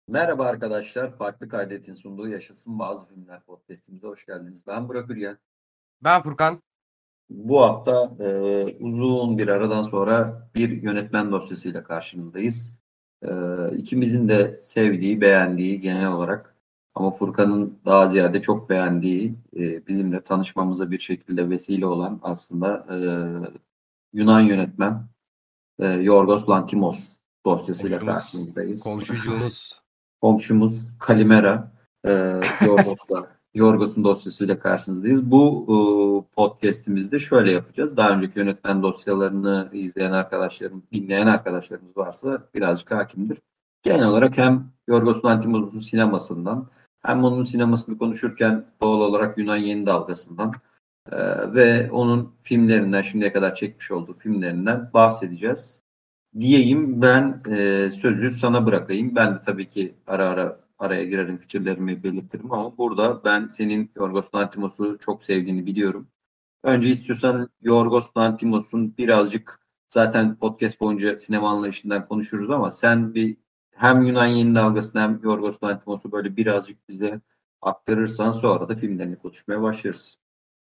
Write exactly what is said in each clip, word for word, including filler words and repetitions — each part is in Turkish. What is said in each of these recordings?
Merhaba arkadaşlar. Farklı Kaydet'in sunduğu Yaşasın Bazı Filmler podcast'imize hoş geldiniz. Ben Burak Ürgen. Ben Furkan. Bu hafta e, uzun bir aradan sonra bir yönetmen dosyasıyla karşınızdayız. E, ikimizin de sevdiği, beğendiği genel olarak ama Furkan'ın daha ziyade çok beğendiği, e, bizimle tanışmamıza bir şekilde vesile olan aslında e, Yunan yönetmen e, Yorgos Lanthimos dosyasıyla Komşumuz. karşınızdayız. Komşucuğunuz. Komşumuz Kalimera, e, Yorgos'la, Yorgos'un dosyasıyla karşınızdayız. Bu e, podcast'imizde şöyle yapacağız. Daha önceki yönetmen dosyalarını izleyen arkadaşlarım, dinleyen arkadaşlarımız varsa birazcık hakimdir. Genel olarak hem Yorgos Lanthimos'un sinemasından hem onun sinemasını konuşurken doğal olarak Yunan Yeni Dalgası'ndan e, ve onun filmlerinden, şimdiye kadar çekmiş olduğu filmlerinden bahsedeceğiz diyeyim. Ben e, sözü sana bırakayım. Ben de tabii ki ara ara araya girerim, fikirlerimi belirtirim ama burada ben senin Yorgos Lanthimos'u çok sevdiğini biliyorum. Önce istiyorsan Yorgos Lanthimos'un birazcık zaten podcast boyunca sinema anlayışından konuşuruz ama sen bir hem Yunan Yeni Dalgası'nı hem Yorgos Lanthimos'u böyle birazcık bize aktarırsan sonra da filmlerini konuşmaya başlarız.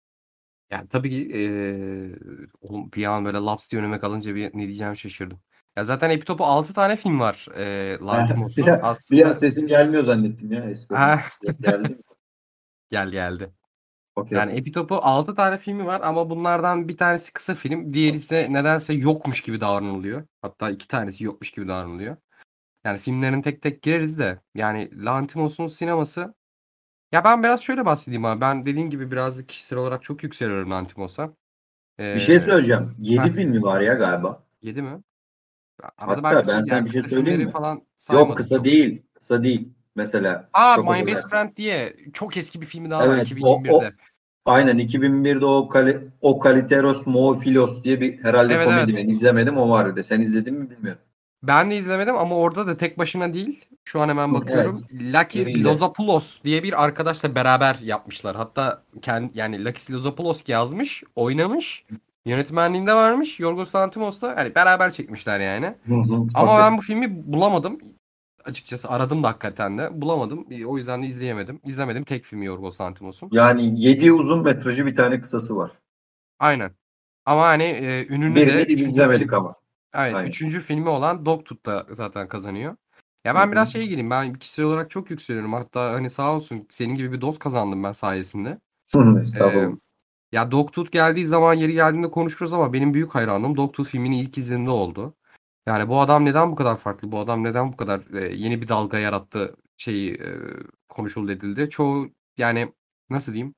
Yani tabii ki eee, oğlum bir an böyle laps diye önüme kalınca bir ne diyeceğimi şaşırdım. Ya zaten Epitop'u altı tane film var eee bir, Lanthimos'un. an, bir an Aslında sesim gelmiyor zannettim ya esprim. ha, Geldi mi? gel geldi. Okey Yani okey. Epitop'u altı tane filmi var ama bunlardan bir tanesi kısa film. Diğeri ise nedense yokmuş gibi davranılıyor. Hatta iki tanesi yokmuş gibi davranılıyor. Yani filmlerin tek tek gireriz de. Yani Lanthimos'un sineması. Ya ben biraz şöyle bahsedeyim abi. Ben dediğin gibi biraz da kişisel olarak çok yükseliyorum Lanthimos'a. Bir şey Ee, söyleyeceğim. Yedi heh, filmi var ya galiba. yedi mi? Arada ben Hatta kısa ben yani sana bir şey kısa söyleyeyim filmleri mi? falan Yok saymadım kısa çok. değil. Kısa değil. Mesela Aa, çok My Best affedersin. Friend diye çok eski bir filmi daha var Evet o, iki bin yirmi birde. o aynen iki bin birde o, Kali, o Kaliteros Moofilos diye bir herhalde Evet komedi, evet. ben izlemedim, o var bir de. Sen izledin mi bilmiyorum. Ben de izlemedim ama orada da tek başına değil. Şu an hemen Hı, evet. bakıyorum. Lakis Biriyle. Lozopoulos diye bir arkadaşla beraber yapmışlar. Hatta kendi, yani Lakis Lozopoulos yazmış, oynamış. Yönetmenliğinde varmış. Yorgos Lanthimos da yani beraber çekmişler yani. Hı hı, Ama okey. ben bu filmi bulamadım. Açıkçası aradım da hakikaten de. Bulamadım. E, O yüzden de izleyemedim. İzlemedim tek filmi Yorgos Lanthimos'un. Yani yedi uzun metrajı, bir tane kısası var. Aynen. Ama hani e, ününü Birini de biz üçüncü izlemedik film ama. evet Aynen. üçüncü filmi olan Dogtooth'ta zaten kazanıyor. Ya Hı ben hı. biraz şeye gireyim. Ben kişisel olarak çok yükseliyorum. Hatta hani sağ olsun senin gibi bir dost kazandım ben sayesinde. Hı, Ee, estağfurullah. ya Dogtooth geldiği zaman yeri geldiğinde konuşuruz ama benim büyük hayranım Dogtooth filmini ilk izlediğimde oldu. Yani bu adam neden bu kadar farklı? Bu adam neden bu kadar e, yeni bir dalga yarattı şeyi e, konuşuldu edildi. Çoğu yani nasıl diyeyim?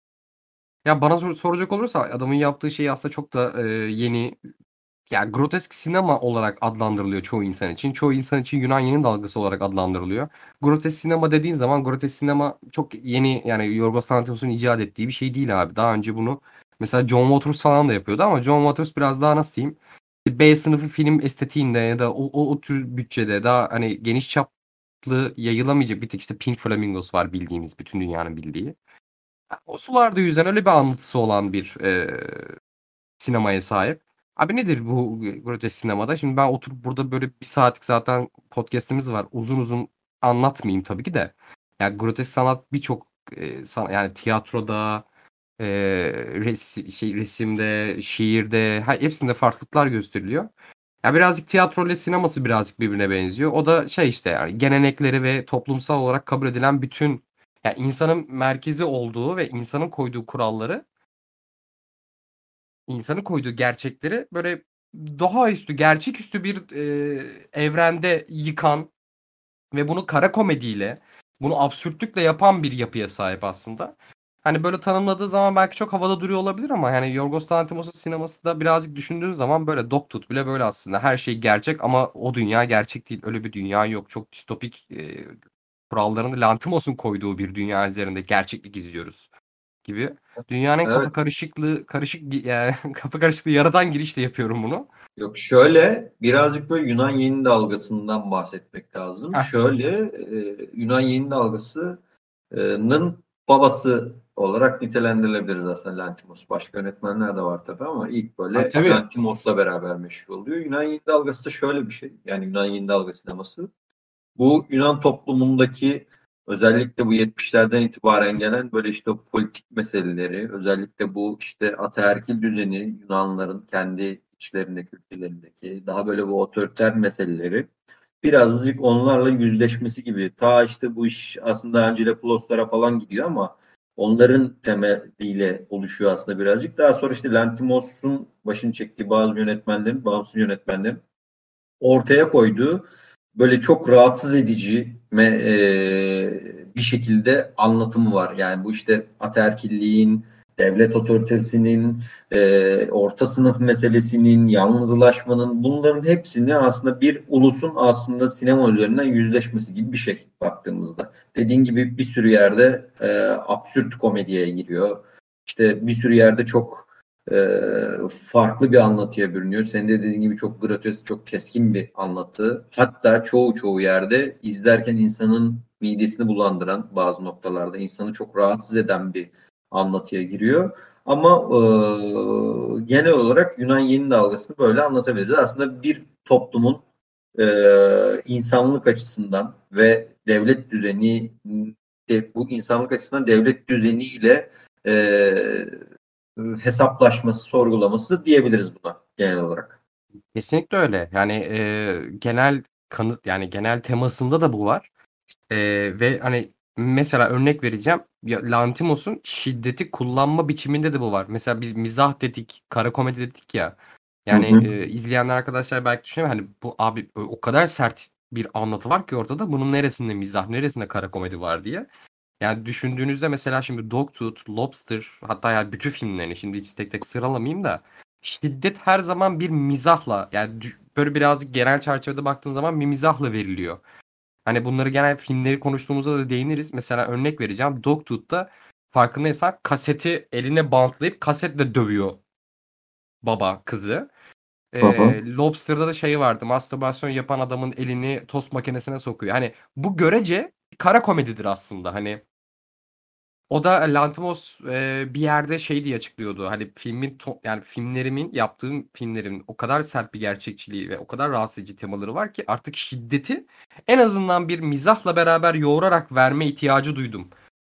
Ya bana sor- soracak olursa adamın yaptığı şey aslında çok da e, yeni. Ya grotesk sinema olarak adlandırılıyor çoğu insan için. Çoğu insan için Yunan yeni dalgası olarak adlandırılıyor. Grotesk sinema dediğin zaman grotesk sinema çok yeni yani Yorgos Lanthimos'un icat ettiği bir şey değil abi. Daha önce bunu mesela John Waters falan da yapıyordu ama John Waters biraz daha nasıl diyeyim? B sınıfı film estetiğinde ya da o, o, o tür bütçede daha hani geniş çaplı yayılamayacak bir tek işte Pink Flamingos var bildiğimiz bütün dünyanın bildiği. O sularda yüzen öyle bir anlatısı olan bir e, sinemaya sahip. Abi nedir bu grotesk sinemada? Şimdi ben oturup burada böyle bir saatlik zaten podcast'imiz var. Uzun uzun anlatmayayım tabii ki de. Yani grotesk sanat birçok e, san- yani tiyatroda, e, res- şey, resimde, şiirde ha, hepsinde farklılıklar gösteriliyor. Ya birazcık tiyatro ile sineması birazcık birbirine benziyor. O da şey işte yani gelenekleri ve toplumsal olarak kabul edilen bütün yani insanın merkezi olduğu ve insanın koyduğu kuralları insanın koyduğu gerçekleri böyle doğaüstü, gerçeküstü bir e, evrende yıkan ve bunu kara komediyle, bunu absürtlükle yapan bir yapıya sahip aslında. Hani böyle tanımladığı zaman belki çok havada duruyor olabilir ama yani Yorgos Lanthimos'un sineması da birazcık düşündüğün zaman böyle Dogtooth bile böyle aslında. Her şey gerçek ama o dünya gerçek değil. Öyle bir dünya yok. Çok distopik e, kurallarını Lanthimos'un koyduğu bir dünya üzerinde gerçeklik izliyoruz gibi. Dünyanın en kafa Evet. karışıklığı karışık yani kafa karışıklığı yaradan girişle yapıyorum bunu. Yok, şöyle birazcık böyle Yunan Yeni Dalgası'ndan bahsetmek lazım. Heh, Şöyle e, Yunan Yeni Dalgası'nın babası olarak nitelendirilebiliriz aslında Lanthimos. Başka yönetmenler de var tabii ama ilk ha, böyle tabii. Lanthimos'la beraber meşhur oluyor. Yunan Yeni Dalgası da şöyle bir şey. Yani Yunan Yeni Dalga sineması. Bu Yunan toplumundaki özellikle bu yetmişlerden itibaren gelen böyle işte o politik meseleleri, özellikle bu işte ataerkil düzeni, Yunanlıların kendi içlerindeki, ülkelerindeki daha böyle bu otoriter meseleleri birazcık onlarla yüzleşmesi gibi. Ta işte bu iş aslında Angelopoulos'lara falan gidiyor ama onların temeliyle oluşuyor aslında birazcık. Daha sonra işte Lanthimos'un başını çektiği bazı yönetmenlerin, bağımsız yönetmenlerin ortaya koyduğu böyle çok rahatsız edici ve e, bir şekilde anlatımı var. Yani bu işte ataerkilliğin, devlet otoritesinin, e, orta sınıf meselesinin, yalnızlaşmanın, bunların hepsini aslında bir ulusun aslında sinema üzerinden yüzleşmesi gibi bir şey baktığımızda. Dediğin gibi bir sürü yerde e, absürt komediye giriyor. İşte bir sürü yerde çok e, farklı bir anlatıya bürünüyor. Senin de dediğin gibi çok groteskli, çok keskin bir anlatı. Hatta çoğu çoğu yerde izlerken insanın midesini bulandıran, bazı noktalarda insanı çok rahatsız eden bir anlatıya giriyor. Ama e, genel olarak Yunan yeni dalgasını böyle anlatabiliriz. Aslında bir toplumun e, insanlık açısından ve devlet düzeni de, bu insanlık açısından devlet düzeniyle e, hesaplaşması, sorgulaması diyebiliriz buna genel olarak. Kesinlikle öyle. Yani e, genel kanıt yani genel temasında da bu var. E, ve hani mesela örnek vereceğim. Ya, Lanthimos'un şiddeti kullanma biçiminde de bu var. Mesela biz mizah dedik, kara komedi dedik ya. Hı Yani hı. e, izleyenler arkadaşlar belki düşünüyor hani bu abi o kadar sert bir anlatı var ki ortada bunun neresinde mizah, neresinde kara komedi var diye. Yani düşündüğünüzde mesela şimdi Dogtooth, Lobster hatta yani bütün filmlerini şimdi hiç tek tek sıralamayayım da şiddet her zaman bir mizahla yani dü- böyle birazcık genel çerçevede baktığın zaman bir mizahla veriliyor. Hani bunları genel filmleri konuştuğumuzda da değiniriz. Mesela örnek vereceğim. Dogtooth'ta farkındaysan kaseti eline bantlayıp kasetle dövüyor baba kızı. Hı hı. Ee, Lobster'da da şey vardı. Mastürbasyon yapan adamın elini tost makinesine sokuyor. Hani bu görece kara komedidir aslında. Hani o da Lanthimos e, bir yerde şey diye açıklıyordu. Hani filmin to- yani filmlerimin yaptığım filmlerin o kadar sert bir gerçekçiliği ve o kadar rahatsız edici temaları var ki artık şiddeti en azından bir mizahla beraber yoğurarak verme ihtiyacı duydum.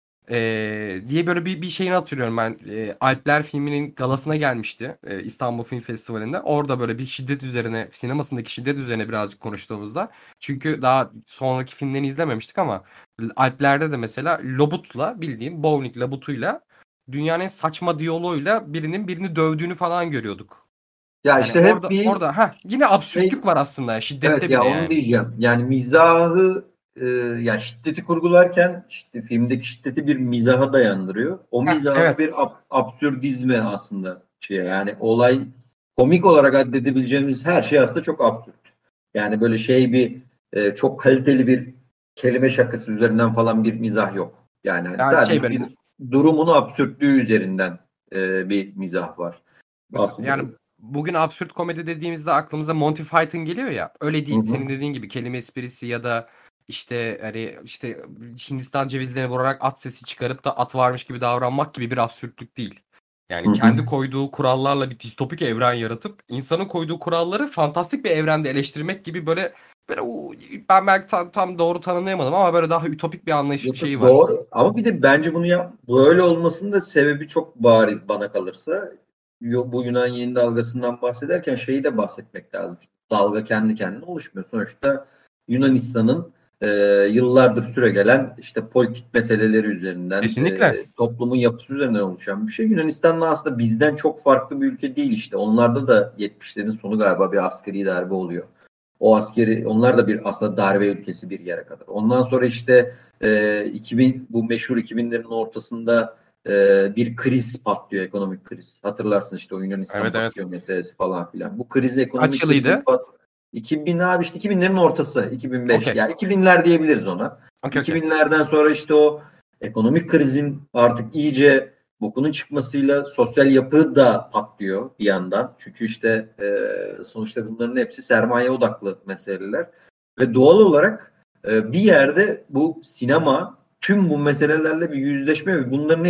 Ee, diye böyle bir, bir şeyini hatırlıyorum ben. Ee, Alpler filminin galasına gelmişti e, İstanbul Film Festivali'nde. Orada böyle bir şiddet üzerine, sinemasındaki şiddet üzerine birazcık konuştuğumuzda. Çünkü daha sonraki filmlerini izlememiştik ama Alpler'de de mesela Lobut'la bildiğin bowling labutuyla dünyanın en saçma diyaloğuyla birinin birini dövdüğünü falan görüyorduk. Ya Yani işte hep orada bir orada ha yine şey, absürtlük var aslında evet şiddette ya bile onu yani. diyeceğim. Yani mizahı e, ya şiddeti kurgularken işte filmdeki şiddeti bir mizaha dayandırıyor. O Ha mizahı evet. bir ab- absürdizme aslında şey yani olay komik olarak addedebileceğimiz her şey aslında çok absürt. Yani böyle şey bir e, çok kaliteli bir kelime şakası üzerinden falan bir mizah yok. Yani hani Yani şey sadece böyle bir durumun absürtlüğü üzerinden e, bir mizah var. mesela Aslında. yani bugün absürt komedi dediğimizde aklımıza Monty Python geliyor ya. Öyle Hı değil. hı. Senin dediğin gibi kelime esprisi ya da işte hani işte Hindistan cevizlerini vurarak at sesi çıkarıp da at varmış gibi davranmak gibi bir absürtlük değil. Hı Yani hı. kendi koyduğu kurallarla bir distopik evren yaratıp insanın koyduğu kuralları fantastik bir evrende eleştirmek gibi böyle böyle o- ben belki tam, tam doğru tanımlayamadım ama böyle daha ütopik bir anlayış Yok, yok, şeyi var. doğru ama bir de bence bunu yap böyle olmasının da sebebi çok bariz bana kalırsa. Yo- Bu Yunan yeni dalgasından bahsederken şeyi de bahsetmek lazım. Dalga kendi kendine oluşmuyor. Sonuçta Yunanistan'ın e, yıllardır süregelen işte politik meseleleri üzerinden, e, Kesinlikle. toplumun yapısı üzerinden oluşan bir şey. Yunanistan da aslında bizden çok farklı bir ülke değil işte. Onlarda da yetmişlerin sonu galiba bir askeri darbe oluyor. O askeri, onlar da bir aslında darbe ülkesi bir yere kadar. Ondan sonra işte e, iki bin bu meşhur iki binlerin ortasında e, bir kriz patlıyor, ekonomik kriz. Hatırlarsın işte o Yunanistan Evet evet. batıyor meselesi falan filan. Bu kriz, Kaç ekonomik krizin yılıydı? pat iki bin abi işte iki binlerin ortası, iki bin beş. Okey. Ya iki binler diyebiliriz ona. Okey okey. iki binlerden sonra işte o ekonomik krizin artık iyice bokunun çıkmasıyla sosyal yapı da patlıyor bir yandan. Çünkü işte e, sonuçta bunların hepsi sermaye odaklı meseleler. Ve doğal olarak e, bir yerde bu sinema tüm bu meselelerle bir yüzleşme ve bunların hepsini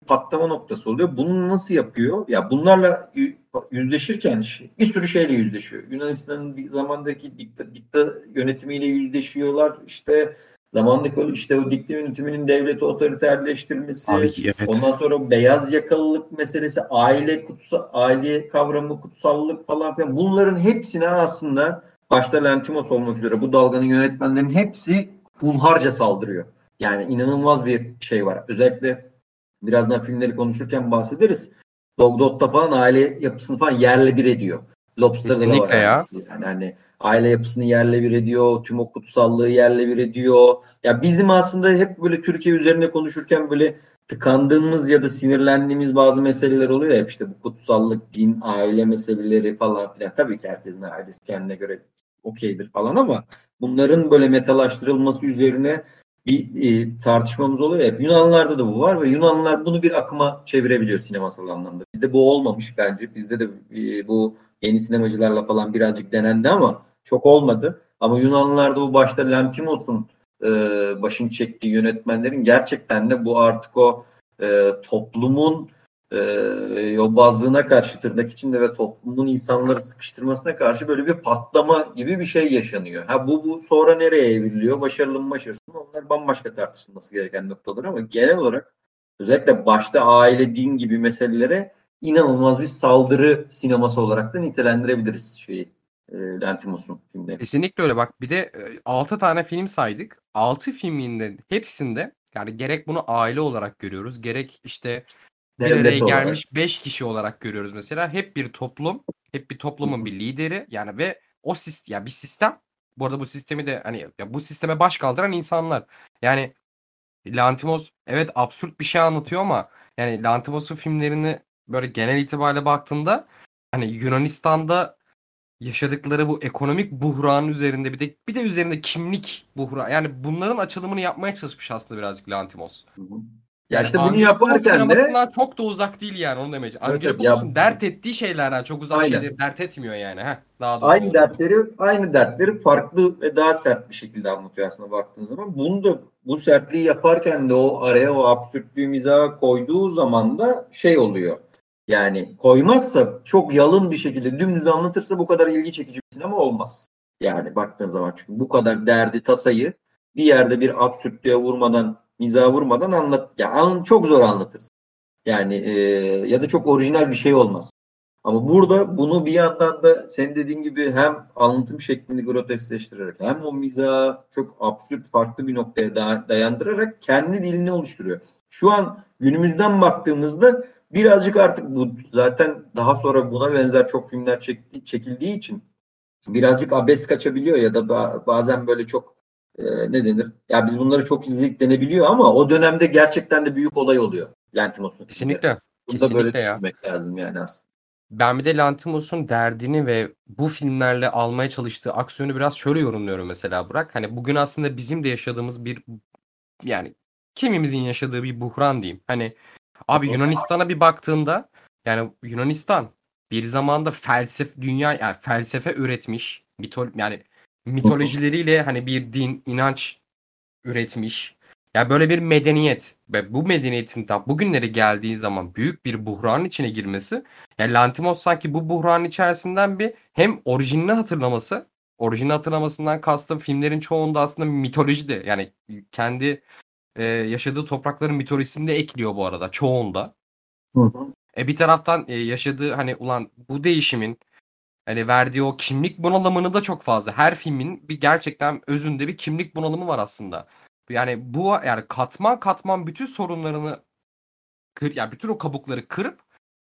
patlama noktası oluyor. Bunu nasıl yapıyor? Ya bunlarla yüzleşirken bir sürü şeyle yüzleşiyor. Yunanistan'ın zamandaki dikta, dikta yönetimiyle yüzleşiyorlar. İşte zamandaki işte o dikta yönetiminin devleti otoriterleştirmesi, Abi evet. ondan sonra beyaz yakalılık meselesi, aile kutsal, aile kavramı, kutsallık falan filan. Bunların hepsine aslında başta Lanthimos olmak üzere bu dalganın yönetmenlerin hepsi hunharca saldırıyor. Yani inanılmaz bir şey var. Özellikle birazdan filmleri konuşurken bahsederiz. Dogdot'ta falan aile yapısını falan yerle bir ediyor. Lobster'da da var Kesinlikle ya. aynısı. Yani hani aile yapısını yerle bir ediyor. Tüm o kutsallığı yerle bir ediyor. Ya bizim aslında hep böyle Türkiye üzerine konuşurken böyle tıkandığımız ya da sinirlendiğimiz bazı meseleler oluyor ya, hep işte bu kutsallık, din, aile meseleleri falan filan. Tabii ki herkesin ailesi kendine göre okeydir falan ama bunların böyle metalaştırılması üzerine bir e, tartışmamız oluyor ya. Yunanlılarda da bu var ve Yunanlılar bunu bir akıma çevirebiliyor sinemasal anlamda. Bizde bu olmamış bence. Bizde de e, bu yeni sinemacılarla falan birazcık denendi ama çok olmadı. Ama Yunanlılarda bu başta Lanthimos'un e, başını çektiği yönetmenlerin gerçekten de bu artık o e, toplumun e, yobazlığına karşı, tırnak içinde, ve toplumun insanları sıkıştırmasına karşı böyle bir patlama gibi bir şey yaşanıyor. Ha bu, bu sonra nereye evriliyor? Başarılı mı başarısız mı? Onlar bambaşka tartışılması gereken noktalar ama genel olarak özellikle başta aile, din gibi meselelere inanılmaz bir saldırı sineması olarak da nitelendirebiliriz şeyi. E, Lanthimos'un filmleri. Kesinlikle öyle. Bak bir de altı tane film saydık. altı filmin de hepsinde yani gerek bunu aile olarak görüyoruz, gerek işte bir araya Devlet olarak. gelmiş beş kişi olarak görüyoruz mesela. Hep bir toplum, hep bir toplumun bir lideri yani ve o sistem, ya bir sistem. Bu arada bu sistemi de hani ya bu sisteme baş kaldıran insanlar. Yani Lanthimos evet absürt bir şey anlatıyor ama yani Lanthimos'un filmlerini böyle genel itibariyle baktığında hani Yunanistan'da yaşadıkları bu ekonomik buhran üzerinde bir de bir de üzerinde kimlik buhran, yani bunların açılımını yapmaya çalışmış aslında birazcık Lanthimos. Hı hı. Ya Yani işte bunu Angelopoulos yaparken de sinemasından çok da uzak değil yani, onu demeyeceğim. evet, evet ya, Angelopoulos'un dert ettiği şeylerden çok uzak aynen. şeyleri dert etmiyor yani. Heh, daha doğru Aynı oldu. dertleri aynı dertleri farklı ve daha sert bir şekilde anlatıyor aslında baktığın zaman. Bunu da bu sertliği yaparken de o araya o absürtlüğü, mizaha koyduğu zaman da şey oluyor. Yani koymazsa, çok yalın bir şekilde dümdüz anlatırsa bu kadar ilgi çekici bir sinema olmaz. Yani baktığın zaman, çünkü bu kadar derdi tasayı bir yerde bir absürtlüğe vurmadan, mizaha vurmadan anlat. Ya yani çok zor anlatırsın. Yani e, ya da çok orijinal bir şey olmaz. Ama burada bunu bir yandan da senin dediğin gibi hem anlatım şeklini groteskleştirerek hem o mizahı çok absürt farklı bir noktaya dayandırarak kendi dilini oluşturuyor. Şu an günümüzden baktığımızda birazcık artık bu zaten daha sonra buna benzer çok filmler çekti, çekildiği için birazcık abes kaçabiliyor ya da bazen böyle çok e, ne denir? Ya biz bunları çok izledik denebiliyor ama o dönemde gerçekten de büyük olay oluyor Lanthimos'un filmleri. Kesinlikle. Bunu da böyle Kesinlikle ya. düşünmek lazım yani aslında. Ben bir de Lanthimos'un derdini ve bu filmlerle almaya çalıştığı aksiyonu biraz şöyle yorumluyorum mesela Burak. Hani bugün aslında bizim de yaşadığımız bir, yani kimimizin yaşadığı bir buhran diyeyim. Hani abi Yunanistan'a bir baktığında yani Yunanistan bir zamanda felsefe dünya yani felsefe üretmiş, mitol yani mitolojileriyle hani bir din, inanç üretmiş. Ya böyle bir medeniyet ve bu medeniyetin de bugünlere geldiği zaman büyük bir buhranın içine girmesi. Yani Lanthimos sanki bu buhranın içerisinden bir hem orijinini hatırlaması, orijinini hatırlamasından kastım filmlerin çoğunda aslında mitoloji de yani kendi e, yaşadığı toprakların mitolojisini de ekliyor bu arada çoğunda. Hı hı. E bir taraftan e, yaşadığı hani ulan bu değişimin hani verdiği o kimlik bunalımını da çok fazla. Her filmin bir gerçekten özünde bir kimlik bunalımı var aslında. Yani bu yani katman katman bütün sorunlarını kır, yani bütün o kabukları kırıp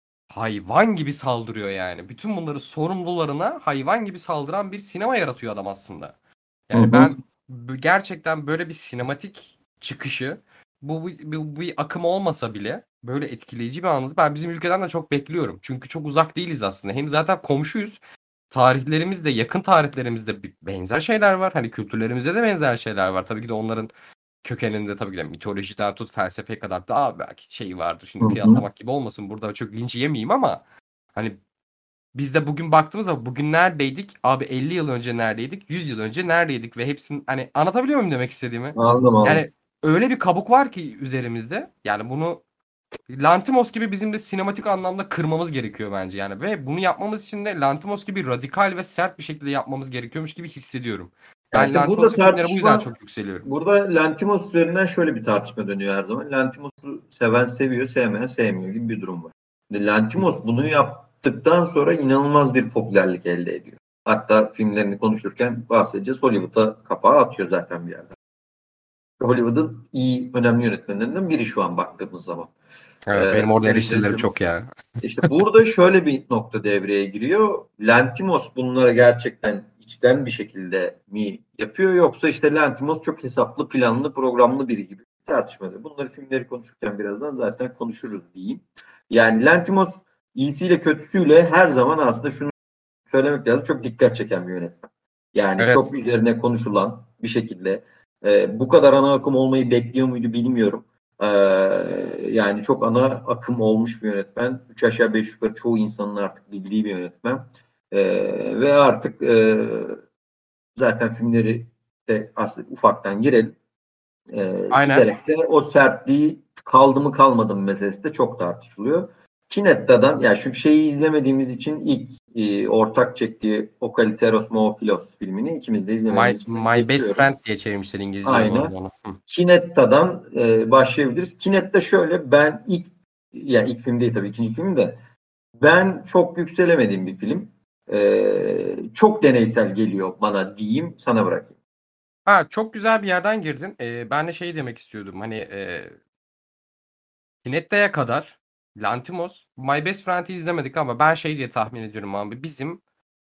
hayvan gibi saldırıyor yani. Bütün bunları sorumlularına hayvan gibi saldıran bir sinema yaratıyor adam aslında. Hı Yani hı. ben b- gerçekten böyle bir sinematik çıkışı bu, bu, bu bir akım olmasa bile böyle etkileyici bir anlatı ben bizim ülkeden de çok bekliyorum. Çünkü çok uzak değiliz aslında. Hem zaten komşuyuz. Tarihlerimizde, yakın tarihlerimizde bir- benzer şeyler var. Hani kültürlerimizde de benzer şeyler var. Tabii ki de onların kökeninde tabii ki de mitolojiden tut felsefeye kadar daha belki şeyi vardır. Hı Şimdi hı. kıyaslamak gibi olmasın. Burada çok linç yemeyeyim ama hani biz de bugün baktığımız zaman bugün neredeydik? Abi elli yıl önce neredeydik? yüz yıl önce neredeydik? Ve hepsinin hani anlatabiliyor muyum demek istediğimi? Anladım, anladım. Yani öyle bir kabuk var ki üzerimizde. Yani bunu Lanthimos gibi bizim de sinematik anlamda kırmamız gerekiyor bence yani ve bunu yapmamız için de Lanthimos gibi radikal ve sert bir şekilde yapmamız gerekiyormuş gibi hissediyorum. Ya Ben işte burada Lanthimos'un filmlere bu yüzden tartışma, çok yükseliyorum. burada Lanthimos üzerinden şöyle bir tartışma dönüyor her zaman. Lanthimos'u seven seviyor, sevmeyen sevmiyor gibi bir durum var. Şimdi Lanthimos bunu yaptıktan sonra inanılmaz bir popülerlik elde ediyor. Hatta filmlerini konuşurken bahsedeceğiz. Hollywood'a kapağı atıyor zaten bir yerden. Hollywood'un iyi, önemli yönetmenlerinden biri şu an baktığımız zaman. Evet, Ee, benim orada Danny eleştirilerim Villeneuve. çok ya. İşte burada şöyle bir nokta devreye giriyor. Lanthimos bunlara gerçekten içten bir şekilde mi yapıyor, yoksa işte Lanthimos çok hesaplı, planlı, programlı biri gibi tartışmalı. Bunları filmleri konuşurken birazdan zaten konuşuruz diyeyim. Yani Lanthimos iyisiyle kötüsüyle her zaman aslında şunu söylemek lazım, çok dikkat çeken bir yönetmen. Yani Evet. çok üzerine konuşulan bir şekilde e, bu kadar ana akım olmayı bekliyor muydu bilmiyorum. Ee, yani çok ana akım olmuş bir yönetmen. Üç aşağı beş yukarı çoğu insanın artık bildiği bir yönetmen. Ee, ve artık e, zaten filmleri de aslında ufaktan girelim. Ee, Aynen. giderek de o sertliği kaldı mı kalmadı mı meselesi de çok tartışılıyor. Kinetta'dan, yani şu şeyi izlemediğimiz için ilk e, ortak çektiği Okaliteros Moofilos filmini ikimiz de My, izlemediğimiz için My Best geçiyorum. Friend diye çevirmişler İngilizceye bu Aynen. arada onu. Hı. Kinetta'dan e, başlayabiliriz. Kinetta şöyle, ben ilk, yani ilk film değil tabii, ikinci film de, ben çok yükselemediğim bir film. E, çok deneysel geliyor bana diyeyim, sana bırakayım. Ha, çok güzel bir yerden girdin. Ee, ben de şey demek istiyordum. Hani e, Kinetta'ya kadar Lanthimos, My Best Friend'i izlemedik ama ben şey diye tahmin ediyorum abi. Bizim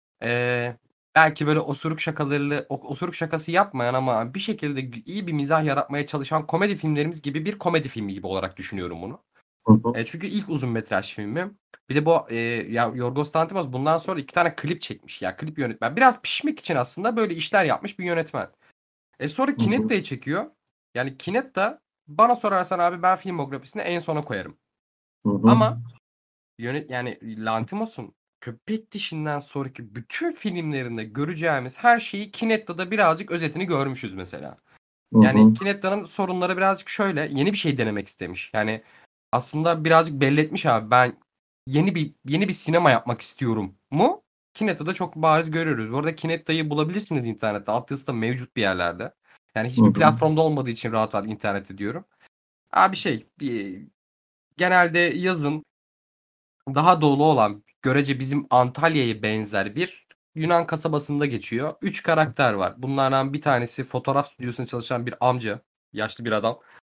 e, belki böyle osuruk şakalarıyla o- osuruk şakası yapmayan ama bir şekilde iyi bir mizah yaratmaya çalışan komedi filmlerimiz gibi bir komedi filmi gibi olarak düşünüyorum bunu. Hı hı. E, çünkü ilk uzun metraj filmi. Bir de bu e, ya Yorgos Lanthimos bundan sonra iki tane klip çekmiş. Ya klip yönetmen. Biraz pişmek için aslında böyle işler yapmış bir yönetmen. E sonra Hı hı. Kinetta'yı çekiyor. Yani Kinetta bana sorarsan abi ben filmografisini en sona koyarım. Hı hı. Ama yönet yani Lanthimos'un Köpek Dişi'nden sonraki bütün filmlerinde göreceğimiz her şeyi Kinetta'da birazcık özetini görmüşüz mesela. Hı Yani hı. Kinetta'nın sorunları birazcık şöyle, yeni bir şey denemek istemiş. Yani aslında birazcık belli etmiş abi, ben yeni bir yeni bir sinema yapmak istiyorum mu? Kinetta'da çok bariz görüyoruz. Bu arada Kinetta'yı bulabilirsiniz internette. Altyazısı da mevcut bir yerlerde. Yani Hı hiçbir hı. platformda olmadığı için rahat rahat internette diyorum. Abi şey, bir, genelde yazın daha dolu olan, görece bizim Antalya'ya benzer bir Yunan kasabasında geçiyor. Üç karakter var. Bunlardan bir tanesi fotoğraf stüdyosunda çalışan bir amca, yaşlı bir adam.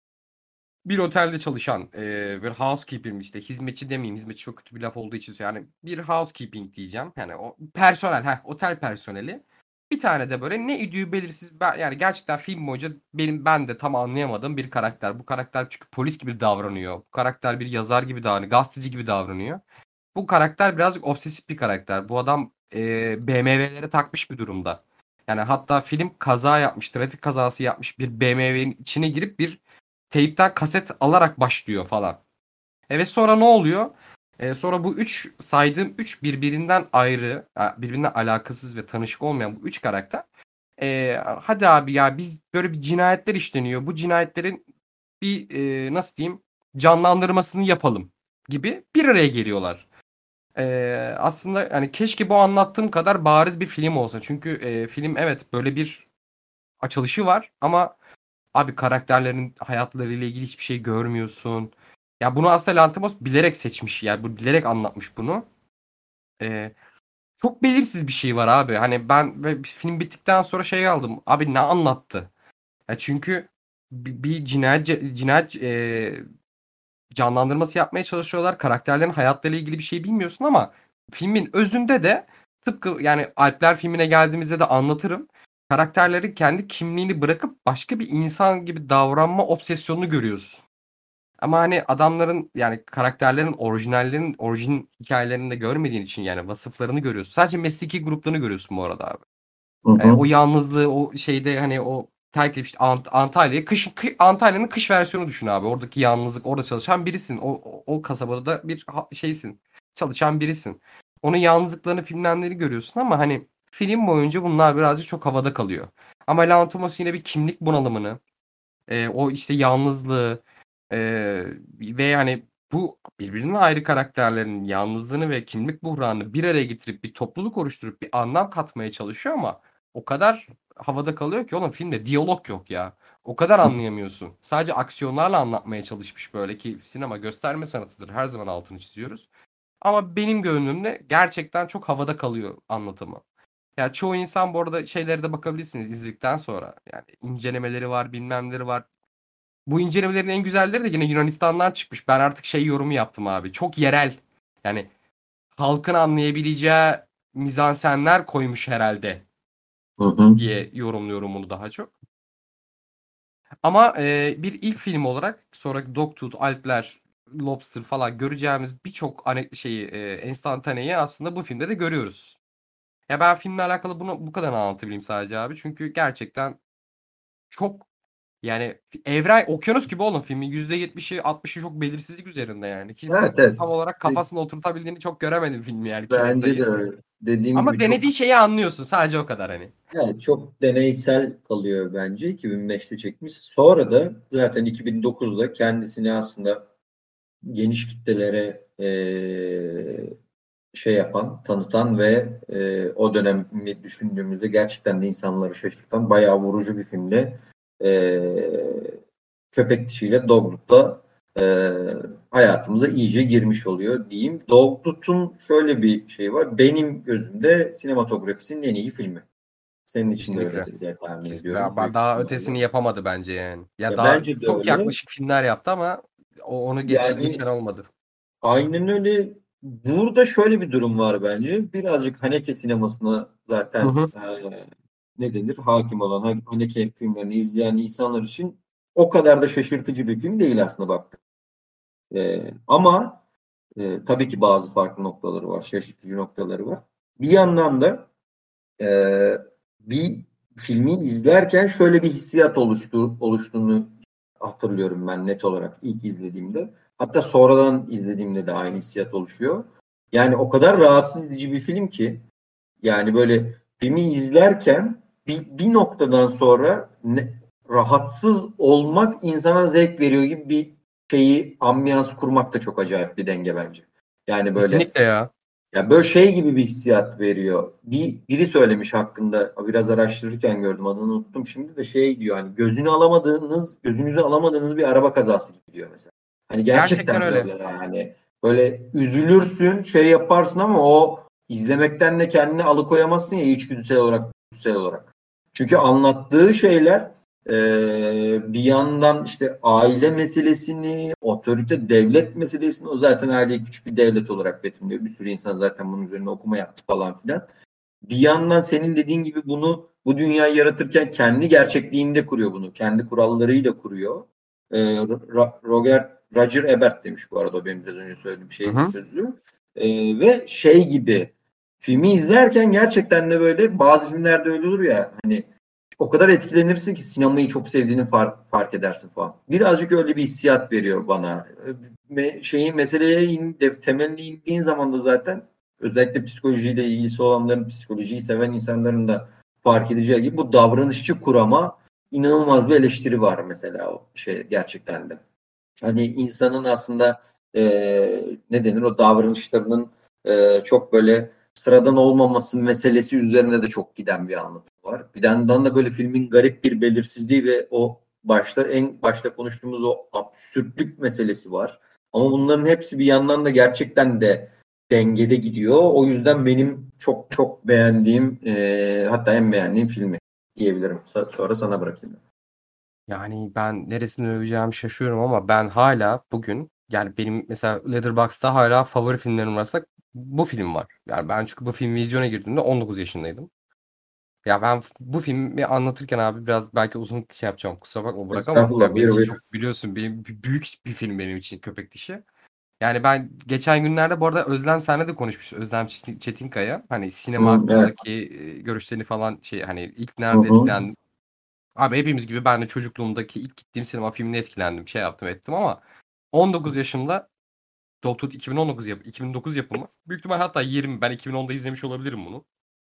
Bir otelde çalışan eee, bir housekeeping, işte hizmetçi demeyeyim, hizmetçi çok kötü bir laf olduğu için yani bir housekeeping diyeceğim. Yani o personel, heh, otel personeli. Bir tane de böyle ne idüğü belirsiz, ben, yani gerçekten film boyunca benim ben de tam anlayamadığım bir karakter. Bu karakter çünkü polis gibi davranıyor. Bu karakter bir yazar gibi davranıyor, gazeteci gibi davranıyor. Bu karakter birazcık obsesif bir karakter. Bu adam eee B M W'lere takmış bir durumda. Yani hatta film kaza yapmış, trafik kazası yapmış bir B M W'nin içine girip bir teypten kaset alarak başlıyor falan. Evet, sonra ne oluyor? Ee, sonra bu üç saydığım üç birbirinden ayrı, birbirinden alakasız ve tanışık olmayan bu üç karakter. Ee, hadi abi ya biz böyle bir cinayetler işleniyor. Bu cinayetlerin bir e, nasıl diyeyim canlandırmasını yapalım gibi bir araya geliyorlar. Ee, aslında hani keşke bu anlattığım kadar bariz bir film olsa. Çünkü e, film evet böyle bir açılışı var ama abi karakterlerin hayatlarıyla ilgili hiçbir şey görmüyorsun. Ya bunu aslında Lanthimos bilerek seçmiş. Yani bu bilerek anlatmış bunu. Ee, çok belirsiz bir şey var abi. Hani ben ve film bittikten sonra şey aldım. Abi ne anlattı? Ya çünkü bir, bir cinayet cinayet e, canlandırması yapmaya çalışıyorlar. Karakterlerin hayatlarıyla ilgili bir şey bilmiyorsun ama filmin özünde de tıpkı yani Alpler filmine geldiğimizde de anlatırım. Karakterlerin kendi kimliğini bırakıp başka bir insan gibi davranma obsesyonunu görüyorsun. Ama hani adamların yani karakterlerin orijinallerin orijin hikayelerini de görmediğin için yani vasıflarını görüyorsun. Sadece mesleki gruplarını görüyorsun bu arada abi. Hı E, o hı. yalnızlığı o şeyde hani o terk edip işte Ant Antalya'ya kış kı- Antalya'nın kış versiyonu düşün abi. Oradaki yalnızlık, orada çalışan birisin. O o, o kasabada da bir ha- şeysin. Çalışan birisin. Onun yalnızlıklarını, filmlerini görüyorsun ama hani film boyunca bunlar birazcık çok havada kalıyor. Ama Lanthimos yine bir kimlik bunalımını, e, o işte yalnızlığı, e, ve hani bu birbirinden ayrı karakterlerin yalnızlığını ve kimlik buhranını bir araya getirip bir topluluk oluşturup bir anlam katmaya çalışıyor ama o kadar havada kalıyor ki oğlum filmde diyalog yok ya. O kadar anlayamıyorsun. Sadece aksiyonlarla anlatmaya çalışmış böyle ki sinema gösterme sanatıdır. Her zaman altını çiziyoruz. Ama benim gönlümde gerçekten çok havada kalıyor anlatımı. Ya çoğu insan bu arada şeylere de bakabilirsiniz izledikten sonra. Yani incelemeleri var, bilmemleri var. Bu incelemelerin en güzelleri de yine Yunanistan'dan çıkmış. Ben artık şey yorumu yaptım abi. Çok yerel. Yani halkın anlayabileceği mizansenler koymuş herhalde Hı hı. diye yorumluyorum bunu daha çok. Ama e, bir ilk film olarak sonra Dogtooth, Alpler, Lobster falan göreceğimiz birçok ane- şeyi e, enstantaneyi aslında bu filmde de görüyoruz. Ya ben filmle alakalı bunu bu kadar anlatabileyim sadece abi. Çünkü gerçekten çok yani evren okyanus gibi oğlum filmin yüzde yetmişi altmışı çok belirsizlik üzerinde yani. Evet, Kimsenin tam evet. olarak De- kafasına oturtabildiğini çok göremedim filmi yani kimin Bence de dayı. öyle. Dediğim gibi Ama çok, denediği şeyi anlıyorsun sadece o kadar hani. yani çok deneysel kalıyor bence. iki bin beşte çekmiş. Sonra da zaten iki bin dokuzda kendisini aslında geniş kitlelere eee, şey yapan, tanıtan ve eee, o dönemi düşündüğümüzde gerçekten de insanları şaşırtan bayağı vurucu bir filmle eee köpek dişiyle Dogtooth'la eee hayatımıza iyice girmiş oluyor diyeyim. Dogtooth'un şöyle bir şey var. Benim gözümde sinematografisinin en iyi filmi. Senin için de Kesinlikle. öyledir diye tahmin Kes- ediyorum ba- büyük Daha ihtimalle. ötesini yapamadı bence yani. Ya Ya daha bence de çok öyle. yaklaşık filmler yaptı ama o onu geç, Yani geçen olmadı. aynen öyle. Burada şöyle bir durum var bence. Birazcık Haneke sinemasına Hı zaten hı. eee ne denir? Hakim olan Haneke filmlerini izleyen insanlar için o kadar da şaşırtıcı bir film değil aslında bak. Eee, ama eee, tabii ki bazı farklı noktaları var, şaşırtıcı noktaları var. Bir yandan da eee, bir filmi izlerken şöyle bir hissiyat oluştu, oluştuğunu hatırlıyorum ben net olarak ilk izlediğimde. Hatta sonradan izlediğimde de aynı hissiyat oluşuyor. Yani o kadar rahatsız edici bir film ki yani böyle filmi izlerken bir, bir noktadan sonra ne, rahatsız olmak insana zevk veriyor gibi bir şeyi ambiyans kurmak da çok acayip bir denge bence. Yani böyle Kesinlikle ya. ya böyle şey gibi bir hissiyat veriyor. Bir biri söylemiş hakkında biraz araştırırken gördüm adını unuttum şimdi de şey diyor hani gözünü alamadığınız gözünüzü alamadığınız bir araba kazası gibi diyor mesela. Hani Gerçekten gerçekten öyle. böyle yani böyle üzülürsün şey yaparsın ama o izlemekten de kendini alıkoyamazsın ya içgüdüsel olarak içgüdüsel olarak. Çünkü anlattığı şeyler ee, bir yandan işte aile meselesini, otorite devlet meselesini o zaten aileyi küçük bir devlet olarak betimliyor. Bir sürü insan zaten bunun üzerine okuma yaptı falan filan. Bir yandan senin dediğin gibi bunu bu dünyayı yaratırken kendi gerçekliğinde kuruyor bunu. Kendi kurallarıyla kuruyor. Ee, Ro- Roger Roger Ebert demiş bu arada o benim biraz önce söylediğim Hı şeyin hı. sözü. Ee, ve şey gibi filmi izlerken gerçekten de böyle bazı filmlerde öyle olur ya hani o kadar etkilenirsin ki sinemayı çok sevdiğini fark, fark edersin falan. Birazcık öyle bir hissiyat veriyor bana. Me, şeyin meseleye in, de, temeline indiğin zaman da zaten özellikle psikolojiyle ilgisi olanların, psikolojiyi seven insanların da fark edeceği gibi bu davranışçı kurama inanılmaz bir eleştiri var mesela o şey gerçekten de. Hani insanın aslında e, ne denir o davranışlarının e, çok böyle sıradan olmaması meselesi üzerine de çok giden bir anlatım var. Bir yandan da böyle filmin garip bir belirsizliği ve o başta en başta konuştuğumuz o absürtlük meselesi var. Ama bunların hepsi bir yandan da gerçekten de dengede gidiyor. O yüzden benim çok çok beğendiğim e, hatta en beğendiğim filmi diyebilirim. Sonra sana bırakayım. Yani ben neresini öveceğimi şaşıyorum ama ben hala bugün yani benim mesela Letterboxd'da hala favori filmlerim arasında bu film var. Yani ben çünkü bu film vizyona girdiğimde on dokuz yaşındaydım. Ya ben f- bu filmi anlatırken abi biraz belki uzun şey yapacağım. Kusura bakma Burak ama Estağfurullah, ya benim buyur için buyur. çok biliyorsun benim b- büyük bir film benim için Köpek Dişi. Yani ben geçen günlerde bu arada Özlem senle de konuşmuşuz. Özlem Çetin- Çetinkaya hani sinema Hı, evet. hakkındaki e, görüşlerini falan şey hani ilk Hı nerede hı. etkilendim. Abi hepimiz gibi ben de çocukluğumdaki ilk gittiğim sinema filmine etkilendim. Şey yaptım ettim ama on dokuz yaşında Dogtooth iki bin on dokuz yap iki bin dokuz yapımı. Büyük ihtimal hatta yirmi ben iki bin onda izlemiş olabilirim bunu.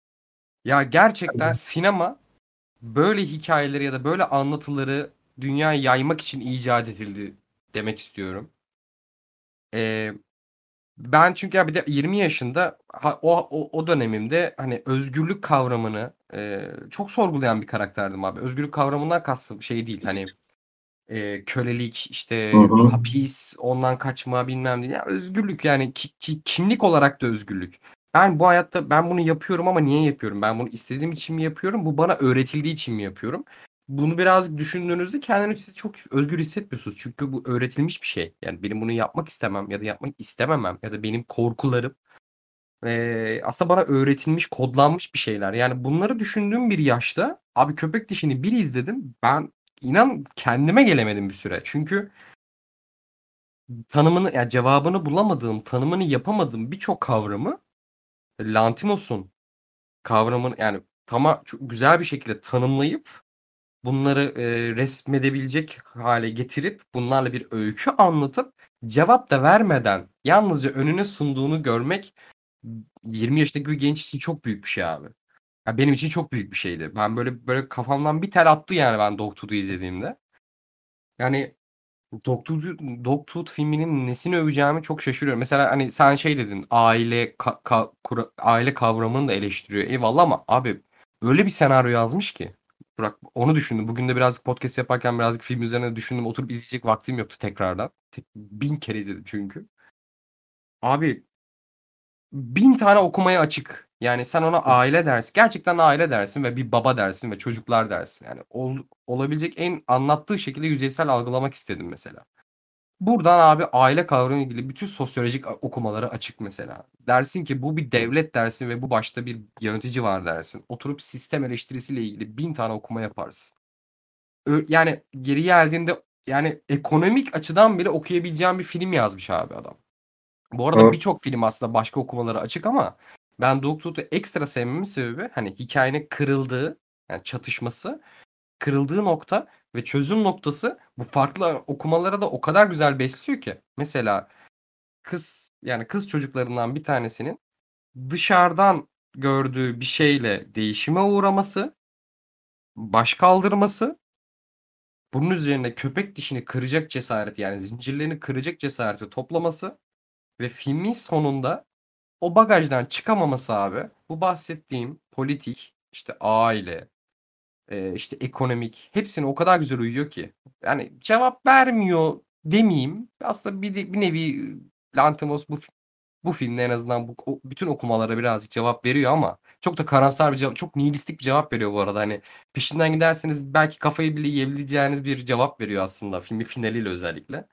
Ya gerçekten sinema böyle hikayeleri ya da böyle anlatıları dünyaya yaymak için icat edildi demek istiyorum. Eee, ben çünkü ya bir de yirmi yaşında ha o o o dönemimde, hani, özgürlük kavramını, eee, çok sorgulayan bir karakterdim abi. Özgürlük kavramından kastım şey değil, hani, eee, kölelik, Hı işte, hı. hapis, ondan kaçma, bilmem ne. Ya, özgürlük yani ki ki kimlik olarak da özgürlük. Ben bu hayatta ben bunu yapıyorum ama niye yapıyorum? Ben bunu istediğim için mi yapıyorum? Bu bana öğretildiği için mi yapıyorum? Bunu birazcık düşündüğünüzde kendinizi siz çok özgür hissetmiyorsunuz. Çünkü bu öğretilmiş bir şey. Yani benim bunu yapmak istemem ya da yapmak istememem ya da benim korkularım, eee, aslında bana öğretilmiş, kodlanmış bir şeyler. Yani bunları düşündüğüm bir yaşta abi Köpek Dişi'ni bir izledim. Ben inan kendime gelemedim bir süre. Çünkü tanımını ya cevabını bulamadığım, tanımını yapamadığım birçok kavramı Lanthimos'un kavramını yani tama çok güzel bir şekilde tanımlayıp bunları, eee, resmedebilecek hâle getirip bunlarla bir öykü anlatıp cevap da vermeden yalnızca önüne sunduğunu görmek yirmi yaşındaki bir genç için çok büyük bir şey abi. Ya, benim için çok büyük bir şeydi. Ben böyle böyle kafamdan bir tel attı yani ben Dogtooth'u izlediğimde. Yani Dogtooth'u Dogtooth filminin nesini öveceğimi çok şaşırıyorum. Mesela, hani, sen şey dedin, aile ka ka kura aile kavramını da eleştiriyor. Eyvallah ama abi öyle bir senaryo yazmış ki. Bırak onu düşündüm. Bugün de birazcık podcast yaparken birazcık film üzerine düşündüm. Oturup izleyecek vaktim yoktu tekrardan. Tek bin kere izledim çünkü. Abi bin tane okumaya açık. Yani sen ona aile dersin. Gerçekten aile dersin ve bir baba dersin ve çocuklar dersin. Yani ol olabilecek en anlattığı şekilde yüzeysel algılamak istedim mesela. Buradan abi aile kavramıyla ilgili bütün sosyolojik a okumaları açık mesela. Dersin ki bu bir devlet dersin ve bu başta bir yönetici var dersin. Oturup sistem eleştirisiyle ilgili bin tane okuma yaparsın. Ö yani geri geldiğinde yani ekonomik açıdan bile okuyabileceğin bir film yazmış abi adam. Bu arada Evet. birçok film aslında başka okumaları açık ama ben Dogtooth'u ekstra sevmemin sebebi hani hikâyenin kırıldığı, yani çatışması, kırıldığı nokta ve çözüm noktası bu farklı okumalara da o kadar güzel besliyor ki. Mesela kız, yani kız çocuklarından bir tanesinin dışarıdan gördüğü bir şeyle değişime uğraması, baş kaldırması, bunun üzerine köpek dişini kıracak cesareti, yani zincirlerini kıracak cesareti toplaması ve filmin sonunda o bagajdan çıkamaması abi, bu bahsettiğim politik, işte aile, eee, işte ekonomik hepsine o kadar güzel uyuyor ki. Yani cevap vermiyor demeyeyim. Aslında bir de bir nevi Lanthimos bu fi bu filmde en azından bu o bütün okumalara birazcık cevap veriyor ama çok da karamsar bir cevap, çok nihilistik bir cevap veriyor bu arada. Hani peşinden giderseniz belki kafayı bile yiyebileceğiniz bir cevap veriyor aslında filmin finaliyle özellikle.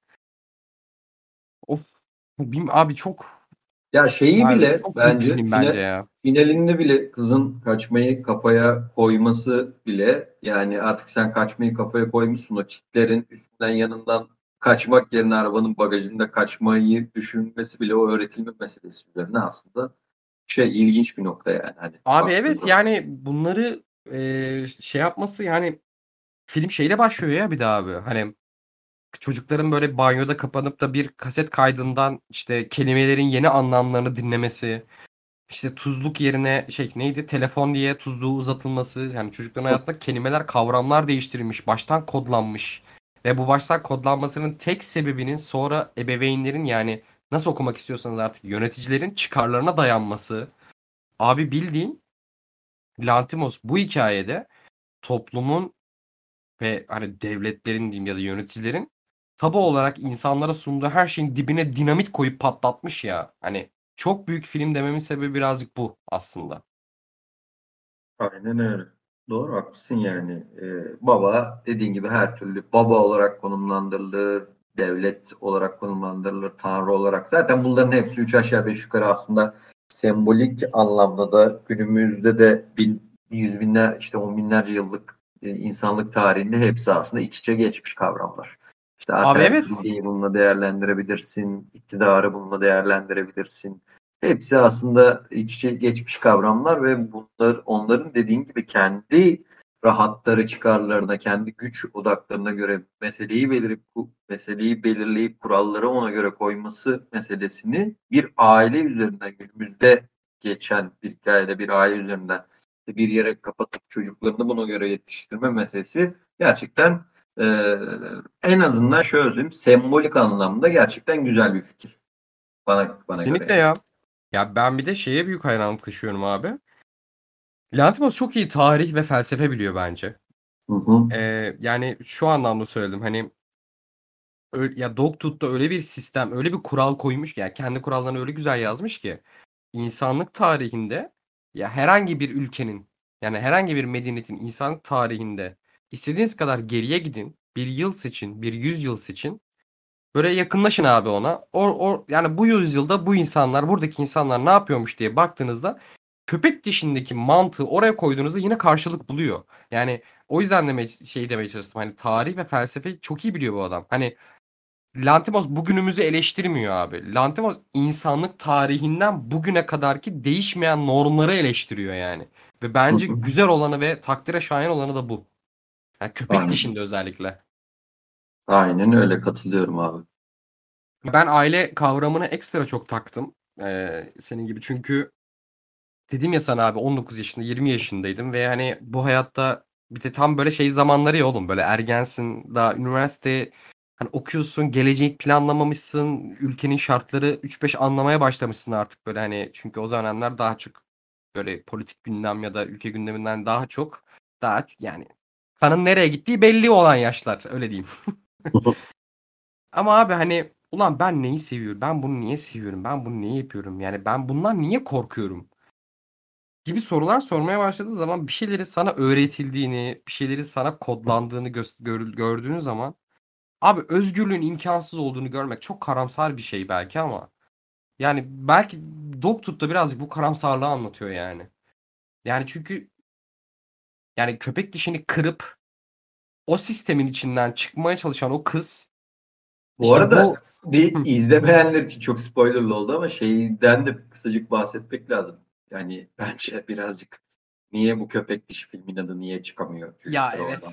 Of! Bilm abi çok Ya şeyi yani bile çok büyük bir bence film bence fine, ya. finalinde bile kızın kaçmayı kafaya koyması bile, yani artık sen kaçmayı kafaya koymuşsun, o çitlerin üstünden yanından kaçmak yerine arabanın bagajında kaçmayı düşünmesi bile o öğretilme meselesi üzerine aslında şey, ilginç bir nokta yani hani Abi baktığın evet, zaman. yani bunları, eee, şey yapması yani film şeyle başlıyor ya bir de abi, hani çocukların böyle banyoda kapanıp da bir kaset kaydından, işte, kelimelerin yeni anlamlarını dinlemesi, işte, tuzluk yerine şey neydi, telefon diye tuzluğu uzatılması, yani çocukların hayatında kelimeler, kavramlar değiştirilmiş, baştan kodlanmış ve bu baştan kodlanmasının tek sebebinin sonra ebeveynlerin, yani nasıl okumak istiyorsanız artık yöneticilerin çıkarlarına dayanması. Abi bildiğin Lanthimos bu hikâyede toplumun ve, hani, devletlerin diyeyim ya da yöneticilerin tabu olarak insanlara sunduğu her şeyin dibine dinamit koyup patlatmış ya. Hani, çok büyük film dememin sebebi birazcık bu aslında. Aynen öyle. Doğru, haklısın yani. Ee, baba dediğin gibi her türlü baba olarak konumlandırılır, devlet olarak konumlandırılır, tanrı olarak. Zaten bunların hepsi üç aşağı beş yukarı aslında sembolik anlamda da günümüzde de bin, yüz binler, işte on binlerce yıllık e, insanlık tarihinde hepsi aslında iç içe geçmiş kavramlar. İşte Abi evet. ataerkilliği bununla değerlendirebilirsin, iktidarı bununla değerlendirebilirsin. Hepsi aslında iç içe geçmiş kavramlar ve bunlar onların dediğin gibi kendi rahatları, çıkarlarına, kendi güç odaklarına göre meseleyi belirip meseleyi belirleyip kuralları ona göre koyması meselesini bir aile üzerinden, günümüzde geçen bir hikayede bir aile üzerinden bir yere kapatıp çocuklarını buna göre yetiştirme meselesi gerçekten e, en azından şöyle söyleyeyim, sembolik anlamda gerçekten güzel bir fikir. Bana bana göre Kesinlikle yani. ya. Ya ben bir de şeye büyük hayranlık taşıyorum abi. Lanthimos çok iyi tarih ve felsefe biliyor bence. Hı hı. Ee, yani şu anlamda söyledim. Hani ö- ya Dogtooth'ta öyle bir sistem, öyle bir kural koymuş ki, ya kendi kurallarını öyle güzel yazmış ki insanlık tarihinde, ya herhangi bir ülkenin, yani herhangi bir medeniyetin insanlık tarihinde istediğiniz kadar geriye gidin. Bir yıl seçin, bir yüz yıl seçin. Böyle yakınlaşın abi ona. O, o, yani bu yüzyılda bu insanlar, buradaki insanlar ne yapıyormuş diye baktığınızda köpek dişindeki mantığı oraya koyduğunuzda yine karşılık buluyor. Yani o yüzden demeye, şey demeye çalıştım. Hani tarih ve felsefeyi çok iyi biliyor bu adam. Hani Lanthimos bugünümüzü eleştirmiyor abi. Lanthimos insanlık tarihinden bugüne kadarki değişmeyen normları eleştiriyor yani. Ve Hı bence hı. güzel olanı ve takdire şayan olanı da bu. Yani köpek Aynen. dişinde özellikle. Aynen öyle, katılıyorum abi. Ben aile kavramını ekstra çok taktım. Ee, senin gibi, çünkü dedim ya sana abi, on dokuz yaşında yirmi yaşındaydım ve hani bu hayatta bir de tam böyle şey zamanları ya oğlum, böyle ergensin, daha üniversite hani okuyorsun, gelecek planlamamışsın, ülkenin şartları üç beş anlamaya başlamışsın artık böyle, hani çünkü o zamanlar daha çok böyle politik gündem ya da ülke gündeminden daha çok, daha yani kanın nereye gittiği belli olan yaşlar, öyle diyeyim. Ama abi hani ulan ben neyi seviyorum? Ben bunu niye seviyorum? Ben bunu niye yapıyorum? Yani ben bundan niye korkuyorum? Gibi sorular sormaya başladığın zaman, bir şeyleri sana öğretildiğini, bir şeyleri sana kodlandığını gö- gör- gördüğün zaman abi özgürlüğün imkansız olduğunu görmek çok karamsar bir şey belki, ama yani belki Dogtooth da birazcık bu karamsarlığı anlatıyor yani. Yani çünkü yani köpek dişini kırıp o sistemin içinden çıkmaya çalışan o kız, Bu işte arada bu. bir Hı. izlemeyenler için çok spoilerlı oldu ama şeyden de kısacık bahsetmek lazım. Yani bence birazcık niye bu köpek dişi filmin adı niye çıkamıyor Ya çocuklar evet. oradan?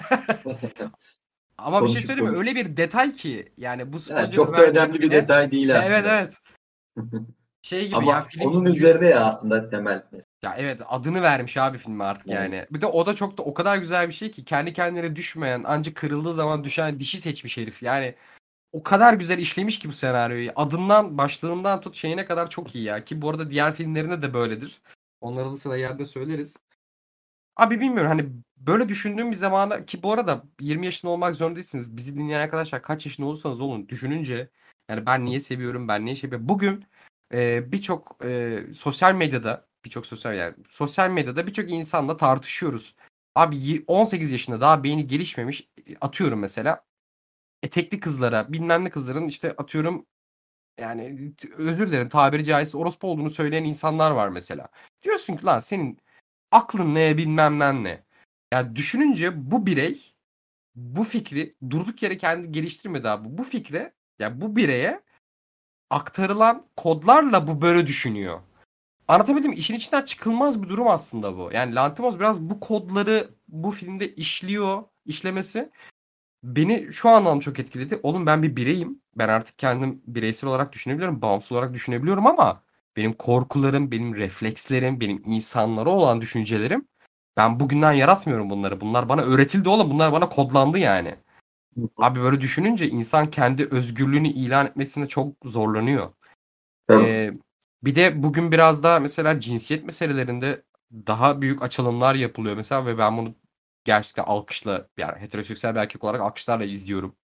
Ama bir şey Konuşup söyleyeyim mi? konuşup. Öyle bir detay ki yani bu Yani spoiler'ı çok da önemli versek bir bile, detay değil evet aslında. evet, şey gibi ya, Ama film onun yüz, üzerine ya aslında temel mesele. ya evet, adını vermiş abi filme artık Yani. yani. Bir de o da çok da o kadar güzel bir şey ki, kendi kendine düşmeyen, ancak kırıldığı zaman düşen dişi seçmiş herif. Yani o kadar güzel işlemiş ki bu senaryoyu. Adından, başlığından tut şeyine kadar çok iyi ya. Ki bu arada diğer filmlerinde de böyledir. Onları da sıra yerde söyleriz. Abi bilmiyorum, hani böyle düşündüğüm bir zamana, ki bu arada yirmi yaşında olmak zorunda değilsiniz. Bizi dinleyen arkadaşlar kaç yaşında olursanız olun, düşününce yani ben niye seviyorum, ben niye şey yapıyorum. Bugün e, birçok e, sosyal medyada, birçok sosyal yani sosyal medyada birçok insanla tartışıyoruz. Abi y- on sekiz yaşında daha beyni gelişmemiş, e, atıyorum mesela etekli kızlara, bilmem ne kızların, işte atıyorum yani t- özür dilerim tabiri caizse orospu olduğunu söyleyen insanlar var mesela. Diyorsun ki lan senin aklın ne, bilmem ne ne. Ya düşününce bu birey bu fikri durduk yere kendi geliştirmedi abi. Bu fikre, ya bu bireye aktarılan kodlarla bu böyle düşünüyor. Anlatabildim mi? İşin içinden çıkılmaz bir durum aslında bu. Yani Lanthimos biraz bu kodları bu filmde işliyor, işlemesi beni şu anlamda çok etkiledi. Oğlum ben bir bireyim. Ben artık kendim bireysel olarak düşünebiliyorum, bağımsız olarak düşünebiliyorum, ama benim korkularım, benim reflekslerim, benim insanlara olan düşüncelerim, ben bugünden yaratmıyorum bunları. Bunlar bana öğretildi oğlum. Bunlar bana kodlandı yani. Abi böyle düşününce insan kendi özgürlüğünü ilan etmesinde çok zorlanıyor. Tabii. Ee, Bir de bugün biraz daha mesela cinsiyet meselelerinde daha büyük açılımlar yapılıyor mesela, ve ben bunu gerçekten alkışla, yani heteroseksüel bir erkek olarak alkışlarla izliyorum.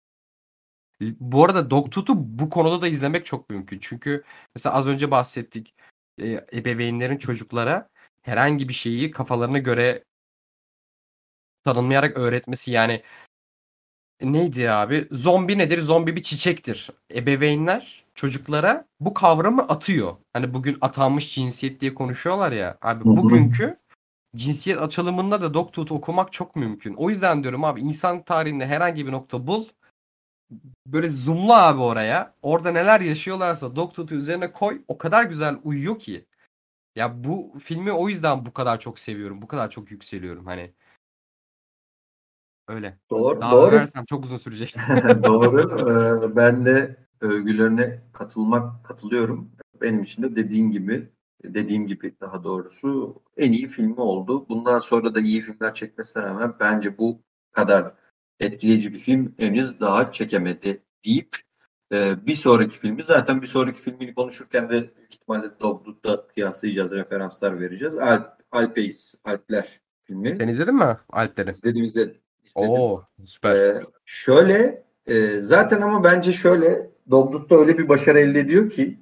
Bu arada Dogtooth'u bu konuda da izlemek çok mümkün. Çünkü mesela az önce bahsettik. E, ebeveynlerin çocuklara herhangi bir şeyi kafalarına göre tanımlayarak öğretmesi, yani neydi abi? Zombi nedir? Zombi bir çiçektir. Ebeveynler çocuklara bu kavramı atıyor. Hani bugün atanmış cinsiyet diye konuşuyorlar ya. Abi Hı hı. bugünkü cinsiyet açılımında da Dogtooth'u okumak çok mümkün. O yüzden diyorum abi, insan tarihinde herhangi bir nokta bul. Böyle zoomla abi oraya. Orada neler yaşıyorlarsa Dogtooth'u üzerine koy. O kadar güzel uyuyor ki. Ya bu filmi o yüzden bu kadar çok seviyorum. Bu kadar çok yükseliyorum hani. Öyle. Doğru, Daha doğru. översem çok uzun sürecek. Doğru. Ee, ben de övgülerine katılmak katılıyorum. Benim için de dediğin gibi, dediğim gibi daha doğrusu en iyi filmi oldu. Bundan sonra da iyi filmler çekmesine rağmen bence bu kadar etkileyici bir film henüz daha çekemedi deyip Ee, bir sonraki filmi zaten bir sonraki filmini konuşurken de büyük ihtimalle Dogtooth'la kıyaslayacağız, referanslar vereceğiz. Alp, Alpeis, Alpler filmi. Sen izledin mi Alpleri? İzledim, izledim. izledim. Oo, süper. Ee, şöyle e, zaten ama bence şöyle Dogtooth'ta öyle bir başarı elde ediyor ki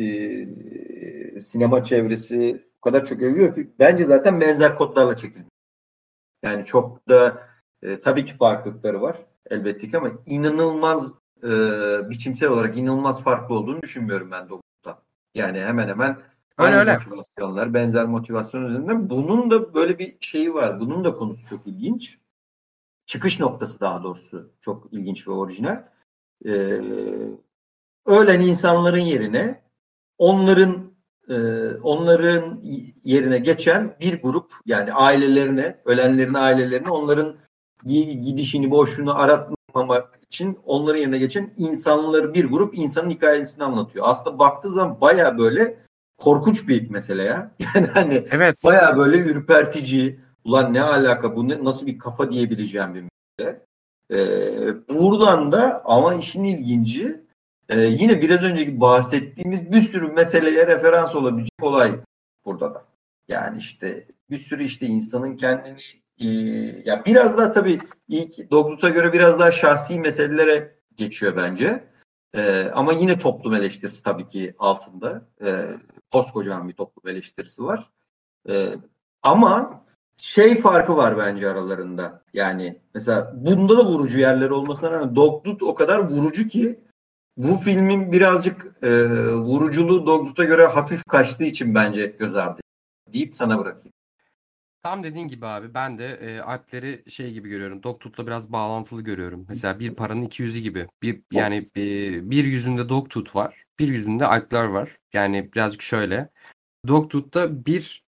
e, sinema çevresi o kadar çok övüyor ki bence zaten benzer kodlarla çekilmiş. Yani çok da e, tabii ki farklılıkları var elbette ki ama inanılmaz e, biçimsel olarak inanılmaz farklı olduğunu düşünmüyorum ben Dogtooth'ta. Yani hemen hemen Öyle aynı öyle. motivasyonlar, benzer motivasyon üzerinden. Bunun da böyle bir şeyi var. Bunun da konusu çok ilginç. Çıkış noktası daha doğrusu çok ilginç ve orijinal. Ee, ölen insanların yerine onların e, onların yerine geçen bir grup, yani ailelerine, ölenlerin ailelerine onların gidişini, boşluğunu aratmamak için onların yerine geçen insanları, bir grup insanın hikayesini anlatıyor. Aslında baktığı zaman baya böyle korkunç bir mesele ya. Yani hani Evet. baya böyle ürpertici, ulan ne alaka bu, ne, nasıl bir kafa diyebileceğim bir mesele. Ee, buradan da ama işin ilginci ee, yine biraz önceki bahsettiğimiz bir sürü meseleye referans olabilecek olay burada da. Yani işte bir sürü işte insanın kendini e, ya biraz daha tabii ilk Dogtooth'a göre biraz daha şahsi meselelere geçiyor bence. Ee, ama yine toplum eleştirisi tabii ki altında. Ee, koskocaman bir toplum eleştirisi var. Ee, ama şey farkı var bence aralarında. Yani mesela bunda da vurucu yerleri olmasına rağmen Dogtooth o kadar vurucu ki bu filmin birazcık e, vuruculuğu Dogtooth'a göre hafif kaçtığı için bence göz ardı deyip sana bırakayım. Tam dediğin gibi abi ben de e, Alpleri şey gibi görüyorum. Dogtooth'la biraz bağlantılı görüyorum. Mesela bir paranın iki yüzü gibi. Bir yani e, bir yüzünde Dogtooth var. Bir yüzünde Alpler var. Yani birazcık şöyle. Dogtooth'ta bir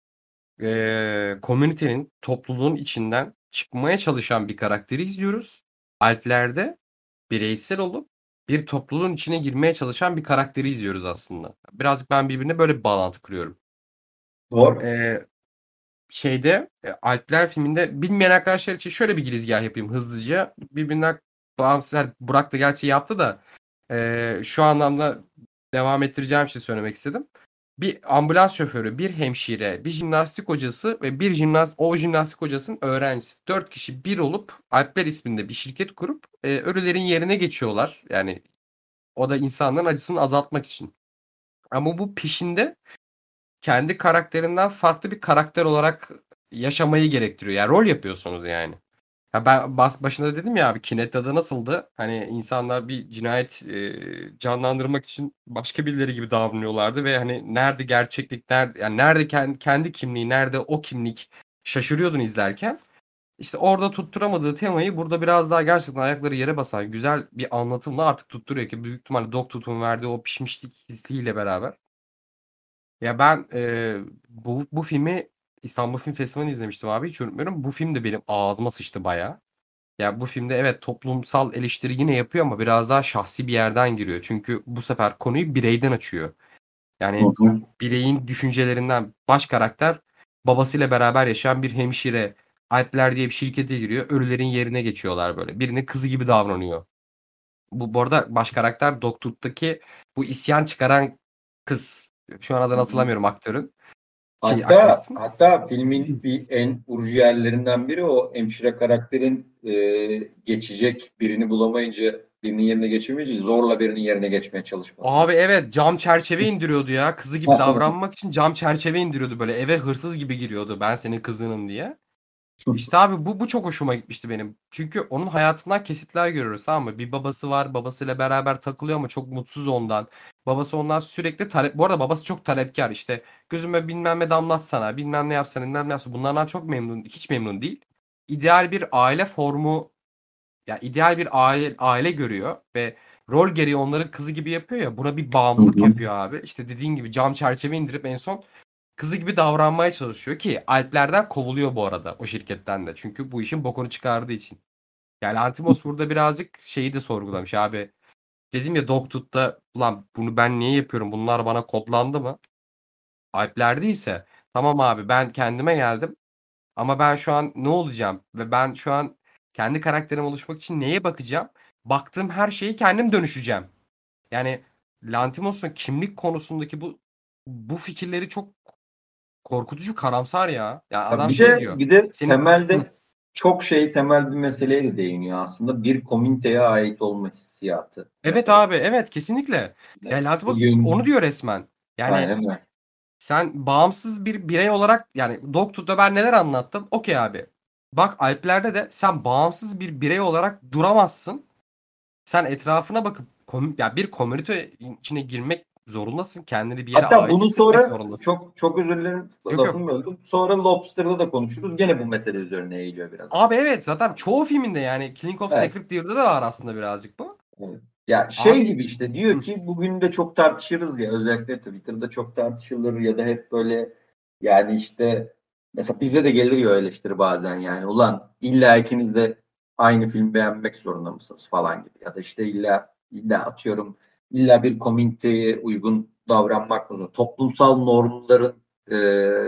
e, komünitenin, topluluğun içinden çıkmaya çalışan bir karakteri izliyoruz. Alpler'de bireysel olup bir topluluğun içine girmeye çalışan bir karakteri izliyoruz aslında. Birazcık ben birbirine böyle bir bağlantı kuruyorum. Doğru. E, şeyde e, Alpler filminde bilmeyen arkadaşlar için şöyle bir girizgah yapayım hızlıca. Birbirinden bağımsız. Yani Burak da gerçi yaptı da e, şu anlamda devam ettireceğim şey söylemek istedim. Bir ambulans şoförü, bir hemşire, bir jimnastik hocası ve bir jimnast o jimnastik hocasının öğrencisi. Dört kişi bir olup Alpler isminde bir şirket kurup e, ölülerin yerine geçiyorlar. Yani o da insanların acısını azaltmak için. Ama bu peşinde kendi karakterinden farklı bir karakter olarak yaşamayı gerektiriyor. Yani rol yapıyorsunuz yani. Ya ben bas başında dedim ya abi Kinet tadı nasıldı? Hani insanlar bir cinayet e, canlandırmak için başka birileri gibi davranıyorlardı ve hani nerede gerçeklik, nerede yani nerede kendi, kendi kimliği, nerede o kimlik şaşırıyordun izlerken. İşte orada tutturamadığı temayı burada biraz daha gerçekten ayakları yere basan güzel bir anlatımla artık tutturuyor ki büyük ihtimalle Dogtooth'un verdiği o pişmişlik hissiyle beraber. Ya ben e, bu bu filmi İstanbul Film Festivali'nde izlemiştim abi hiç unutmuyorum. Bu film de benim ağzıma sıçtı bayağı. Ya bu filmde evet toplumsal eleştiri yine yapıyor ama biraz daha şahsi bir yerden giriyor. Çünkü bu sefer konuyu bireyden açıyor. Hı Yani hı. bireyin düşüncelerinden baş karakter babasıyla beraber yaşayan bir hemşire Alpler diye bir şirkete giriyor. Ölülerin yerine geçiyorlar böyle. Birinin kızı gibi davranıyor. Bu, bu arada baş karakter Dogtooth'taki bu isyan çıkaran kız. Şu an adını Hı hı. hatırlamıyorum aktörün. Şey Hatta aktrisin. hatta filmin bir en vurucu yerlerinden biri o hemşire karakterin e, geçecek birini bulamayınca, birinin yerine geçemeyince zorla birinin yerine geçmeye çalışması Abi mesela. evet cam çerçeve indiriyordu ya. Kızı gibi davranmak için cam çerçeve indiriyordu böyle. Eve hırsız gibi giriyordu ben senin kızınım diye. İşte abi bu bu çok hoşuma gitmişti benim. Çünkü onun hayatından kesitler görüyoruz tamam mı? Bir babası var. Babasıyla beraber takılıyor ama çok mutsuz ondan. Babası ondan sürekli talep. Bu arada babası çok talepkar işte. Gözüme bilmem ne damlatsana. Bilmem ne yapsana. Bilmem ne yapsana. Bunlardan çok memnun. Hiç memnun değil. İdeal bir aile formu ya ideal bir aile, aile görüyor ve rol gereği onların kızı gibi yapıyor ya buna bir Hı bağımlılık hı. yapıyor abi. İşte dediğin gibi cam çerçeve indirip en son kızı gibi davranmaya çalışıyor ki Alplerden kovuluyor bu arada o şirketten de. Çünkü bu işin bokunu çıkardığı için. Yani Antimos burada birazcık şeyi de sorgulamış abi. Dedim ya Dogtooth'ta ulan bunu ben niye yapıyorum? Bunlar bana kodlandı mı? Alpler'de ise tamam abi ben kendime geldim. Ama ben şu an ne olacağım? Ve ben şu an kendi karakterim oluşmak için neye bakacağım? Baktığım her şeyi kendim dönüşeceğim. Yani Lanthimos'un kimlik konusundaki bu bu fikirleri çok korkutucu, karamsar ya. Ya Ya adam bir şey de diyor. bir de Senin Hı, temelde çok şey temel bir meseleye de değiniyor aslında. Bir komüniteye ait olma hissiyatı evet abi, meselesi. evet kesinlikle. Ya Lanthimos onu Bugün diyor resmen. Yani aynen öyle. sen bağımsız bir birey olarak, yani Doktor'da ben neler anlattım? Okey abi. Bak Alpler'de de sen bağımsız bir birey olarak duramazsın. Sen etrafına bakıp kom ya bir komünite içine girmek zorundasın. Kendini bir yere Hatta ait bunu hissetmek sonra zorundasın. çok çok özür dilerim Yok yok. lafımı böldüm. Sonra Lobster'da da konuşuruz. Gene bu mesele üzerine eğiliyor biraz Abi aslında. evet, zaten çoğu filminde, yani Killing of Evet. Sacred Deer'da da var aslında birazcık bu. Evet. Ya şey Abi gibi işte diyor hı, ki bugün de çok tartışırız ya, özellikle Twitter'da çok tartışılır ya da hep böyle, yani işte mesela bizde de gelir ya eleştiri bazen, yani ulan illa ikiniz de aynı filmi beğenmek zorunda mısınız falan gibi, ya da işte illa illa atıyorum illa bir komüniteye uygun davranmak mı zorunda, toplumsal normların e,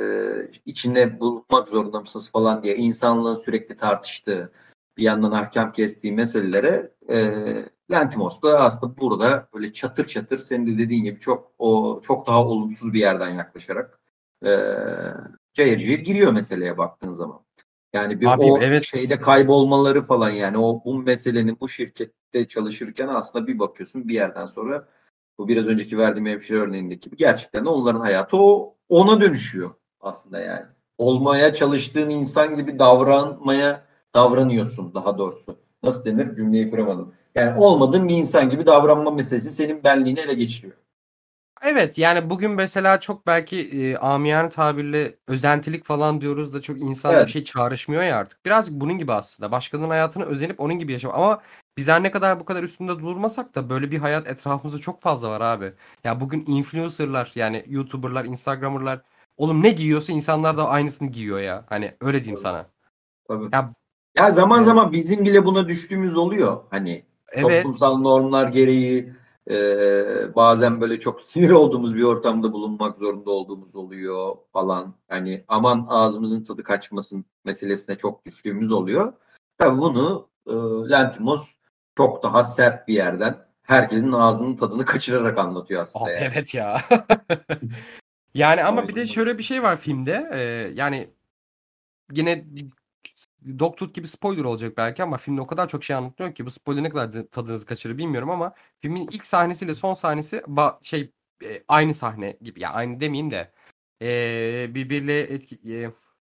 içine bulunmak zorunda mısınız falan diye insanlığın sürekli tartıştığı, bir yandan ahkam kestiği meselelere e, Lanthimos da aslında burada böyle çatır çatır senin de dediğin gibi çok o çok daha olumsuz bir yerden yaklaşarak e, cayır cayır giriyor meseleye baktığın zaman. Yani bir abi o evet. şeyde kaybolmaları falan, yani o bu meselenin bu şirkette çalışırken aslında bir bakıyorsun bir yerden sonra, bu biraz önceki verdiğim hemşire örneğindeki gibi, gerçekten de onların hayatı o ona dönüşüyor aslında yani. Olmaya çalıştığın insan gibi davranmaya davranıyorsun daha doğrusu. Nasıl denir? Cümleyi kuramadım. Yani olmadığın bir insan gibi davranma meselesi senin benliğini ele geçiriyor. Evet, yani bugün mesela çok belki e, amiyane tabirle özentilik falan diyoruz da çok insanda bir Evet. şey çağrışmıyor ya artık. Birazcık bunun gibi aslında. Başkalarının hayatını özenip onun gibi yaşam. Ama biz her ne kadar bu kadar üstünde durmasak da böyle bir hayat etrafımızda çok fazla var abi. Ya bugün influencerlar, yani YouTuber'lar, Instagram'ırlar, oğlum ne giyiyorsa insanlar da aynısını giyiyor ya. Hani öyle diyeyim Tabii. sana. Tabii. Ya Ya zaman e, zaman bizim bile buna düştüğümüz oluyor. Hani evet. toplumsal normlar gereği e, bazen böyle çok sinir olduğumuz bir ortamda bulunmak zorunda olduğumuz oluyor falan. Hani aman ağzımızın tadı kaçmasın meselesine çok düştüğümüz oluyor. Tabii bunu e, Lanthimos çok daha sert bir yerden herkesin ağzının tadını kaçırarak anlatıyor aslında Abi yani. evet ya. Yani ama bir de Aynen öyle. şöyle bir şey var filmde. E, yani yine Dogtooth gibi spoiler olacak belki ama filmde o kadar çok şey anlatıyor ki bu spoiler ne kadar tadınızı kaçırır bilmiyorum ama filmin ilk sahnesiyle son sahnesi ba- şey e, aynı sahne gibi, ya aynı demeyeyim de e, birbiriyle etki e,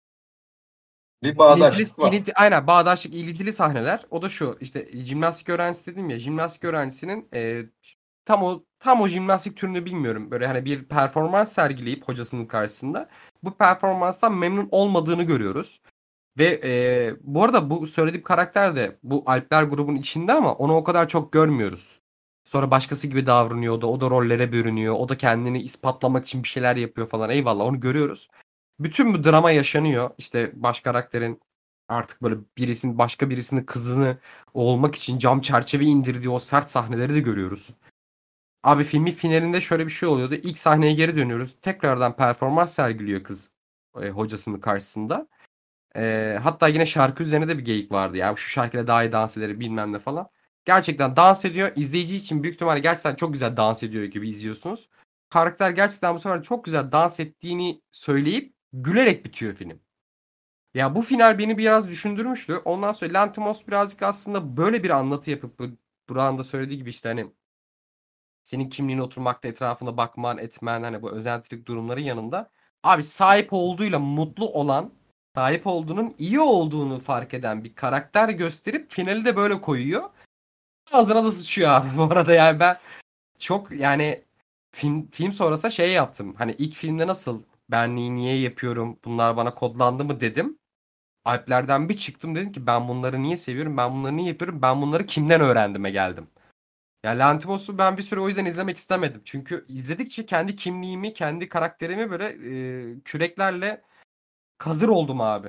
Bir ilintili, bağdaşlık var. ilinti, aynen bağdaşlık, ilintili sahneler. O da şu, işte jimnastik öğrencisi dedim ya, jimnastik öğrencisinin e, tam o tam o jimnastik türünü bilmiyorum. Böyle hani bir performans sergileyip hocasının karşısında bu performanstan memnun olmadığını görüyoruz. Ve e, bu arada bu söylediğim karakter de bu Alpler grubun içinde ama onu o kadar çok görmüyoruz. Sonra başkası gibi davranıyor, o da, o da rollere bürünüyor. O da kendini ispatlamak için bir şeyler yapıyor falan. Eyvallah, onu görüyoruz. Bütün bu drama yaşanıyor. İşte baş karakterin artık böyle birisinin başka birisinin kızını olmak için cam çerçeve indirdiği o sert sahneleri de görüyoruz. Abi filmin finalinde şöyle bir şey oluyordu. İlk sahneye geri dönüyoruz. Tekrardan performans sergiliyor kız e, hocasının karşısında. Ee, hatta yine şarkı üzerine de bir geyik vardı ya. Şu şarkıyla daha iyi dans ederim bilmem ne falan. Gerçekten dans ediyor. İzleyici için büyük ihtimalle gerçekten çok güzel dans ediyor gibi izliyorsunuz. Karakter gerçekten bu sefer çok güzel dans ettiğini söyleyip gülerek bitiyor film. Ya bu final beni biraz düşündürmüştü. Ondan sonra Lanthimos birazcık aslında böyle bir anlatı yapıp bu Burak'ın da söylediği gibi işte hani senin kimliğine oturmakta, etrafına bakman, etmen, hani bu özentilik durumların yanında abi sahip olduğuyla mutlu olan, sahip olduğunun iyi olduğunu fark eden bir karakter gösterip finali de böyle koyuyor. Ağzına da sıçıyor abi bu arada. Yani ben çok, yani film, film sonrası şey yaptım. Hani ilk filmde nasıl benliği niye yapıyorum, bunlar bana kodlandı mı dedim. Alplerden bir çıktım, dedim ki ben bunları niye seviyorum, ben bunları niye yapıyorum, ben bunları kimden öğrendime geldim. Ya Lanthimos'u ben bir süre o yüzden izlemek istemedim. Çünkü izledikçe kendi kimliğimi, kendi karakterimi böyle e, küreklerle kazır oldum abi.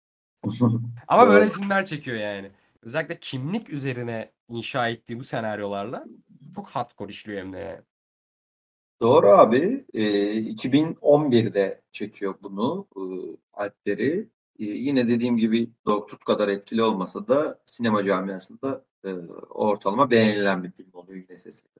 Ama böyle Doğru. filmler çekiyor yani. Özellikle kimlik üzerine inşa ettiği bu senaryolarla çok hardcore işliyor hem de yani. Doğru abi. E, iki bin on birde çekiyor bunu e, Alpleri. E, yine dediğim gibi Dogtooth kadar etkili olmasa da sinema camiasında e, ortalama beğenilen bir film oluyor yine sesli.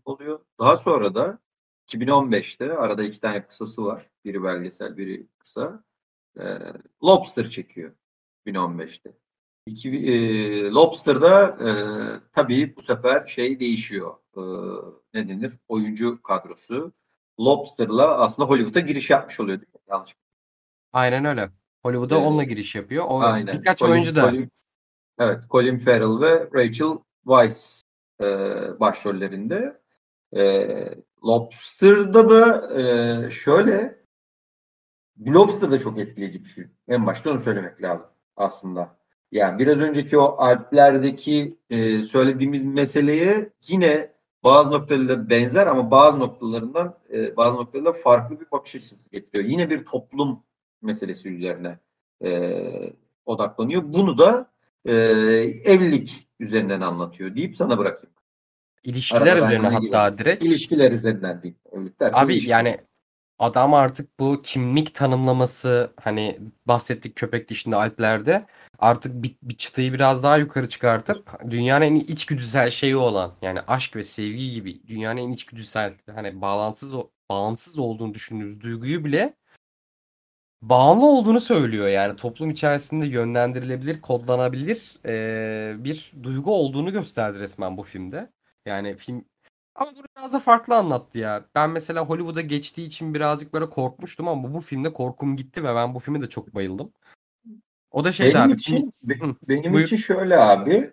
oluyor. Daha sonra da iki bin on beşte arada iki tane kısası var. Biri belgesel, biri kısa. E, Lobster çekiyor iki bin on beşte. İki, e, Lobster'da e, tabii bu sefer şey değişiyor. E, ne denir? Oyuncu kadrosu. Lobster'la aslında Hollywood'a giriş yapmış oluyor değil mi? Yanlış. Aynen öyle. Hollywood'a E, onunla giriş yapıyor. O aynen. birkaç Colin, oyuncu da Colin, evet, Colin Farrell ve Rachel Weisz e, başrollerinde. E, Lobster'da da e, şöyle Lobster da çok etkileyici bir film. En başta onu söylemek lazım aslında. Yani biraz önceki o Alplerdeki e, söylediğimiz meseleye yine bazı noktalarıyla benzer ama bazı noktalarından e, bazı noktalarıyla farklı bir bakış açısı getiriyor. Yine bir toplum meselesi üzerine e, odaklanıyor. Bunu da e, evlilik üzerinden anlatıyor deyip sana bırakayım. ilişkiler Arada ben üzerine yine girerim. hatta direkt. İlişkiler üzerinden değil. Evlilik derken Abi ilişkiler. yani adam artık bu kimlik tanımlaması hani bahsettik köpek dişinde Alplerde artık bir, bir çıtayı biraz daha yukarı çıkartıp dünyanın en içgüdüsel şeyi olan yani aşk ve sevgi gibi dünyanın en içgüdüsel hani bağlantısız o- bağımsız olduğunu düşündüğümüz duyguyu bile bağımlı olduğunu söylüyor. Yani toplum içerisinde yönlendirilebilir, kodlanabilir eee, bir duygu olduğunu gösterdi resmen bu filmde. Yani film ama bunu biraz da farklı anlattı ya. Ben mesela Hollywood'a geçtiği için birazcık böyle korkmuştum ama bu filmde korkum gitti ve ben bu filme de çok bayıldım. O da şeydi Benim abi. Film... için be- Hı, benim buyur. için şöyle abi,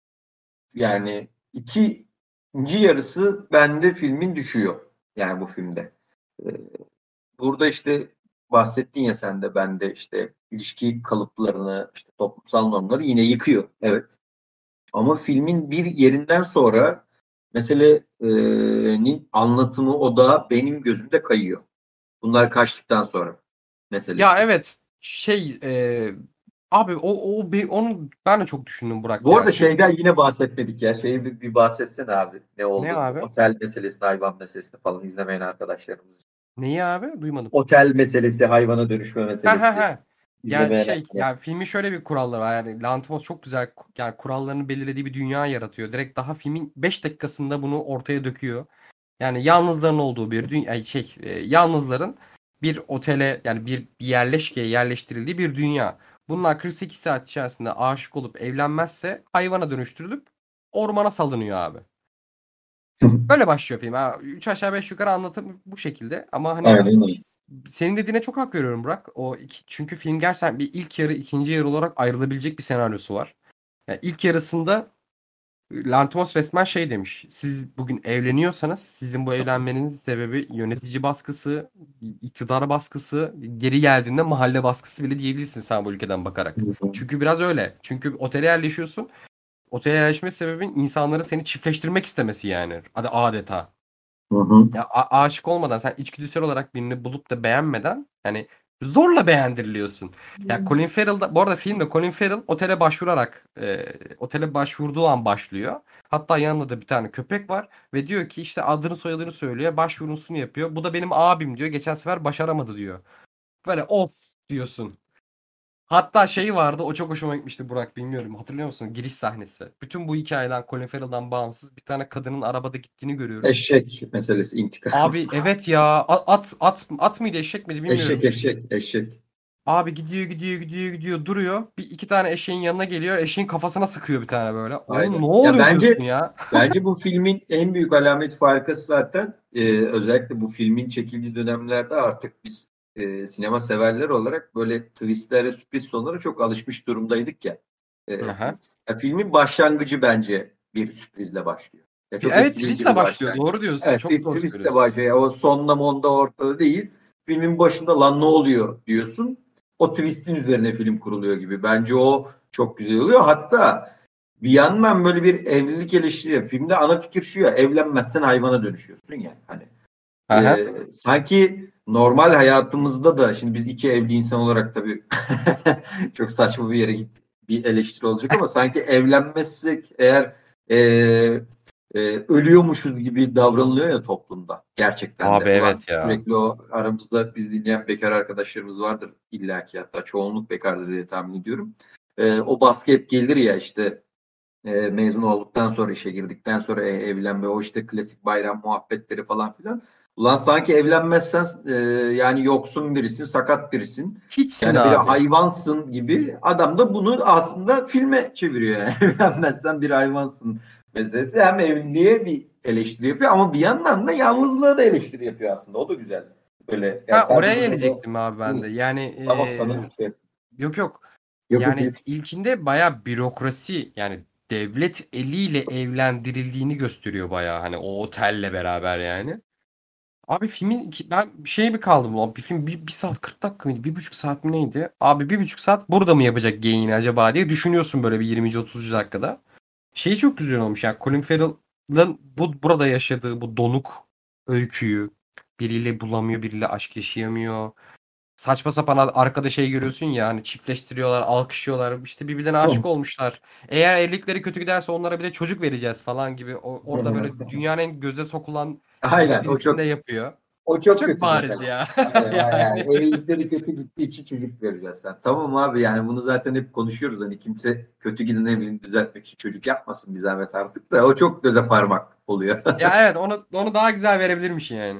yani ikinci yarısı bende filmin düşüyor. Yani bu filmde. Ee, Burada işte bahsettin ya sen de, ben de işte ilişki kalıplarını, işte toplumsal normları yine yıkıyor. Evet. Ama filmin bir yerinden sonra meselenin anlatımı, o da benim gözümde kayıyor. Bunlar kaçtıktan sonra Ya meselesi. evet şey eee, abi o, o bir, onu ben de çok düşündüm Burak Bu ya. arada şeyden Çünkü yine bahsetmedik ya. Şeyi bir, bir bahsetsene abi. Ne ne oldu? Bu abi? otel meselesini, hayvan meselesini falan izlemeyen arkadaşlarımız için. Neyi abi? Duymadım. Otel meselesi, hayvana dönüşme Ha ha meselesi. ha. Yani İzlemeyen şey hani. yani filmin şöyle bir kuralları var. Yani Lanthimos çok güzel yani kurallarını belirlediği bir dünya yaratıyor. Direkt daha filmin beş dakikasında bunu ortaya döküyor. Yani yalnızların olduğu bir dünya şey e, yalnızların bir otele yani bir, bir yerleşkeye yerleştirildiği bir dünya. Bunlar kırk sekiz saat içerisinde aşık olup evlenmezse hayvana dönüştürülüp ormana salınıyor abi. Böyle başlıyor film. Ha, üç aşağı beş yukarı anlatım bu şekilde ama hani Aynen öyle. senin dediğine çok hak veriyorum Burak. O iki, çünkü film gerçekten bir ilk yarı, ikinci yarı olarak ayrılabilecek bir senaryosu var. Yani ilk yarısında Lanthimos resmen şey demiş. Siz bugün evleniyorsanız sizin bu evlenmenizin sebebi yönetici baskısı, iktidar baskısı, geri geldiğinde mahalle baskısı bile diyebilirsin sen bu ülkeden bakarak. Çünkü biraz öyle. Çünkü otele yerleşiyorsun. Otele yerleşme sebebin insanların seni çiftleştirmek istemesi yani. Hadi adeta. Hı hı. Ya a- aşık olmadan sen içgüdüsel olarak birini bulup da beğenmeden hani zorla beğendiriliyorsun. Ya Colin Farrell da bu arada filmde Colin Farrell otele başvurarak e, otele başvurduğu an başlıyor. Hatta yanında da bir tane köpek var ve diyor ki işte adını soyadını söylüyor, başvurusunu yapıyor. Bu da benim abim diyor. Geçen sefer başaramadı diyor. Böyle of diyorsun. Hatta şey vardı o çok hoşuma gitmişti Burak bilmiyorum hatırlıyor musun? Giriş sahnesi. Bütün bu hikayeden Colin Farrell'dan bağımsız bir tane kadının arabada gittiğini görüyoruz. Eşek meselesi, intikam. Abi evet ya A- at at at mıydı eşek miydi Eşek, bilmiyorum. eşek, eşek. Abi gidiyor gidiyor gidiyor gidiyor duruyor. Bir iki tane eşeğin yanına geliyor. Eşeğin kafasına sıkıyor bir tane böyle. Oğlum ne Aynen. Ya oluyor bence diyorsun ya. bence bu filmin en büyük alamet farkası zaten e, özellikle bu filmin çekildiği dönemlerde artık biz e, sinema severler olarak böyle twistlere, sürpriz sonlara çok alışmış durumdaydık ya. E, Aha. ya filmin başlangıcı bence bir sürprizle başlıyor. Ya çok Evet etkileyici twistle bir başlıyor. başlangıç. Doğru diyorsun. Evet, Çok bir doğru twistle söylüyorsun. başlıyor. Ya o sonda monda ortada değil. Filmin başında lan ne oluyor diyorsun. O twist'in üzerine film kuruluyor gibi. Bence o çok güzel oluyor. Hatta bir yandan böyle bir evlilik eleştiriyor. Filmde ana fikir şu ya, evlenmezsen hayvana dönüşüyorsun ya. Hani Aha. e, sanki normal hayatımızda da, şimdi biz iki evli insan olarak tabii çok saçma bir yere gitti, bir eleştiri olacak ama sanki evlenmezsek eğer e, e, ölüyormuşuz gibi davranılıyor ya toplumda. Gerçekten de. Abi Ulan evet ya. sürekli o aramızda biz dinleyen bekar arkadaşlarımız vardır illaki, hatta çoğunluk bekardır diye tahmin ediyorum. E, o baskı hep gelir ya işte, e, mezun olduktan sonra işe girdikten sonra e, evlenme, o işte klasik bayram muhabbetleri falan filan. Ulan sanki evlenmezsen e, yani yoksun birisin, sakat birisin. Hiçsin Yani bir abi. hayvansın gibi. Adam da bunu aslında filme çeviriyor yani. Evlenmezsen bir hayvansın meselesi. Hem evliliğe bir eleştiri yapıyor ama bir yandan da yalnızlığa da eleştiri yapıyor aslında. O da güzel. Böyle yani Ha, oraya sadece burada gelecektim abi ben de. Yani tamam e, sanırım şey. yok yok. Yok yok. Yani ilkinde bayağı bürokrasi, yani devlet eliyle evlendirildiğini gösteriyor bayağı, hani o otelle beraber yani. Abi filmin iki- ben bir şeye mi kaldım lan? Bir film bir, bir saat kırk dakika mıydı? Bir buçuk saat mi neydi? Abi bir buçuk saat burada mı yapacak geyiğini acaba diye düşünüyorsun böyle bir yirmi otuz dakikada. Şey çok güzel olmuş ya. Colin Farrell'ın bu burada yaşadığı bu donuk öyküyü, biriyle bulamıyor, biriyle aşk yaşayamıyor. Saçma sapan arkada şey görüyorsun ya, hani çiftleştiriyorlar, alkışlıyorlar, işte birbirlerine aşık olmuşlar. Eğer evlilikleri kötü giderse onlara bir de çocuk vereceğiz falan gibi. O, orada böyle dünyanın en göze sokulan Aynen o esprisini de çok yapıyor. o O çok çok kötü bariz mesela. ya. Aynen, yani Yani. evlilikleri kötü gittiği için çocuk vereceğiz sen. Tamam abi yani bunu zaten hep konuşuyoruz. Hani kimse kötü giden evliliğini düzeltmek için çocuk yapmasın bir zahmet artık da o çok göze parmak oluyor. Ya evet, onu onu daha güzel verebilirmiş yani.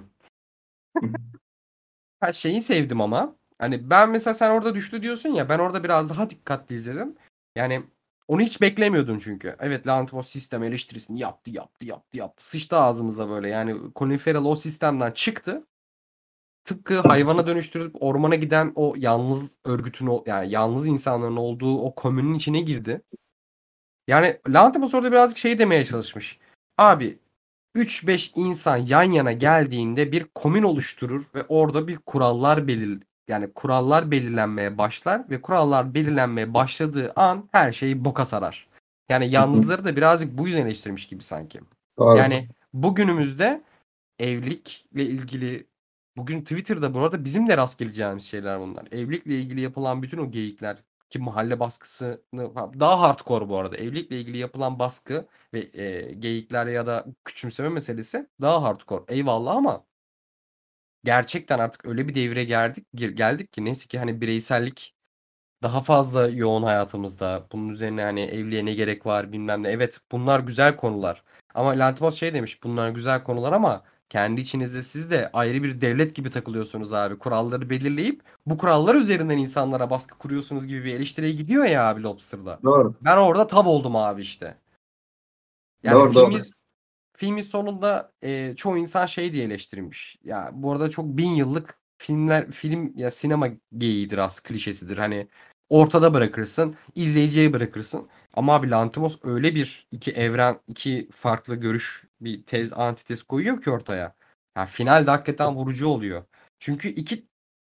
Ha, şeyi sevdim ama. Hani ben mesela, sen orada düştü diyorsun ya, ben orada biraz daha dikkatli izledim. Yani onu hiç beklemiyordum çünkü. Evet, lanet olsun sistem eleştirisini yaptı yaptı yaptı yaptı. Sıçtı ağzımıza böyle. Yani Colin Farrell o sistemden çıktı. Tıpkı hayvana dönüştürüp ormana giden o yalnız örgütün, o yani yalnız insanların olduğu o komünün içine girdi. Yani lanet olsun orada birazcık şey demeye çalışmış. Abi, üç beş insan yan yana geldiğinde bir komün oluşturur ve orada bir kurallar belir yani kurallar belirlenmeye başlar ve kurallar belirlenmeye başladığı an her şey boka sarar. Yani yalnızları da birazcık bu yüzden eleştirmiş gibi sanki. Doğru. Yani bugünümüzde evlilikle ilgili, bugün Twitter'da bu arada bizim de rast geleceğimiz şeyler bunlar. Evlilikle ilgili yapılan bütün o geyikler, ki mahalle baskısını daha hardcore bu arada. Evlilikle ilgili yapılan baskı ve e, geyikler ya da küçümseme meselesi daha hardcore. Eyvallah ama gerçekten artık öyle bir devre geldik geldik ki, neyse ki hani bireysellik daha fazla yoğun hayatımızda. Bunun üzerine hani evliliğe ne gerek var bilmem ne. Evet, bunlar güzel konular. Ama Lantimos şey demiş, bunlar güzel konular ama kendi içinizde siz de ayrı bir devlet gibi takılıyorsunuz abi. Kuralları belirleyip bu kurallar üzerinden insanlara baskı kuruyorsunuz gibi bir eleştiriye gidiyor ya abi Lobster'da. Doğru. Ben orada tav oldum abi işte. Yani Doğru filmin doğru. filmin sonunda e, çoğu insan şey diye eleştirmiş. Ya bu arada çok bin yıllık filmler, film ya sinema geyiğidir, az klişesidir. Hani ortada bırakırsın, izleyiciye bırakırsın. Ama abi Lanthimos öyle bir iki evren, iki farklı görüş, bir tez, antitez koyuyor ki ortaya. Ya finalde hakikaten vurucu oluyor. Çünkü iki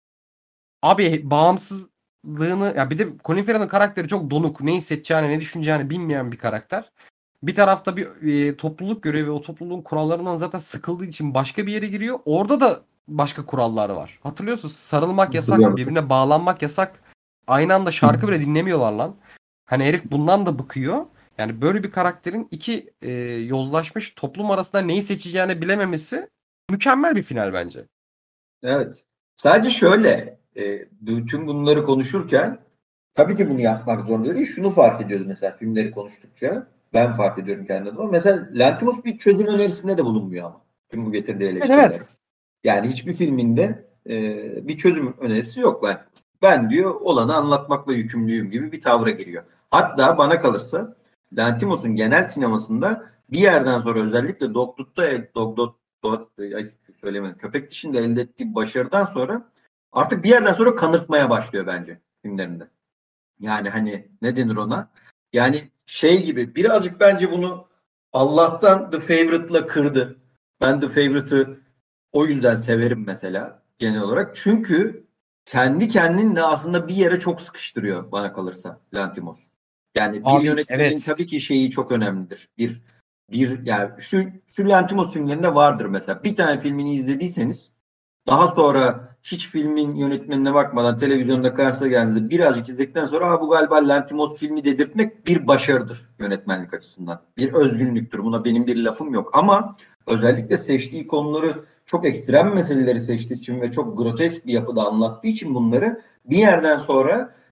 abi bağımsızlığını, ya bir de Colin Farrell'ın karakteri çok donuk. Ne hissedeceğini, ne düşüneceğini bilmeyen bir karakter. Bir tarafta bir e, topluluk görüyor ve o topluluğun kurallarından zaten sıkıldığı için başka bir yere giriyor. Orada da başka kurallar var. Hatırlıyorsunuz, sarılmak yasak, Hatırlıyorum. birbirine bağlanmak yasak. Aynı anda şarkı bile dinlemiyorlar lan. Hani herif bundan da bıkıyor. Yani böyle bir karakterin iki e, yozlaşmış toplum arasında neyi seçeceğini bilememesi mükemmel bir final bence. Evet. Sadece şöyle e, bütün bunları konuşurken tabii ki bunu yapmak zorunda değil. Şunu fark ediyoruz mesela filmleri konuştukça. Ben fark ediyorum kendi adıma. Mesela Lanthimos bir çözüm önerisinde de bulunmuyor ama. Tüm bu getirdiği Evet, evet. eleştiriler. Yani hiçbir filminde e, bir çözüm önerisi yok Lanthimos. Ben diyor olanı anlatmakla yükümlüyüm gibi bir tavra giriyor. Hatta bana kalırsa Lanthimos'un genel sinemasında bir yerden sonra özellikle Dogtooth'ta Dog, Dog, ay, söylemedim. Köpek dişinde elde ettiği başarıdan sonra artık bir yerden sonra kanırtmaya başlıyor bence filmlerinde. Yani hani ne denir ona? Yani şey gibi birazcık bence bunu Allah'tan The Favorite'la kırdı. Ben The Favorite'ı o yüzden severim mesela genel olarak. Çünkü kendi kendini de aslında bir yere çok sıkıştırıyor bana kalırsa Lanthimos. Yani bir Abi yönetmenin evet. tabii ki şeyi çok önemlidir. Bir bir yani şu şu Lanthimos filmlerinde vardır mesela. Bir tane filmini izlediyseniz daha sonra hiç filmin yönetmenine bakmadan televizyonda karşısına geldiğinizde birazcık izledikten sonra bu galiba Lanthimos filmi dedirtmek bir başarıdır yönetmenlik açısından. Bir özgünlüktür. Buna benim bir lafım yok. Ama özellikle seçtiği konuları çok ekstrem meseleleri seçtiği için ve çok grotesk bir yapıda anlattığı için bunları bir yerden sonra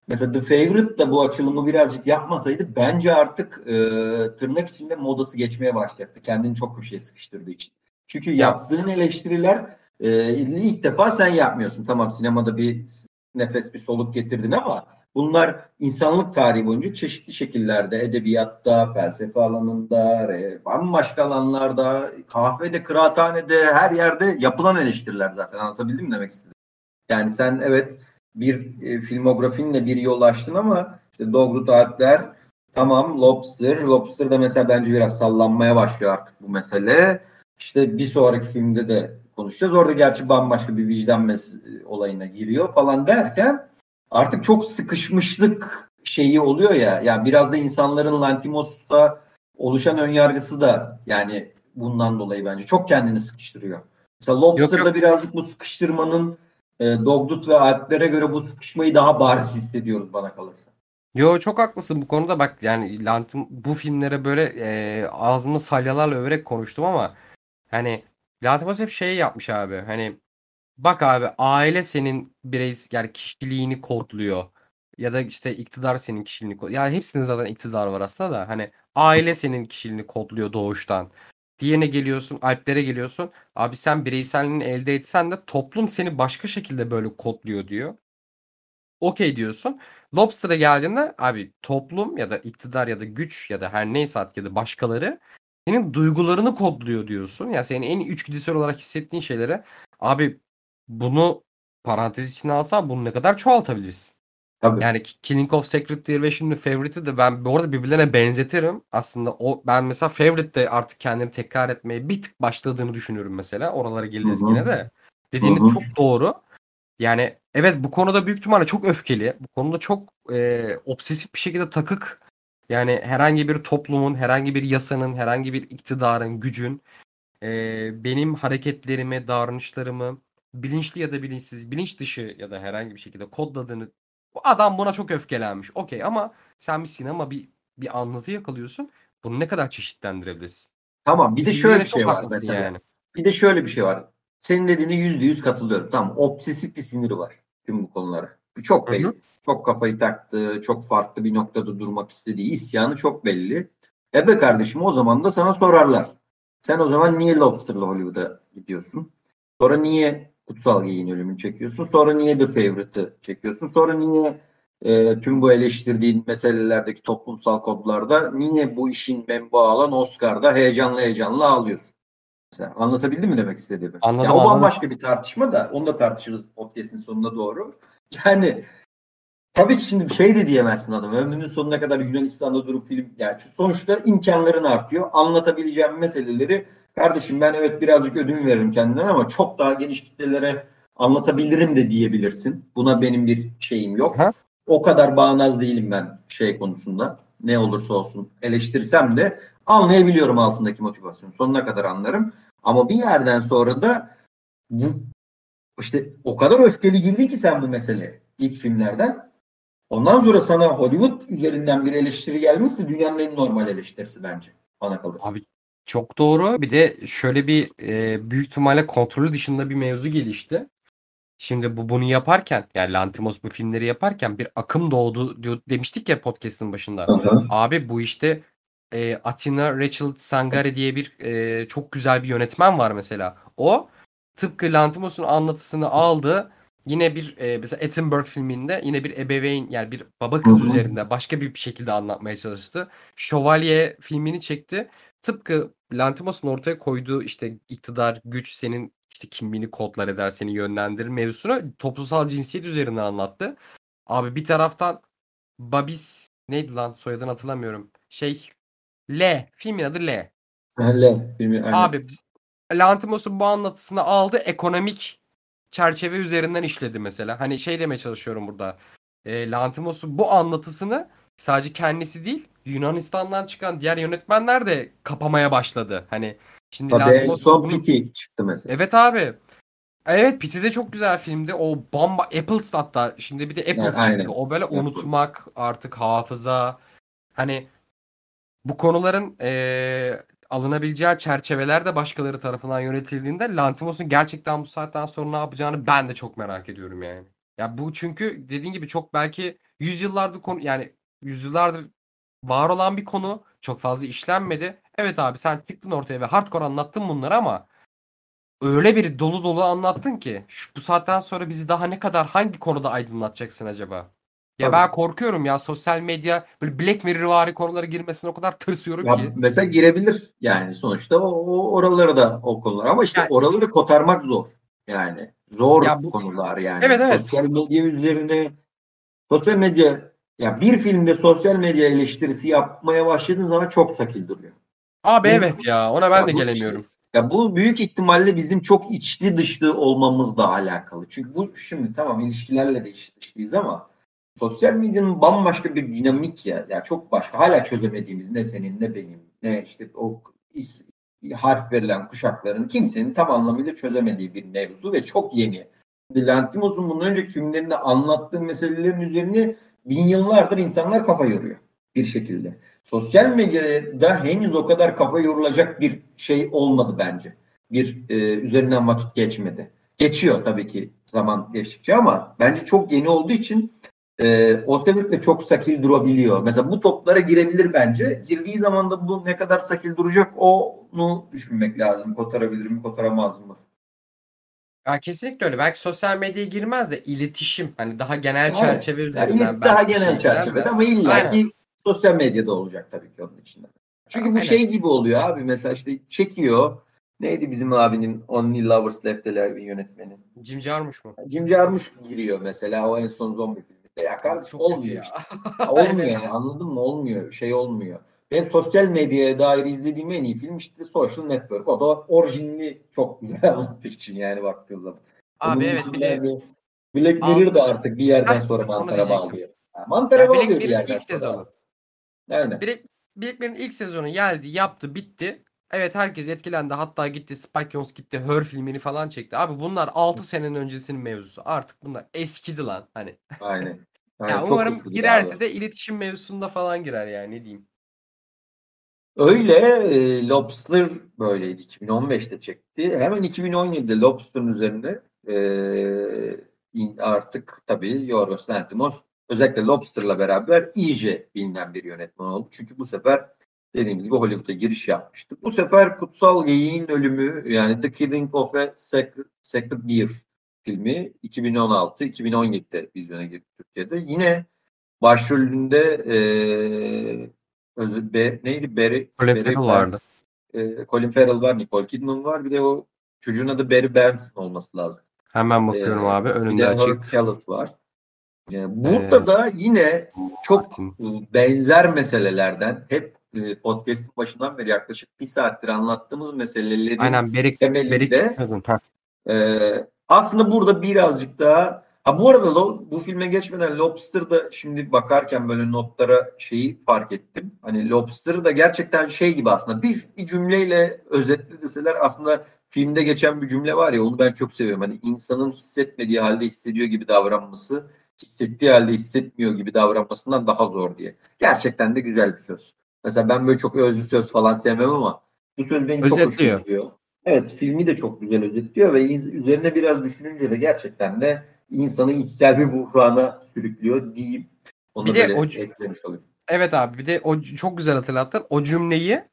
Mesela The Favorite da bu açılımı birazcık yapmasaydı bence artık e, tırnak içinde modası geçmeye başlayacaktı. Kendini çok köşeye sıkıştırdığı için. Çünkü Ya yaptığın eleştiriler e, ilk defa sen yapmıyorsun. Tamam, sinemada bir nefes bir soluk getirdin ama bunlar insanlık tarihi boyunca çeşitli şekillerde edebiyatta, felsefe alanında, e, bambaşka alanlarda, kahvede, kıraathanede, her yerde yapılan eleştiriler zaten. Anlatabildim mi demek istedim? Yani sen evet bir e, filmografinle bir yol açtın ama işte Dogwood Alpler, tamam, Lobster. Lobster da mesela bence biraz sallanmaya başlıyor artık bu mesele. İşte bir sonraki filmde de konuşacağız. Orada gerçi bambaşka bir vicdan mes- olayına giriyor falan derken artık çok sıkışmışlık şeyi oluyor ya. Yani biraz da insanların Lanthimos'ta oluşan önyargısı da yani bundan dolayı bence çok kendini sıkıştırıyor. Mesela yok Lobster'da yok. birazcık bu sıkıştırmanın e, Dogwood ve Alplere göre bu sıkışmayı daha bariz hissediyoruz bana kalırsa. Yo çok haklısın bu konuda bak yani Lantim bu filmlere böyle e, ağzımı salyalarla överek konuştum ama hani Lantimos hep şey yapmış abi hani bak abi aile senin birey yani kişiliğini kodluyor ya da işte iktidar senin kişiliğini kodluyor. Yani hepsinin zaten iktidar var aslında da hani aile senin kişiliğini kodluyor doğuştan. Diğerine geliyorsun, Alplere geliyorsun. Abi sen bireyselliğini elde etsen de toplum seni başka şekilde böyle kodluyor diyor. Okey diyorsun. Lobster'a geldiğinde abi toplum ya da iktidar ya da güç ya da her neyse artık ya da başkaları senin duygularını kodluyor diyorsun. Ya senin en içgüdüsel olarak hissettiğin şeylere abi bunu parantez içine alsan bunu ne kadar çoğaltabilirsin? Tabii. Yani Killing of Sacred Deer ve şimdi Favorite'i de ben bu arada birbirlerine benzetirim. Aslında o ben mesela Favorite'de artık kendini tekrar etmeye bir tık başladığını düşünüyorum mesela. Oralara Hı geleceğiz hı. yine de. Hı Dediğin hı. çok doğru. Yani evet bu konuda büyük ihtimalle çok öfkeli. Bu konuda çok e, obsesif bir şekilde takık. Yani herhangi bir toplumun, herhangi bir yasanın, herhangi bir iktidarın, gücün e, benim hareketlerimi, davranışlarımı bilinçli ya da bilinçsiz, bilinç dışı ya da herhangi bir şekilde kodladığını bu adam buna çok öfkelenmiş. Okey ama sen bir sinema bir bir anlatı yakalıyorsun. Bunu ne kadar çeşitlendirebilirsin? Tamam, bir de şöyle Yüzüne bir çok şey var haklısın mesela. yani. Bir de şöyle bir şey var. Senin dediğine yüzde yüz katılıyorum. Tamam, obsesif bir siniri var tüm bu konulara. Çok Hı hı. belli. Çok kafayı taktı, çok farklı bir noktada durmak istediği isyanı çok belli. E be kardeşim, o zaman da sana sorarlar. Sen o zaman niye Lobster'la Hollywood'a gidiyorsun? Sonra niye Kutsal Geyiğin ölümünü çekiyorsun? Sonra niye The Favorite'ı çekiyorsun? Sonra niye e, tüm bu eleştirdiğin meselelerdeki toplumsal kodlarda niye bu işin menbaı alan Oscar'da heyecanlı heyecanlı ağlıyorsun? Mesela anlatabildim mi demek istediğimi? Ya Anladım o anladım. bambaşka bir tartışma da onu da tartışırız podcast'in sonuna doğru. Yani tabii ki şimdi bir şey de diyemezsin adam. Ömrünün sonuna kadar Yunanistan'da durup film... Yani sonuçta imkanların artıyor. Anlatabileceğim meseleleri kardeşim ben evet birazcık ödün veririm kendimden ama çok daha geniş kitlelere anlatabilirim de diyebilirsin. Buna benim bir şeyim yok. Ha? O kadar bağnaz değilim ben şey konusunda. Ne olursa olsun eleştirsem de anlayabiliyorum altındaki motivasyonu. Sonuna kadar anlarım. Ama bir yerden sonra da bu işte o kadar öfkeli girdin ki sen bu meseleye ilk filmlerden. Ondan sonra sana Hollywood üzerinden bir eleştiri gelmişse dünyanın en normal eleştirisi bence. Bana kalırsa. Abi çok doğru. Bir de şöyle bir e, büyük ihtimalle kontrolü dışında bir mevzu gelişti. Şimdi bu bunu yaparken yani Lanthimos bu filmleri yaparken bir akım doğdu diyor, demiştik ya podcast'ın başında. Aha. Abi bu işte e, Atina Rachel Tsangari diye bir e, çok güzel bir yönetmen var mesela. O tıpkı Lanthimos'un anlatısını aldı. Yine bir e, mesela Attenborough filminde yine bir ebeveyn yani bir baba Hı kız hı. üzerinde başka bir şekilde anlatmaya çalıştı. Şövalye filmini çekti. Tıpkı Lanthimos'un ortaya koyduğu işte iktidar, güç senin işte kimliğini kodlar eder, seni yönlendirir mevzusunu toplumsal cinsiyet üzerinden anlattı. Abi bir taraftan Babis neydi lan soyadını hatırlamıyorum. Şey L. Filmin adı L. Öyle. Filmi, aynen. Abi Lanthimos'un bu anlatısını aldı ekonomik çerçeve üzerinden işledi mesela. Hani şey demeye çalışıyorum burada. E, Lanthimos'un bu anlatısını sadece kendisi değil Yunanistan'dan çıkan diğer yönetmenler de kapamaya başladı. Hani şimdi Tabii en Lanthimos son bunu Pity çıktı mesela. evet abi. Evet Pity de çok güzel filmdi. O bamba Apples hatta şimdi bir de Yani, Apples çıktı. aynen. O böyle Yapılmış. unutmak artık hafıza. Hani bu konuların eee, alınabileceği çerçeveler de başkaları tarafından yönetildiğinde Lanthimos'un gerçekten bu saatten sonra ne yapacağını ben de çok merak ediyorum yani. Ya bu çünkü dediğin gibi çok belki yüzyıllardır konu yani yüzyıllardır var olan bir konu. Çok fazla işlenmedi. Evet abi sen çıktın ortaya ve hardcore anlattın bunları ama öyle bir dolu dolu anlattın ki şu, bu saatten sonra bizi daha ne kadar hangi konuda aydınlatacaksın acaba? Ya Tabii. ben korkuyorum ya sosyal medya böyle Black Mirror'vari konulara girmesine o kadar tırsıyorum Ya ki. mesela girebilir yani sonuçta o, o oraları da o konular ama işte Ya, oraları kotarmak zor. Yani zor ya bu konular yani. evet evet. Sosyal medya üzerine sosyal medya ya bir filmde sosyal medya eleştirisi yapmaya başladığın zaman çok sakil duruyor. Abi Bu evet ya ona ben de ya bu işte gelemiyorum. ya bu büyük ihtimalle bizim çok içli dışlı olmamızla alakalı. Çünkü bu şimdi tamam ilişkilerle de içli dışlıyız ama sosyal medyanın bambaşka bir dinamik ya. Ya çok başka. Hala çözemediğimiz ne senin ne benim ne işte o is, harf verilen kuşakların kimsenin tam anlamıyla çözemediği bir mevzu ve çok yeni. Lanthimos'un bundan önceki filmlerinde anlattığı meselelerin üzerine bin yıllardır insanlar kafa yoruyor bir şekilde. Sosyal medyada henüz o kadar kafa yorulacak bir şey olmadı bence. Bir e, üzerinden vakit geçmedi. Geçiyor tabii ki zaman geçtikçe ama bence çok yeni olduğu için e, o sebeple çok sakil durabiliyor. Mesela bu toplara girebilir bence. Girdiği zaman da bu ne kadar sakil duracak onu düşünmek lazım. Kotarabilir mi, kotaramaz mı? Ya kesinlikle öyle. Belki sosyal medyaya girmez de iletişim hani daha genel Evet. çerçeve üzerinden Yani daha belki bir genel şey girer çerçevede de. ama Aynen. illaki sosyal medyada olacak tabii ki onun içinde. Çünkü bu Aynen. şey gibi oluyor abi mesela işte çekiyor. Neydi bizim abinin Only Lovers Left Alive'in yönetmeni? Jim Jarmusch mu? Jim Jarmusch giriyor mesela o en son zombi filminde. Ya Abi kardeşim çok kötü olmuyor ya. işte. Ya olmuyor Evet. yani anladın mı? Olmuyor. Şey olmuyor. Benim sosyal medyaya dair izlediğim en iyi film işte Social Network. O da orijinali çok güzel anlattığı için yani baktığın zaman. Abi Onun evet bir dışında de hani Black alt Mirror da artık bir yerden Heh, sonra onu mantara diyecektim. bağlıyor. Yani mantara Ya Black bağlıyor bir Mirror'ın yerden ilk sonra. sezonu. Aynen. Black, Black Mirror'ın ilk sezonu geldi, yaptı, bitti. Evet herkes etkilendi. Hatta gitti Spike Jonze gitti Her filmini falan çekti. Abi bunlar altı senenin öncesinin mevzusu. Artık bunlar eskidi lan hani. Aynen. Aynen. Ya Çok umarım eskidi abi. girerse de iletişim mevzusunda falan girer yani ne diyeyim. Öyle e, Lobster böyleydi. iki bin on beşte çekti. Hemen iki bin on yedide Lobster'ın üzerine e, artık tabii Yorgos Lanthimos özellikle Lobster'la beraber iyice bilinen bir yönetmen oldu. Çünkü bu sefer dediğimiz gibi Hollywood'a giriş yapmıştı. Bu sefer Kutsal Geyiğin Ölümü yani The Killing of a Sacred, Sacred Deer filmi iki bin on altı iki bin on yedide vizyona girdi Türkiye'de. Yine başrolünde e, Özür, Be, neydi? Barry, Colin Barry Farrell Berns, vardı. e, Colin Farrell var, Nicole Kidman var. Bir de o çocuğun adı Barry Berns'in olması lazım. Hemen E, bakıyorum abi. bir Önünde de Herb açık. Kellett var. E, Ee, burada da yine çok Martin. e, benzer meselelerden hep e, podcast'ın başından beri yaklaşık bir saattir anlattığımız meselelerin Aynen Beric, Beric. temelinde Ha. ee, aslında burada birazcık daha ha bu arada lo, bu filme geçmeden Lobster'da şimdi bakarken böyle notlara şeyi fark ettim. Hani Lobster'ı da gerçekten şey gibi aslında bir, bir cümleyle özetle deseler aslında filmde geçen bir cümle var ya onu ben çok seviyorum. Hani insanın hissetmediği halde hissediyor gibi davranması hissettiği halde hissetmiyor gibi davranmasından daha zor diye. Gerçekten de güzel bir söz. Mesela ben böyle çok özlü söz falan sevmem ama bu söz benim çok hoşuma Özetliyor. gidiyor. Evet, filmi de çok güzel özetliyor ve üzerine biraz düşününce de gerçekten de insanı içsel bir buhrana sürüklüyor diyeyim. Onu Bir da de böyle o eklemiş olayım. evet abi bir de o çok güzel hatırlattın. O cümleyi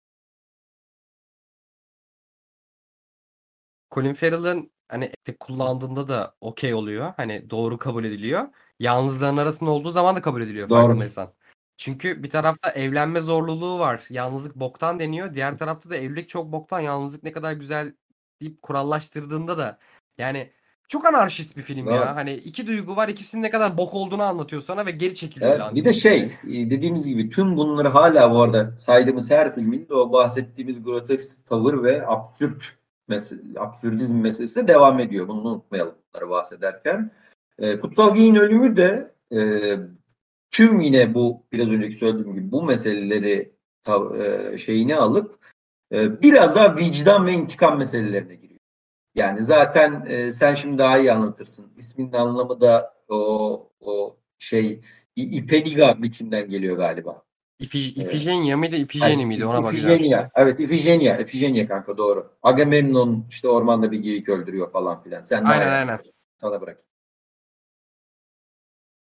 Colin Farrell'ın hani kullandığında da okey oluyor. Hani doğru kabul ediliyor. Yalnızların arasında olduğu zaman da kabul ediliyor Doğru. farkındaysan. Çünkü bir tarafta evlenme zorluluğu var. Yalnızlık boktan deniyor. Diğer tarafta da evlilik çok boktan. Yalnızlık ne kadar güzel deyip kurallaştırdığında da yani çok anarşist bir film ya. Doğru. Hani iki duygu var. İkisinin ne kadar bok olduğunu anlatıyor sana ve geri çekiliyor Evet, bir de Lanthimos şey yani. e, dediğimiz gibi tüm bunları hala bu arada saydığımız her filminde o bahsettiğimiz grotesk tavır ve absürt mesele, absürdizm meselesi de devam ediyor. Bunu unutmayalım bunları bahsederken. E, Kutsal Geyiğin Ölümü de e, tüm yine bu biraz önceki söylediğim gibi bu meseleleri e, şeyini alıp e, biraz daha vicdan ve intikam meselelerine giriyor. Yani zaten e, sen şimdi daha iyi anlatırsın. İsminin anlamı da o o şey İpeniga mitinden geliyor galiba. İfi, Evet. İfijenya mıydı? Yani İfijeni miydi? Ona bakacağım İfijenya. şimdi. Evet İfijenya. İfijenya kanka doğru. Agamemnon işte ormanda bir geyik öldürüyor falan filan. Sen daha Aynen iyi aynen. anlatırsın. Sana bırak.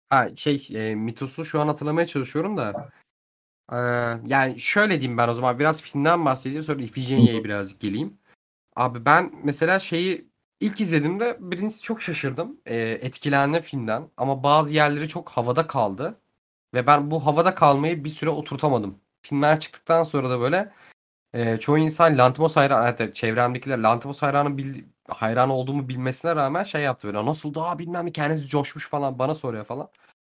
Ha şey e, mitosu şu an hatırlamaya çalışıyorum da. Ee, yani şöyle diyeyim ben o zaman biraz filmden bahsedeyim sonra Hı Ifigenia'ya hı. birazcık geleyim. Abi ben mesela şeyi ilk izlediğimde birincisi çok şaşırdım. Ee, etkilendim filmden ama bazı yerleri çok havada kaldı. Ve ben bu havada kalmayı bir süre oturtamadım. Filmler çıktıktan sonra da böyle e, çoğu insan Lanthimos hayranı, hatta çevremdekiler Lanthimos hayranı bil, hayran olduğumu bilmesine rağmen şey yaptı böyle. Nasıl daha bilmem ne kendisi coşmuş falan bana soruyor falan.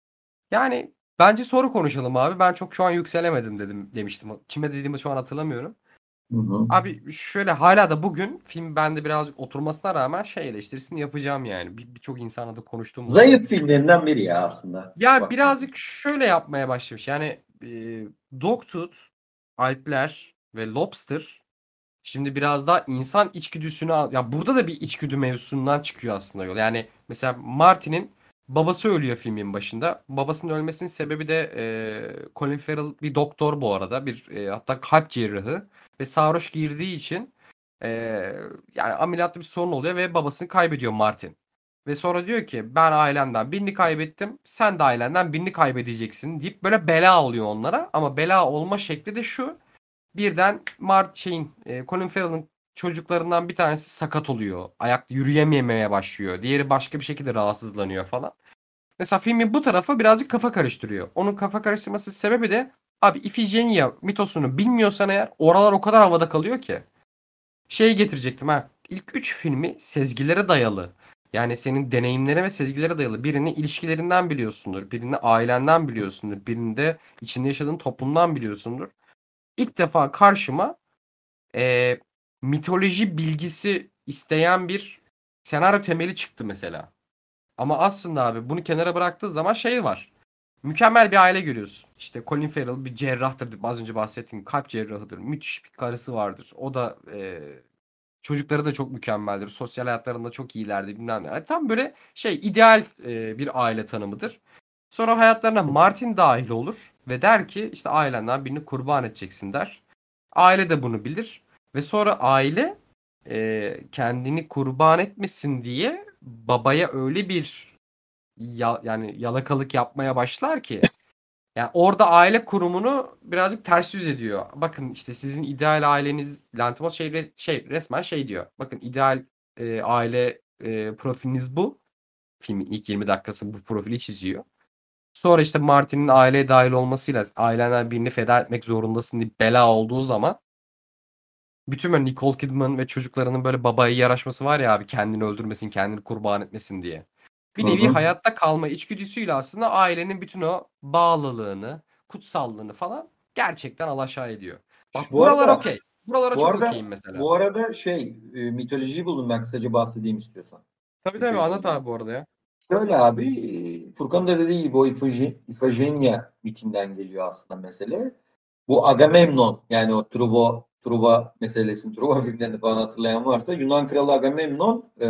Yani bence soru konuşalım abi. Ben çok şu an yükselemedim dedim demiştim. Kime dediğimi şu an hatırlamıyorum. Hı hı. Abi şöyle hala da bugün film bende birazcık oturmasına rağmen şey eleştirisini yapacağım yani. Bir- Birçok insanla da konuştuğum oluyor. Zayıf filmlerinden biri ya aslında. Ya Baktığında. birazcık şöyle yapmaya başlamış. Yani e, Dogtooth, Alpler ve Lobster şimdi biraz daha insan içgüdüsünü al. Ya burada da bir içgüdü mevzusundan çıkıyor aslında yol. Yani mesela Marty'nin babası ölüyor filmin başında. Babasının ölmesinin sebebi de e, Colin Farrell bir doktor bu arada. Bir e, hatta kalp cerrahı ve sarhoş girdiği için e, yani ameliyatta bir sorun oluyor ve babasını kaybediyor Martin. Ve sonra diyor ki ben ailemden birini kaybettim. Sen de ailenden birini kaybedeceksin deyip böyle bela oluyor onlara. Ama bela olma şekli de şu. Birden Mart şeyin e, Colin Farrell'ın çocuklarından bir tanesi sakat oluyor. Ayak yürüyememeye başlıyor. Diğeri başka bir şekilde rahatsızlanıyor falan. Mesela filmin bu tarafı birazcık kafa karıştırıyor. Onun kafa karıştırması sebebi de abi Ifigenia mitosunu bilmiyorsan eğer oralar o kadar havada kalıyor ki. Şeyi getirecektim ha. İlk üç filmi sezgilere dayalı. Yani senin deneyimlere ve sezgilere dayalı. Birini ilişkilerinden biliyorsundur. Birini ailenden biliyorsundur. Birini de içinde yaşadığın toplumdan biliyorsundur. İlk defa karşıma e, mitoloji bilgisi isteyen bir senaryo temeli çıktı mesela. Ama aslında abi bunu kenara bıraktığı zaman şey var. Mükemmel bir aile görüyorsun. İşte Colin Farrell bir cerrahtır. Az önce bahsettiğim kalp cerrahıdır. Müthiş bir karısı vardır. O da e, çocukları da çok mükemmeldir. Sosyal hayatlarında çok iyilerdi bilmem ne. Yani tam böyle şey ideal e, bir aile tanımıdır. Sonra hayatlarına Martin dahil olur ve der ki işte ailenden birini kurban edeceksin der. Aile de bunu bilir. Ve sonra aile e, kendini kurban etmesin diye babaya öyle bir ya- yani yalakalık yapmaya başlar ki. Yani orada aile kurumunu birazcık ters yüz ediyor. Bakın işte sizin ideal aileniz Lantimos şey, re- şey resmen şey diyor. Bakın ideal e, aile e, profiliniz bu. Filmin ilk yirmi dakikası bu profili çiziyor. Sonra işte Martin'in aileye dahil olmasıyla ailenden birini feda etmek zorundasın diye bela olduğu zaman bütün böyle Nicole Kidman ve çocuklarının böyle babaya yaraşması var ya abi kendini öldürmesin, kendini kurban etmesin diye. Bir Hı nevi hı. hayatta kalma içgüdüsüyle aslında ailenin bütün o bağlılığını, kutsallığını falan gerçekten alaşağı ediyor. Bak Bu buralar arada okey. Buralara bu çok okeyim arada mesela. bu arada şey e, mitolojiyi buldum ben kısaca bahsedeyim istiyorsan. Tabii tabii anlat Ifigenia. abi bu arada ya. Şöyle abi e, Furkan da dediği gibi o Ifige- Ifigenia mitinden geliyor aslında mesele. Bu Agamemnon yani o Truva Truva meselesini Truva filmlerini falan hatırlayan varsa Yunan kralı Agamemnon e,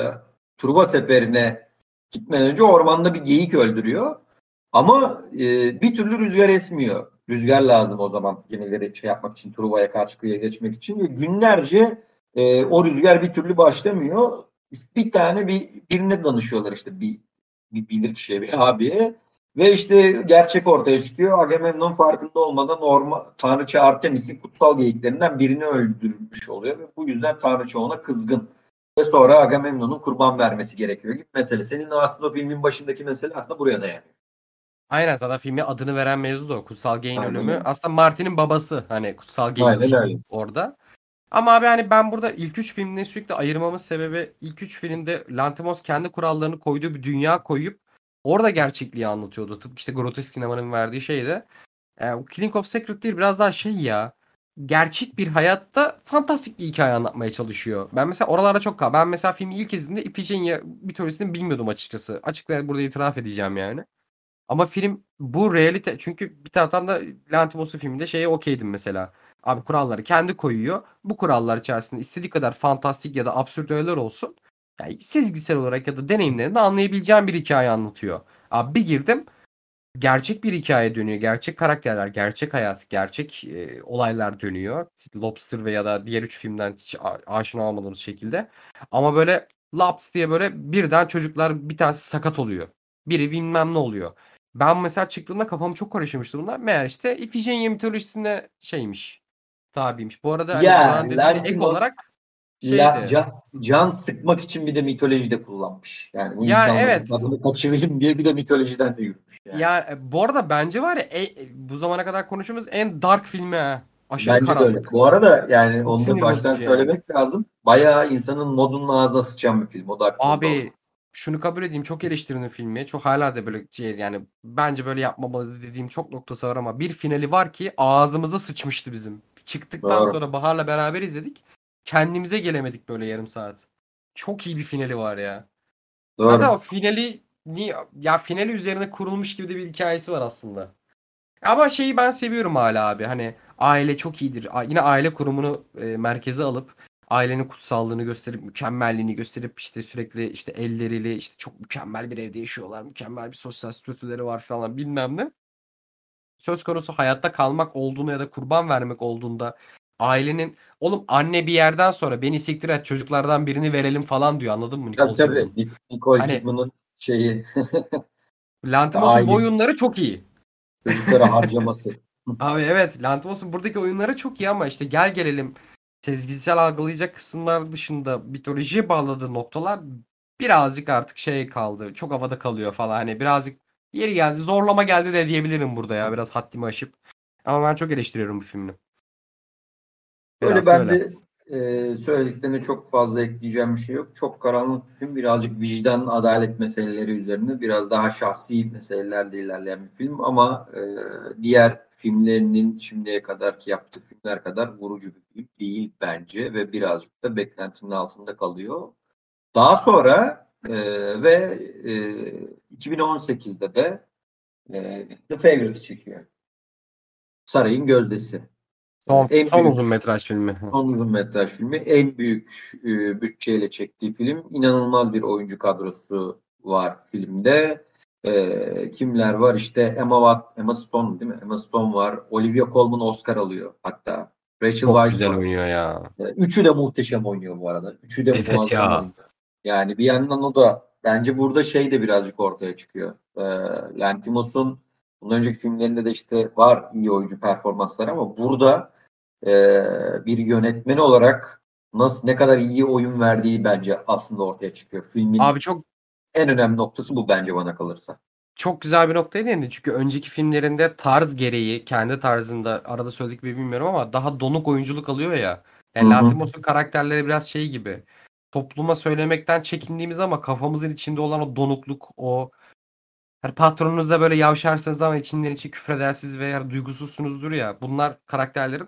Truva seferine gitmeden önce ormanda bir geyik öldürüyor. Ama e, bir türlü rüzgar esmiyor. Rüzgar lazım o zaman gemileri şey yapmak için, Truva'ya karşı kıyıya geçmek için. Ve günlerce e, o rüzgar bir türlü başlamıyor. Bir tane bir birine danışıyorlar işte bir, bir bilir kişiye, bir abiye. Ve işte gerçek ortaya çıkıyor. Agamemnon farkında olmadan orma, Tanrıça Artemis'in kutsal geyiklerinden birini öldürmüş oluyor. Ve bu yüzden Tanrıça ona kızgın. Ve sonra Agamemnon'un kurban vermesi gerekiyor gibi mesele. Senin aslında o filmin başındaki mesele aslında buraya dayanıyor. Aynen zaten filme adını veren mevzu da o. Kutsal Geyik'in Aynen ölümü. öyle. Aslında Martin'in babası hani Kutsal Aynen Geyik öyle. orada. Ama abi hani ben burada ilk üç filmden sürekli ayırmamın sebebi ilk üç filmde Lanthimos kendi kurallarını koyduğu bir dünya koyup orada gerçekliği anlatıyordu. Tıpkı işte grotesk sinemanın verdiği şeyde. Yani Killing of Sacred değil biraz daha şey ya. Gerçek bir hayatta fantastik bir hikaye anlatmaya çalışıyor. Ben mesela oralarda çok kal. Ben mesela filmi ilk izlediğimde Ifigenia mitolojisini bilmiyordum açıkçası. Açık ve burada itiraf edeceğim yani. Ama film bu realite çünkü bir taraftan da Lanthimos'un filminde şeye okeydim mesela. Abi kuralları kendi koyuyor. Bu kurallar içerisinde istediği kadar fantastik ya da absürt öğeler olsun. Yani sezgisel olarak ya da deneyimlerini anlayabileceğim bir hikaye anlatıyor. Abi bir girdim gerçek bir hikaye dönüyor. Gerçek karakterler, gerçek hayat, gerçek e, olaylar dönüyor. Lobster ve ya da diğer üç filmden hiç a- aşina olmadığımız şekilde. Ama böyle laps diye böyle birden çocuklar bir tanesi sakat oluyor. Biri bilmem ne oluyor. Ben mesela çıktığımda kafamı çok karıştırmıştı bunlar. Meğer işte İfigenya mitolojisine şeymiş. Tabiymiş. Bu arada hani Ya Burak'ın dediğine ek Lantimos olarak la, şeydi. can, can sıkmak için bir de mitoloji de kullanmış. Yani bu Ya insanların evet. tadını kaçırayım diye bir de mitolojiden de yürümüş yani. Ya e, bu arada bence var ya e- e, bu zamana kadar konuştuğumuz en dark filmi ha. Aşırı Bence de öyle. karanlık. Bu arada yani Çok onu da sinir baştan bozucu yani. söylemek lazım. Bayağı insanın modunun ağzına sıçan bir film. O da aklınızda olsun. Abi şunu kabul edeyim, çok eleştirdim filmi. Çok hala da böyle şey yani bence böyle yapmamalı dediğim çok noktası var ama bir finali var ki ağzımıza sıçmıştı bizim. Çıktıktan Doğru. sonra Bahar'la beraber izledik. Kendimize gelemedik böyle yarım saat. Çok iyi bir finali var ya. Zaten o Doğru. finali ni ya finali üzerine kurulmuş gibi de bir hikayesi var aslında. Ama şeyi ben seviyorum hala abi. Hani aile çok iyidir. A- Yine aile kurumunu e, merkeze alıp ailenin kutsallığını gösterip mükemmelliğini gösterip işte sürekli işte elleriyle işte çok mükemmel bir evde yaşıyorlar. Mükemmel bir sosyal statüleri var falan bilmem ne. Söz konusu hayatta kalmak olduğunda ya da kurban vermek olduğunda ailenin oğlum anne bir yerden sonra beni siktir et çocuklardan birini verelim falan diyor, anladın mı Tabii Nicole tabii. Kidman? Nic- Nicole Hani Kidman'ın şeyi Lanthimos'un bu aile oyunları çok iyi. çocukları harcaması. Abi evet, Lanthimos'un buradaki oyunları çok iyi ama işte gel gelelim sezgisel algılayacak kısımlar dışında mitolojiye bağladığı noktalar birazcık artık şey kaldı. Çok havada kalıyor falan. Hani birazcık yeri geldi zorlama geldi de diyebilirim burada ya, biraz haddimi aşıp. Ama ben çok eleştiriyorum bu filmini. Böyle Velhasıl ben öyle. de e, söylediklerine çok fazla ekleyeceğim bir şey yok. Çok karanlık bir film. Birazcık vicdan, adalet meseleleri üzerine biraz daha şahsi meselelerle ilerleyen bir film. Ama e, diğer filmlerinin şimdiye kadarki yaptığı filmler kadar vurucu bir film değil bence. Ve birazcık da beklentinin altında kalıyor. Daha sonra e, ve e, iki bin on sekizde de e, The Favourite çekiyor. Sarayın Gözdesi. E, Son, en son büyük uzun metraj filmi. son uzun metraj filmi. En büyük e, bütçeyle çektiği film. İnanılmaz bir oyuncu kadrosu var filmde. E, kimler var? İşte Emma, Watt, Emma Stone değil mi? Emma Stone var. Olivia Colman Oscar alıyor hatta. Rachel Çok Weisz güzel var. oynuyor ya. E, üçü de muhteşem oynuyor bu arada. Üçü de Evet muazzam ya. oynuyor. Yani bir yandan o da bence burada şey de birazcık ortaya çıkıyor. E, Lanthimos'un bundan önceki filmlerinde de işte var iyi oyuncu performansları ama burada e, bir yönetmeni olarak nasıl ne kadar iyi oyun verdiği bence aslında ortaya çıkıyor. Filmin Abi çok en önemli noktası bu bence bana kalırsa. Çok güzel bir noktaya değindin. Çünkü önceki filmlerinde tarz gereği kendi tarzında arada söyledik mi bilmiyorum ama daha donuk oyunculuk alıyor ya. Hı Yani hı. Lanthimos'un karakterleri biraz şey gibi. Topluma söylemekten çekindiğimiz ama kafamızın içinde olan o donukluk, o hani patronunuza böyle yavşarsınız ama içinden içi küfredersiniz ve yani duygusuzsunuzdur ya. Bunlar karakterlerin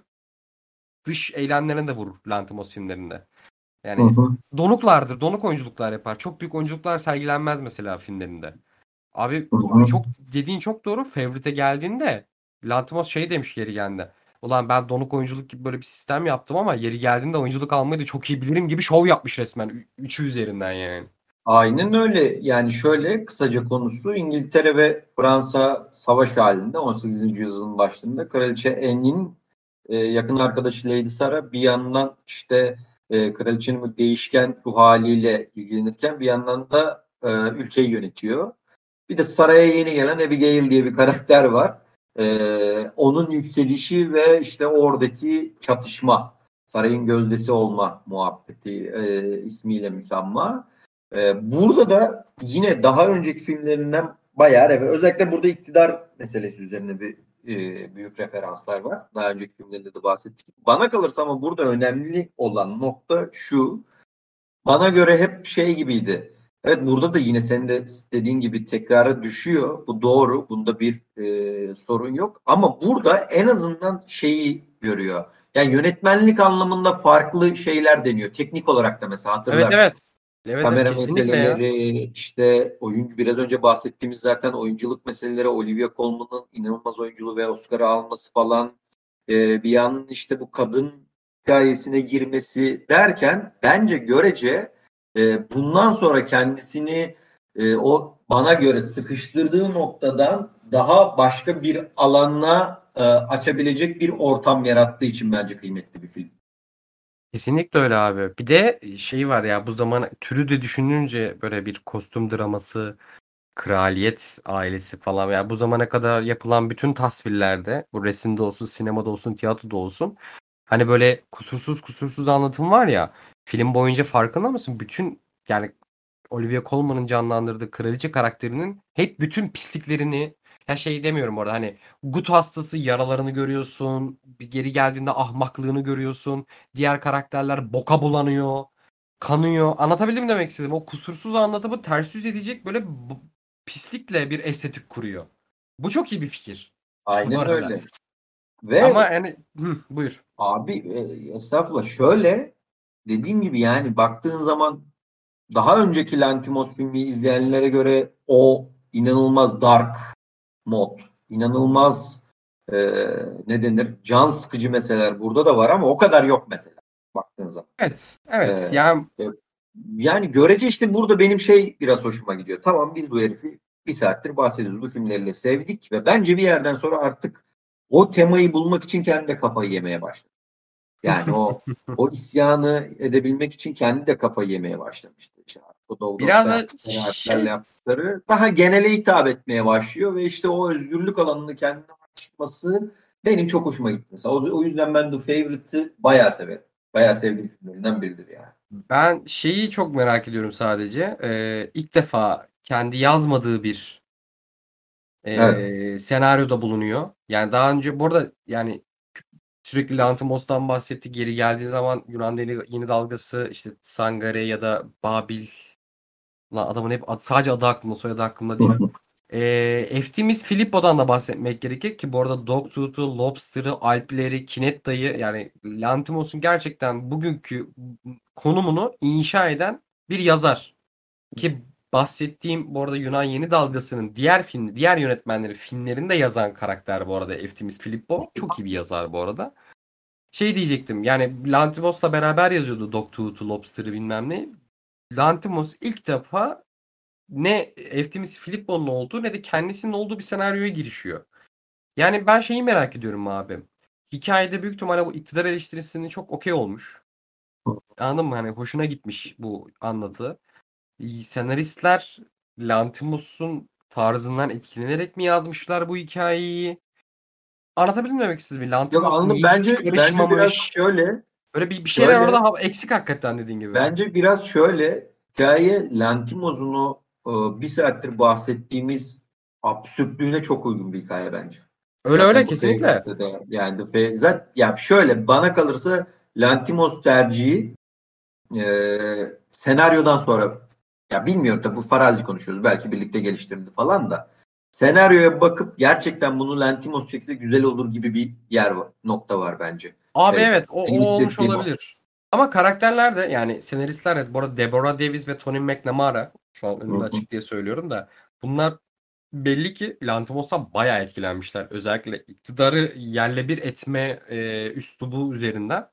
dış eylemlerine de vurur Lanthimos filmlerinde. Hı Yani hı. donuklardır, donuk oyunculuklar yapar. Çok büyük oyunculuklar sergilenmez mesela filmlerinde. Abi Hı hı. çok dediğin çok doğru. Favorite'e geldiğinde Lanthimos şey demiş yeri geldi. Ulan ben donuk oyunculuk gibi böyle bir sistem yaptım ama yeri geldiğinde oyunculuk almayı da çok iyi bilirim gibi şov yapmış resmen. Ü- Üçü üzerinden yani. Aynen öyle. Yani şöyle kısaca konusu İngiltere ve Fransa savaş halinde on sekizinci yüzyılın başlarında Kraliçe Anne'in e, yakın arkadaşı Lady Sarah bir yandan işte e, kraliçenin bu değişken ruh haliyle ilgilenirken bir yandan da e, ülkeyi yönetiyor. Bir de saraya yeni gelen Abigail diye bir karakter var. Ee, onun yükselişi ve işte oradaki çatışma, sarayın gözdesi olma muhabbeti e, ismiyle müsamma. Ee, burada da yine daha önceki filmlerinden bayağı ve özellikle burada iktidar meselesi üzerine bir e, büyük referanslar var. Daha önceki filmlerinde de bahsettik. Bana kalırsa ama burada önemli olan nokta şu. Bana göre hep şey gibiydi. Evet burada da yine senin de dediğin gibi tekrara düşüyor. Bu doğru. Bunda bir e, sorun yok. Ama burada en azından şeyi görüyor. Yani yönetmenlik anlamında farklı şeyler deniyor. Teknik olarak da mesela Evet hatırlarsın. evet. Evet evet Kamera kesinlikle ya. meseleleri, işte oyuncu biraz önce bahsettiğimiz zaten oyunculuk meseleleri, Olivia Colman'ın inanılmaz oyunculuğu ve Oscar'ı alması falan. Ee, bir yandan işte bu kadın hikayesine girmesi derken bence görece e, bundan sonra kendisini e, o bana göre sıkıştırdığı noktadan daha başka bir alana e, açabilecek bir ortam yarattığı için bence kıymetli bir film. Kesinlikle öyle abi. Bir de şey var ya, bu zaman türü de düşününce böyle bir kostüm draması, kraliyet ailesi falan. Yani bu zamana kadar yapılan bütün tasvirlerde, bu resimde olsun, sinemada olsun, tiyatroda olsun, hani böyle kusursuz kusursuz anlatım var ya, film boyunca farkında mısın? Bütün yani Olivia Colman'ın canlandırdığı kraliçe karakterinin hep bütün pisliklerini, ya şey demiyorum orada, hani gut hastası yaralarını görüyorsun, bir geri geldiğinde ahmaklığını görüyorsun, diğer karakterler boka bulanıyor, kanıyor. Anlatabildim mi demek istedim? O kusursuz anlatımı ters yüz edecek böyle bu- pislikle bir estetik kuruyor. Bu çok iyi bir fikir bu Aynen arada. öyle. Ama Ve yani hı, buyur. abi e, estağfurullah, şöyle dediğim gibi yani baktığın zaman daha önceki Lanthimos filmi izleyenlere göre o inanılmaz dark mod, inanılmaz e, ne denir, can sıkıcı meseleler burada da var ama o kadar yok mesela baktığın zaman. Evet, evet. E, Yani e, Yani görece işte burada benim şey biraz hoşuma gidiyor. Tamam, biz bu herifi bir saattir bahsediyoruz. Bu filmleriyle sevdik ve bence bir yerden sonra artık o temayı bulmak için kendi de kafayı yemeye başladı. Yani o o isyanı edebilmek için kendi de kafayı yemeye başlamıştı. İşte o biraz Douglas'la da yaptıkları, Harper'le şey, yaptıkları daha genele hitap etmeye başlıyor ve işte o özgürlük alanını kendine çıkması benim çok hoşuma gitti. Mesela o, o yüzden ben The Favorite'ı bayağı severim. Bayağı sevdiğim filmlerinden biridir yani. ben şeyi çok merak ediyorum sadece. Ee, ilk defa kendi yazmadığı bir Evet. e, senaryoda bulunuyor. Yani daha önce burada yani sürekli Lanthimos'tan bahsetti. Geri geldiği zaman Yunan yeni, yeni dalgası, işte Sangare ya da Babil. Lan adamın hep ad- sadece adı aklımda, soyadı aklımda değil. Ee, Eftimis Filippo'dan da bahsetmek gerekir ki bu arada Dogtooth'u, Lobster'ı, Alpleri, Kinetta'yı, yani Lanthimos'un gerçekten bugünkü konumunu inşa eden bir yazar. Ki bahsettiğim bu arada Yunan Yeni Dalgası'nın diğer film, diğer yönetmenleri filmlerinde yazan karakter bu arada Eftimis Filippo. Çok iyi bir yazar bu arada. Şey diyecektim, yani Lanthimos'la beraber yazıyordu Dogtooth'u, Lobster'ı bilmem ne. Lanthimos ilk defa ne Eftimis Filippo'nun olduğu ne de kendisinin olduğu bir senaryoya girişiyor. Yani ben şeyi merak ediyorum abi. Hikayede büyük ihtimalle bu iktidar eleştirisinin çok okey olmuş. Anladın mı? Hani hoşuna gitmiş bu anlatı. Senaristler Lanthimos'un tarzından etkilenerek mi yazmışlar bu hikayeyi? Anlatabildim mi demek istedim? Yok, Lanthimos anladım. niye hiç Bence bence biraz karışmamış? şöyle Böyle bir, bir şeyler şöyle orada ha- eksik hakikaten dediğin gibi. bence biraz şöyle hikaye Lanthimos'un o e, bir saattir bahsettiğimiz absürtlüğüne çok uygun bir hikaye bence. Öyle öyle Zaten The kesinlikle. Favorite'de de yani The Favorite, zaten ya şöyle bana kalırsa Lanthimos tercihi e, senaryodan sonra, ya bilmiyorum da bu farazi konuşuyoruz. Belki birlikte geliştirildi falan da. Senaryoya bakıp gerçekten bunu Lanthimos çekse güzel olur gibi bir yer var, nokta var bence Abi şeyde. evet, o, o Benim olmuş hissettiğim o. olabilir. Ama karakterler de, yani senaristler de bu arada Deborah Davis ve Tony McNamara, şu an Hı önümde hı. açık diye söylüyorum da, bunlar belli ki Lanthimos'tan bayağı etkilenmişler. Özellikle iktidarı yerle bir etme e, üslubu üzerinden.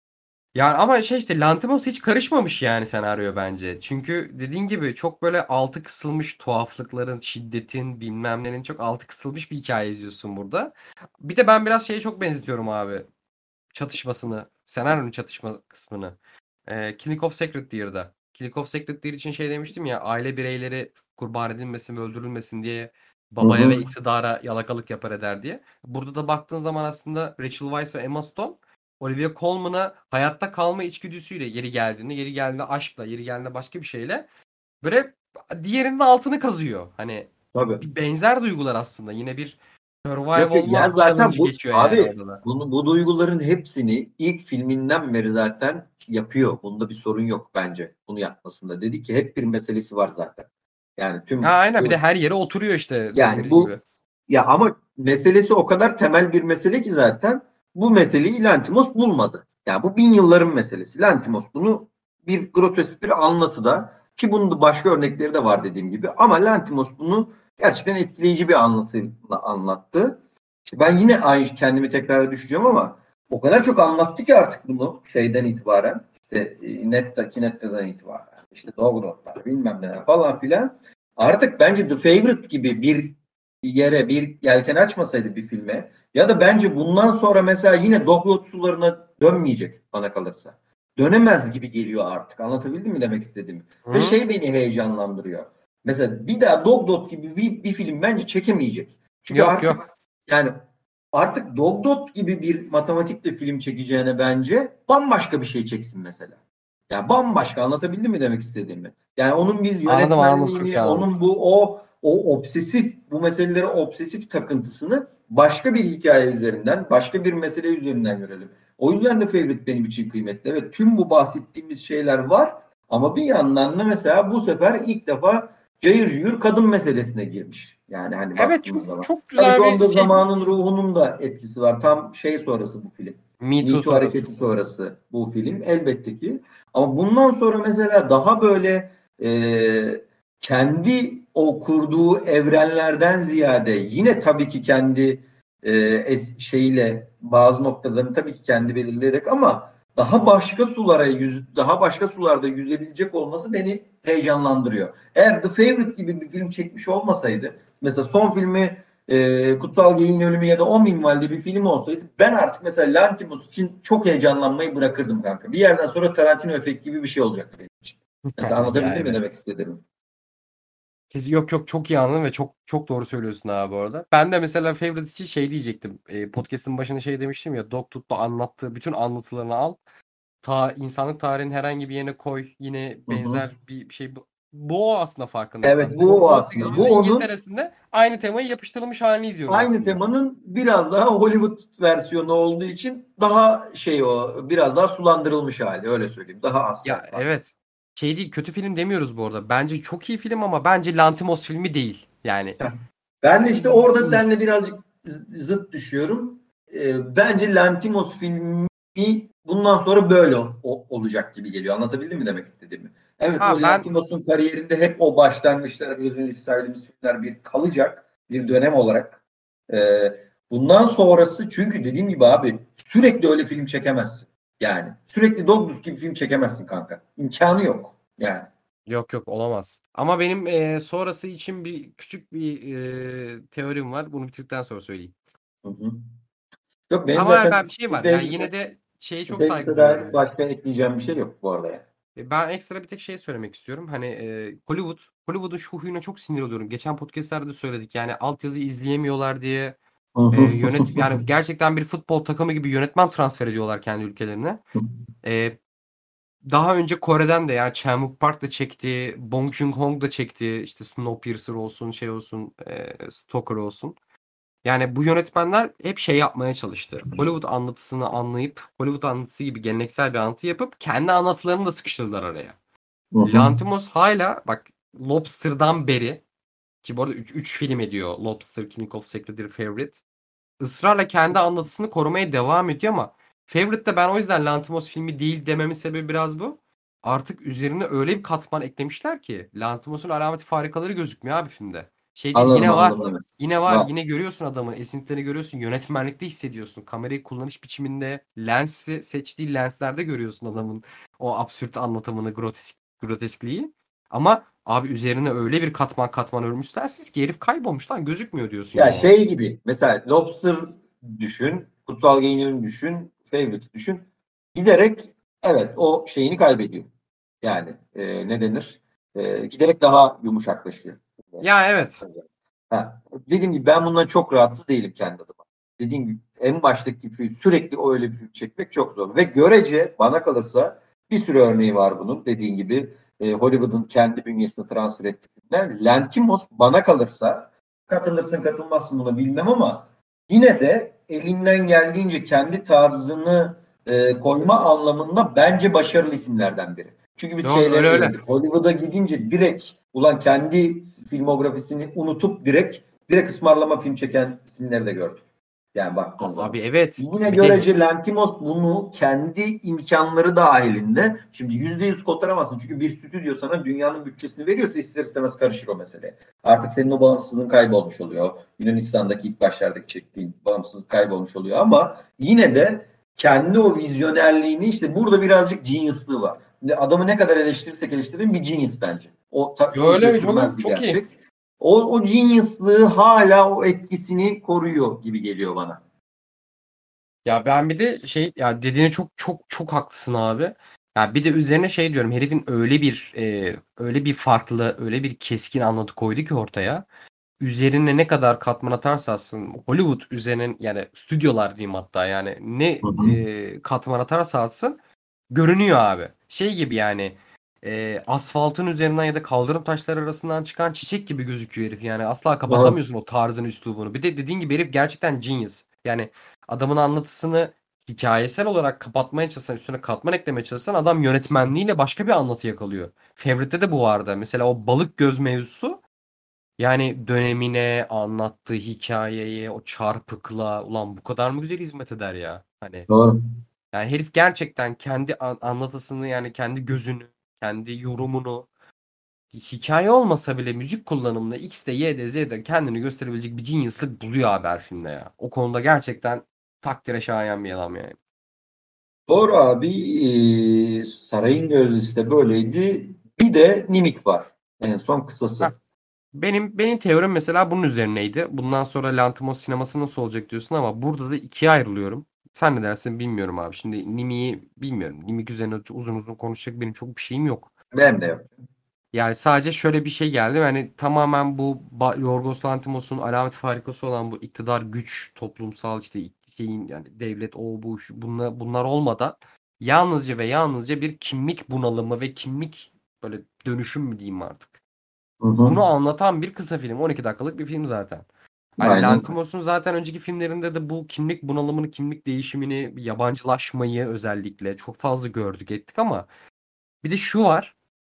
Yani ama şey işte Lanthimos hiç karışmamış yani senaryo bence. Çünkü dediğin gibi çok böyle altı kısılmış tuhaflıkların, şiddetin, bilmem nenin çok altı kısılmış bir hikaye izliyorsun burada. Bir de ben biraz şeye çok benzetiyorum abi, çatışmasını, senaryonun çatışma kısmını. Ee, Killing of Sacred Deer'da. Killing of Sacred Deer için şey demiştim ya, aile bireyleri kurban edilmesin ve öldürülmesin diye Hı babaya ve hı. iktidara yalakalık yapar eder diye. Burada da baktığın zaman aslında Rachel Weisz ve Emma Stone Olivia Colman'a hayatta kalma içgüdüsüyle, yeri geldiğinde, yeri geldiğinde aşkla, yeri geldiğinde başka bir şeyle böyle diğerinin de altını kazıyor. Hani Tabii. bir benzer duygular aslında. Yine bir survive Yok yok, ya olma zaten challenge bu geçiyor yani abi orada da. bunu bu duyguların hepsini ilk filminden beri zaten yapıyor. Bunda bir sorun yok bence bunu yapmasında. Dedi ki hep bir meselesi var zaten. Yani Ha, tüm aynen, bir de bu her yere oturuyor işte yani dediğimiz bu gibi. ya ama meselesi o kadar temel bir mesele ki zaten bu meseleyi Lanthimos bulmadı. Yani bu bin yılların meselesi. Lanthimos bunu bir grotesk bir anlatıda, ki bunun da başka örnekleri de var dediğim gibi, ama Lanthimos bunu gerçekten etkileyici bir anlatıyla anlattı. İşte ben yine aynı kendimi tekrara düşeceğim ama o kadar çok anlattı ki artık bunu şeyden itibaren, işte Netta, Kinetta'dan itibaren, işte Dogtooth'lar bilmem neler falan filan. Artık bence The Favorite gibi bir yere bir yelken açmasaydı bir filme, ya da bence bundan sonra mesela yine Dogwood sularına dönmeyecek bana kalırsa. Dönemez gibi geliyor artık. Anlatabildim mi demek istediğimi? Ve Hı? şey beni heyecanlandırıyor. Mesela bir daha Dog Dot gibi bir, bir film bence çekemeyecek. Çünkü Yok artık yok. yani artık Dog Dot gibi bir matematikle film çekeceğine bence bambaşka bir şey çeksin mesela. Ya bambaşka, anlatabildim mi demek istediğimi? Yani onun biz Anladım anladım. Çok iyi yönetmenliğini, anladım. onun bu o o obsesif, bu meselelere obsesif takıntısını başka bir hikaye üzerinden, başka bir mesele üzerinden görelim. O yüzden de Favorite benim için kıymetli. Evet, tüm bu bahsettiğimiz şeyler var ama bir yandan da mesela bu sefer ilk defa cayır cayır kadın meselesine girmiş. Yani hani Evet, baktığımız çok zaman. çok Tabii ki güzel onda bir şey. zamanın ruhunun da etkisi var. Tam şey sonrası bu film. Me Me Too Too sonrası. hareketi sonrası bu film elbette ki. Ama bundan sonra mesela daha böyle e, kendi o kurduğu evrenlerden ziyade yine tabii ki kendi e, es, şeyle bazı noktalarını tabii ki kendi belirleyerek ama daha başka sulara yüz, daha başka sularda yüzebilecek olması beni heyecanlandırıyor. Eğer The Favourite gibi bir film çekmiş olmasaydı, mesela son filmi e, Kutsal Geyiğin Ölümü ya da O minvalde bir film olsaydı, ben artık mesela Lanthimos için çok heyecanlanmayı bırakırdım kanka. Bir yerden sonra Tarantino efekt gibi bir şey olacak benim için. Mesela Ya anlatabildim mi evet. demek istediğimi? Kesin yok yok, çok iyi anladın ve çok çok doğru söylüyorsun abi bu arada. Ben de mesela Favorite için şey diyecektim. E, podcast'ın başında şey demiştim ya, Dog Tut'ta anlattığı bütün anlatılarını al. Ta insanlık tarihinin herhangi bir yerine koy. Yine Hı hı. benzer bir şey. Bu, bu o aslında, farkındaysan. Evet, bu o on sekiz aslında. yüzyıl Bu onun İngiltere'sinde aynı temayı yapıştırılmış halini izliyoruz aynı aslında. temanın biraz daha Hollywood versiyonu olduğu için daha şey, o biraz daha sulandırılmış hali, öyle söyleyeyim. Daha az Ya sert var. evet. Şey değil, kötü film demiyoruz bu arada. Bence çok iyi film ama bence Lanthimos filmi değil. Yani Ben de işte orada seninle birazcık zıt düşüyorum. Ee, bence Lanthimos filmi bundan sonra böyle o- olacak gibi geliyor. Anlatabildim mi demek istediğimi? Evet, ha o ben Lanthimos'un kariyerinde hep o başlangıçlar, biraz önceki saydığımız filmler bir kalacak. Bir dönem olarak. Ee, bundan sonrası, çünkü dediğim gibi abi, sürekli öyle film çekemezsin. Yani sürekli Dogville gibi film çekemezsin kanka. İmkanı yok. Yani. yok yok, olamaz. Ama benim e, sonrası için bir küçük bir e, teorim var. Bunu bitirdikten sonra söyleyeyim. Hı hı. Yok, benim Ama yani zaten ben bir şey var. Yani David'e yine de şeye çok saygı David'e duyuyorum dair ben. başka ekleyeceğim bir şey yok bu arada yani. E, Ben ekstra bir tek şey söylemek istiyorum. Hani e, Hollywood, Hollywood'un şu huyuna çok sinir oluyorum. Geçen podcastlerde söyledik. Yani altyazı izleyemiyorlar diye e, yönet yani gerçekten bir futbol takımı gibi yönetmen transfer ediyorlar kendi ülkelerine. E, Daha önce Kore'den de, yani Chan Wook Park da çekti, Bong Joon-ho da çekti. İşte Snowpiercer olsun, şey olsun, e, Stalker olsun. Yani bu yönetmenler hep şey yapmaya çalıştı. Hollywood anlatısını anlayıp Hollywood anlatısı gibi geleneksel bir anlatı yapıp kendi anlatılarını da sıkıştırdılar araya. Hı hı. Lanthimos hala bak, Lobster'dan beri, ki bu arada üç film ediyor Lobster, King of Secretary, Favorite. Israrla kendi anlatısını korumaya devam ediyor ama Favorite'de ben o yüzden Lanthimos filmi değil dememin sebebi biraz bu. Artık üzerine öyle bir katman eklemişler ki Lanthimos'un alameti farikaları gözükmüyor abi filmde. Şey değil, Anladım yine var. anladım demek. Yine var. Var. Yine görüyorsun adamın esintilerini görüyorsun. Yönetmenlikte hissediyorsun. Kamerayı kullanış biçiminde, lensi seçtiği lenslerde görüyorsun adamın o absürt anlatımını, grotesk, groteskliği. Ama abi üzerine öyle bir katman katman örmüşlersiniz ki herif kaybolmuş lan, gözükmüyor diyorsun Ya yani. şey gibi mesela Lobster düşün, Kutsal Geyik'in düşün, Favorite düşün. Giderek evet o şeyini kaybediyor. Yani e, ne denir? E, giderek daha yumuşaklaşıyor. Ya evet. Ha, dediğim gibi ben bundan çok rahatsız değilim kendi adıma. Dediğim gibi en baştaki film, sürekli öyle bir film çekmek çok zor. Ve görece bana kalırsa bir sürü örneği var bunun. Dediğin gibi e, Hollywood'un kendi bünyesine transfer ettiği filmler. Lanthimos bana kalırsa, katılırsın katılmazsın buna bilmem ama yine de elinden geldiğince kendi tarzını e, koyma anlamında bence başarılı isimlerden biri. Çünkü biz Yok, öyle şeyleri de öyle. gördük. Hollywood'a gidince direkt ulan kendi filmografisini unutup direkt direkt ısmarlama film çeken isimleri de gördük. Yani baktığın A- Abi zaman. evet. Yine Bir de görece Lanthimos bunu kendi imkanları dahilinde, şimdi yüzde yüz kotaramazsın çünkü bir stüdyo sana dünyanın bütçesini veriyorsa ister istemez karışır o mesele. Artık senin o bağımsızlığın kaybolmuş oluyor. Yunanistan'daki ilk başlardaki çektiğin bağımsızlık kaybolmuş oluyor ama yine de kendi o vizyonerliğini, işte burada birazcık genius'lığı var. Adamı ne kadar eleştirirsek eleştirelim bir genius bence. O ta- yo, soy öyle mi? Çok götürmez iyi. bir Çok iyi. gerçek. O, o genius'lığı hala o etkisini koruyor gibi geliyor bana. Ya ben bir de şey, ya dediğine çok çok çok haklısın abi. Ya bir de üzerine şey diyorum, herifin öyle bir e, öyle bir farklı, öyle bir keskin anlatı koydu ki ortaya. Üzerine ne kadar katman atarsa atsın, Hollywood üzerine, yani stüdyolar diyeyim hatta, yani ne Hı hı. e, katman atarsa atsın görünüyor abi. Şey gibi yani, e, asfaltın üzerinden ya da kaldırım taşları arasından çıkan çiçek gibi gözüküyor herif, yani asla Aha, kapatamıyorsun o tarzın üslubunu. Bir de dediğin gibi herif gerçekten genius. Yani adamın anlatısını hikayesel olarak kapatmaya çalışsan, üstüne katman eklemeye çalışsan, adam yönetmenliğiyle başka bir anlatı yakalıyor. Favorite'te de bu vardı. Mesela o balık göz mevzusu, yani dönemine, anlattığı hikayeye, o çarpıkla, ulan bu kadar mı güzel hizmet eder ya? Hani doğru. yani herif gerçekten kendi an- anlatısını, yani kendi gözünü, kendi yorumunu, hikaye olmasa bile müzik kullanımında X'de, Y'de, Z'de kendini gösterebilecek bir genius'lık buluyor abi her filmde ya. O konuda gerçekten takdire şayan bir adam yani. Doğru abi. Ee, Sarayın Gözlüsü de böyleydi. Bir de Nimik var. En son Heh. kısası. Benim benim teorim mesela bunun üzerineydi. Bundan sonra Lanthimos sineması nasıl olacak diyorsun ama burada da ikiye ayrılıyorum. Sen ne dersin bilmiyorum abi. Şimdi Nimi'yi bilmiyorum. Nimik üzerine uzun uzun konuşacak benim çok bir şeyim yok. Benim de yok. Yani sadece şöyle bir şey geldi. Yani tamamen bu Ba- Yorgos Lanthimos'un alamet farikası olan bu iktidar, güç, toplumsal işte şeyin, yani devlet, o bu şu, bunlar, bunlar olmadan yalnızca ve yalnızca bir kimlik bunalımı ve kimlik böyle dönüşüm mü diyeyim artık. Hı hı. Bunu anlatan bir kısa film. on iki dakikalık bir film zaten. Hani Aynen. Lanthimos'un zaten önceki filmlerinde de bu kimlik bunalımını, kimlik değişimini, yabancılaşmayı özellikle çok fazla gördük ettik ama bir de şu var.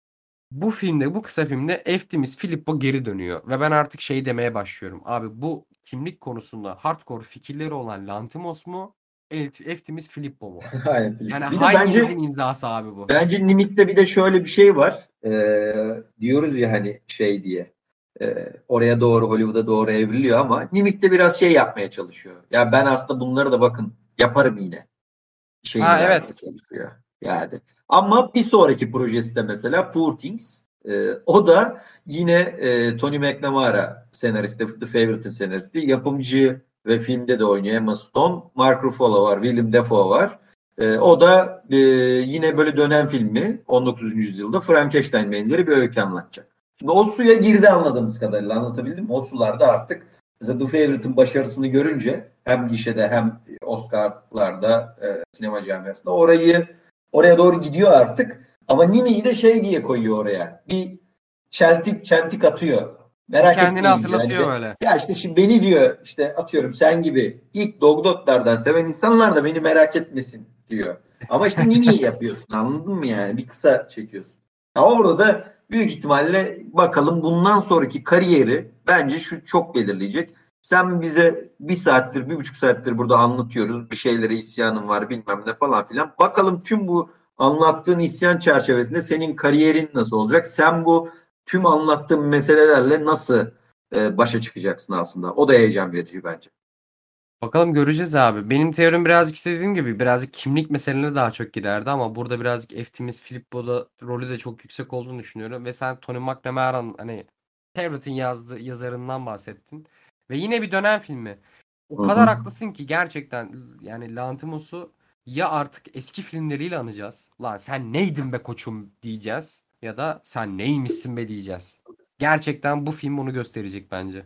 Bu filmde, bu kısa filmde Eftimis Filippo geri dönüyor ve ben artık şey demeye başlıyorum. Abi bu kimlik konusunda hardcore fikirleri olan Lanthimos mu? Eft- Eftimis Filippo mu? Aynen. Yani Bir de hanginizin bence imzası abi bu? bence Nimik'te bir de şöyle bir şey var. Ee, diyoruz ya hani şey diye. Ee, oraya doğru Hollywood'a doğru evriliyor ama Nimik'te biraz şey yapmaya çalışıyor. Ya ben aslında bunları da bakın yaparım yine. Şeyini Ha vermeye evet. çalışıyor. Yani. Ama bir sonraki projesi de mesela Poor Things. Ee, o da yine e, Tony McNamara senaristi, The Favourite'ın senaristi. Yapımcı ve filmde de oynuyor Emma Stone. Mark Ruffalo var, Willem Dafoe var. Ee, o da e, yine böyle dönem filmi on dokuzuncu yüzyılda Frankenstein benzeri bir öykü anlatacak. Şimdi o suya girdi anladığımız kadarıyla, anlatabildim mi? O sularda artık mesela The Favourite'ın başarısını görünce hem gişede hem Oscar'larda e, sinema camiasında orayı oraya doğru gidiyor artık. Ama Nimi'yi de şey diye koyuyor oraya. Bir çeltik çentik atıyor. Bir Merak kendini etmeyin diyor. Hani hatırlatıyor be, böyle. ya işte şimdi beni diyor işte atıyorum sen gibi ilk Dogdot'lardan seven insanlar da beni merak etmesin diyor. Ama işte Nimi'yi yapıyorsun, anladın mı yani? Bir kısa çekiyorsun. Ya orada da büyük ihtimalle bakalım bundan sonraki kariyeri bence şu çok belirleyecek. Sen bize bir saattir, bir buçuk saattir burada anlatıyoruz. Bir şeylere isyanın var bilmem ne falan filan. Bakalım tüm bu anlattığın isyan çerçevesinde senin kariyerin nasıl olacak? Sen bu tüm anlattığın meselelerle nasıl e, başa çıkacaksın aslında? O da heyecan verici bence. Bakalım göreceğiz abi. Benim teorim birazcık işte dediğim gibi birazcık kimlik meselelerine daha çok giderdi ama burada birazcık Eftimis Filippo'da rolü de çok yüksek olduğunu düşünüyorum. Ve sen Tony McNamara'nın hani Favorite'in yazdığı yazarından bahsettin. Ve yine bir dönem filmi. O Hı kadar hı. haklısın ki gerçekten, yani Lanthimos'u ya artık eski filmleriyle anacağız. Lan sen neydin be koçum diyeceğiz. Ya da sen neymişsin be diyeceğiz. Gerçekten bu film onu gösterecek bence.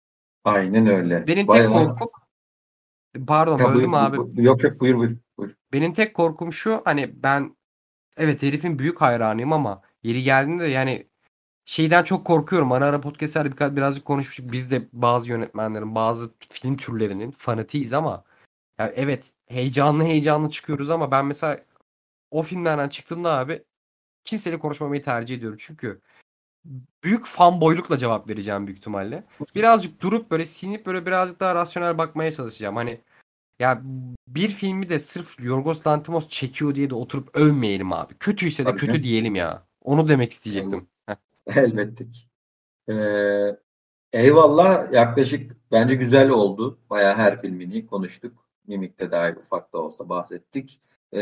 Aynen öyle. Benim tek Bayağı. korkum, pardon Ha, buyur, böldüm abi. bu- yok yok buyur buyur. Buyur. Benim tek korkum şu, hani ben evet herifin büyük hayranıyım ama yeri geldiğinde yani şeyden çok korkuyorum. Ara ara podcastlerde birkaç birazcık konuşmuştuk. Biz de bazı yönetmenlerin, bazı film türlerinin fanatiyiz ama ya evet heyecanlı heyecanlı çıkıyoruz ama ben mesela o filmlerden çıktığımda abi kimseyle konuşmamayı tercih ediyorum. Çünkü büyük fanboylukla cevap vereceğim büyük ihtimalle. Birazcık durup böyle sinip böyle birazcık daha rasyonel bakmaya çalışacağım. Hani ya bir filmi de sırf Yorgos Lanthimos çekiyor diye de oturup övmeyelim abi. Kötüyse de Tabii kötü canım. diyelim ya. Onu demek Allah. isteyecektim. Heh. Elbette ki. Ee, eyvallah. Yaklaşık bence güzel oldu. Bayağı her filmini konuştuk. Mimik'te dahi ufak da olsa bahsettik.